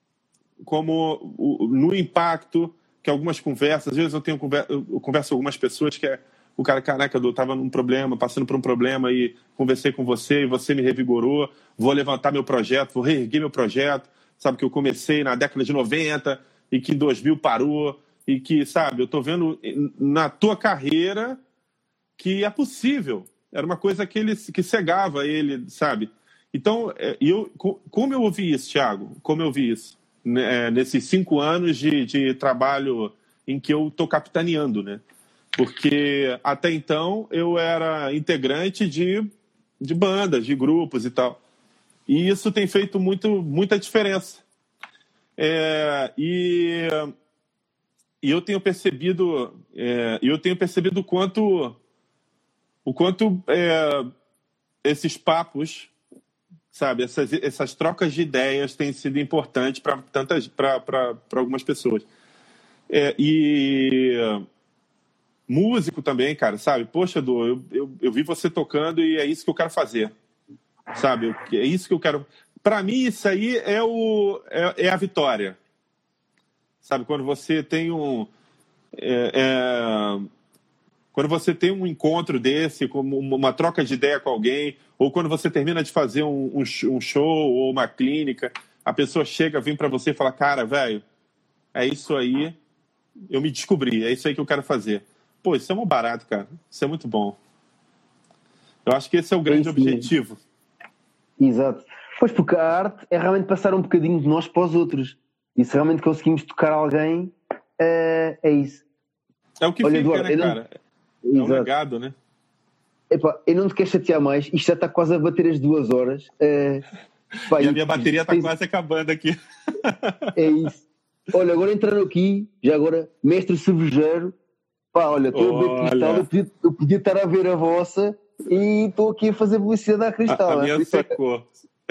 no impacto que algumas conversas, às vezes eu converso com algumas pessoas que o cara, caraca, eu estava num problema, passando por um problema e conversei com você e você me revigorou, vou levantar meu projeto, vou reerguer meu projeto, sabe, que eu comecei na década de 90 e que em 2000 parou e que, sabe, eu tô vendo na tua carreira que é possível. Era uma coisa que cegava ele, sabe? Então, como eu ouvi isso, Thiago? Como eu ouvi isso? Nesses 5 anos de trabalho em que eu estou capitaneando, né? Porque até então eu era integrante de bandas, de grupos e tal. E isso tem feito muita diferença. E eu tenho percebido o quanto esses papos, sabe, essas trocas de ideias têm sido importantes para algumas pessoas. E músico também, cara, sabe? Poxa, Edu, eu vi você tocando e é isso que eu quero fazer, sabe? É isso que eu quero. Para mim, isso aí é a vitória, sabe? Quando você tem quando você tem um encontro desse, como uma troca de ideia com alguém, ou quando você termina de fazer um show ou uma clínica, a pessoa vem para você e fala, cara, velho, é isso aí, eu me descobri, é isso aí que eu quero fazer. Pô, isso é muito barato, cara. Isso é muito bom. Eu acho que esse é o grande objetivo. Exato. Pois, porque a arte é realmente passar um bocadinho de nós para os outros. E se realmente conseguimos tocar alguém, é isso. É o que fica, Eduardo, né, cara? É um legado, né? Epá, eu não te quero chatear mais. Isto já está quase a bater as 2 horas. E a minha bateria está quase acabando aqui. É isso. Olha, agora entrando aqui, já agora, mestre cervejeiro. Pá, olha, estou a ver Cristal, eu podia estar a ver a vossa e estou aqui a fazer publicidade à Cristal. A minha secou.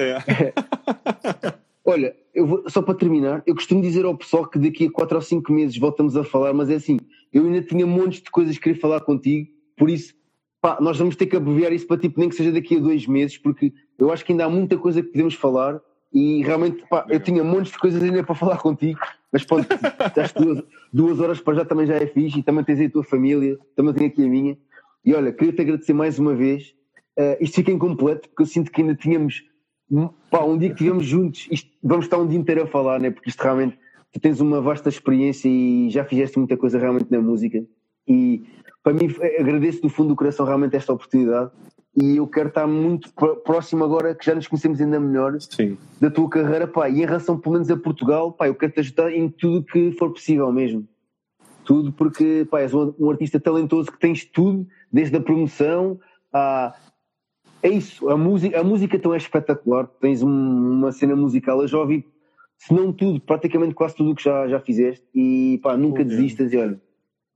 Olha, só para terminar, eu costumo dizer ao pessoal que daqui a 4 ou 5 meses voltamos a falar, mas é assim, eu ainda tinha montes de coisas que queria falar contigo, por isso, pá, nós vamos ter que abreviar isso para tipo, nem que seja daqui a 2 meses, porque eu acho que ainda há muita coisa que podemos falar e realmente, pá, eu tinha montes de coisas ainda para falar contigo, mas pronto, acho que 2 horas para já também já é fixe e também tens aí a tua família, também tenho aqui a minha. E olha, queria-te agradecer mais uma vez. Isto fica incompleto, porque eu sinto que ainda tínhamos, pá, um dia que estivemos juntos, vamos estar um dia inteiro a falar, né? Porque isto realmente, tu tens uma vasta experiência e já fizeste muita coisa realmente na música. E para mim, agradeço do fundo do coração realmente esta oportunidade. E eu quero estar muito próximo agora, que já nos conhecemos ainda melhor, sim, da tua carreira, pá. E em relação, pelo menos, a Portugal, pá, eu quero te ajudar em tudo que for possível mesmo. Tudo, porque, pá, és um artista talentoso que tens tudo, desde a promoção a... É isso, a música tão é espetacular, tens uma cena musical, eu já ouvi, se não tudo, praticamente quase tudo o que já fizeste e pá, nunca desistas e olha.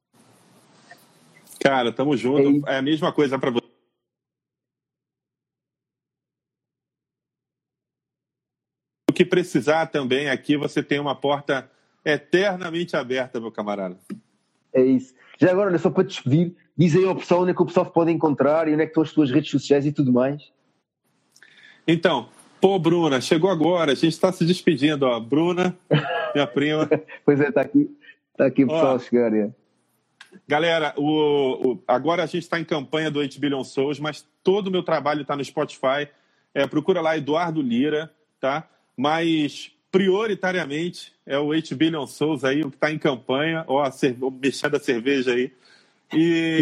Cara, tamo junto, é a mesma coisa para você. O que precisar também aqui, você tem uma porta eternamente aberta, meu camarada. É isso. Já agora, olha, só para te despedir, diz aí ao pessoal onde é que o pessoal te pode encontrar e onde é que estão as tuas redes sociais e tudo mais. Então, pô, Bruna, chegou agora, a gente está se despedindo, ó. Bruna, minha prima. Pois é, está aqui o pessoal a chegar, é. Galera, agora a gente está em campanha do 8 Billion Souls, mas todo o meu trabalho está no Spotify. Procura lá Eduardo Lira, tá? Mas prioritariamente é o 8 Billion Souls aí, o que está em campanha. Ó, mexendo a cerveja aí. E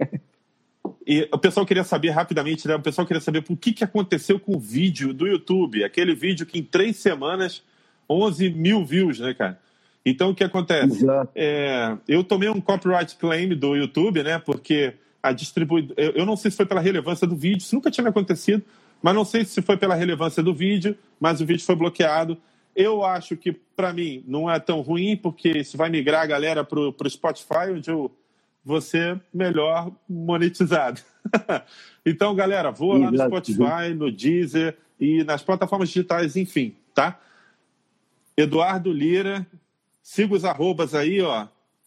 o pessoal queria saber rapidamente, né? O pessoal queria saber o que aconteceu com o vídeo do YouTube. Aquele vídeo que em 3 semanas, 11 mil views, né, cara? Então, o que acontece? Eu tomei um copyright claim do YouTube, né? Porque a distribuidora... Eu não sei se foi pela relevância do vídeo, isso nunca tinha acontecido, mas não sei se foi pela relevância do vídeo, mas o vídeo foi bloqueado. Eu acho que, para mim, não é tão ruim, porque isso vai migrar a galera para o Spotify, onde eu vou ser melhor monetizado. Então, galera, voa lá no Spotify, no Deezer e nas plataformas digitais, enfim, tá? Eduardo Lira, siga os arrobas aí, ó.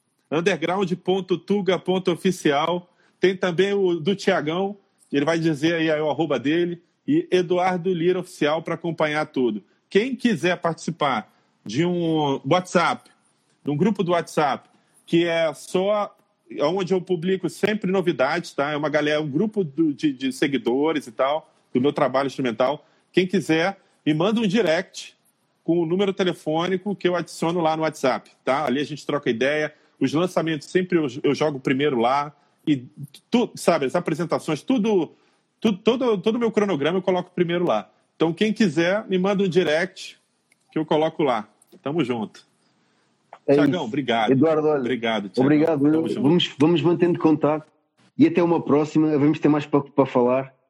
underground.tuga.oficial. Tem também o do Tiagão, ele vai dizer aí o arroba dele. E Eduardo Lira Oficial para acompanhar tudo. Quem quiser participar de um WhatsApp, de um grupo do WhatsApp, que é só onde eu publico sempre novidades, tá? É uma galera, um grupo de seguidores e tal, do meu trabalho instrumental. Quem quiser, me manda um direct com o número telefônico que eu adiciono lá no WhatsApp, tá? Ali a gente troca ideia. Os lançamentos sempre eu jogo primeiro lá. E tudo, sabe, as apresentações, todo o meu cronograma eu coloco primeiro lá. Então, quem quiser, me manda um direct que eu coloco lá. Tamo junto. Tiagão, obrigado. Eduardo, olha, obrigado, Thiagão. Obrigado. Vamos mantendo contato e até uma próxima. Vamos ter mais para falar.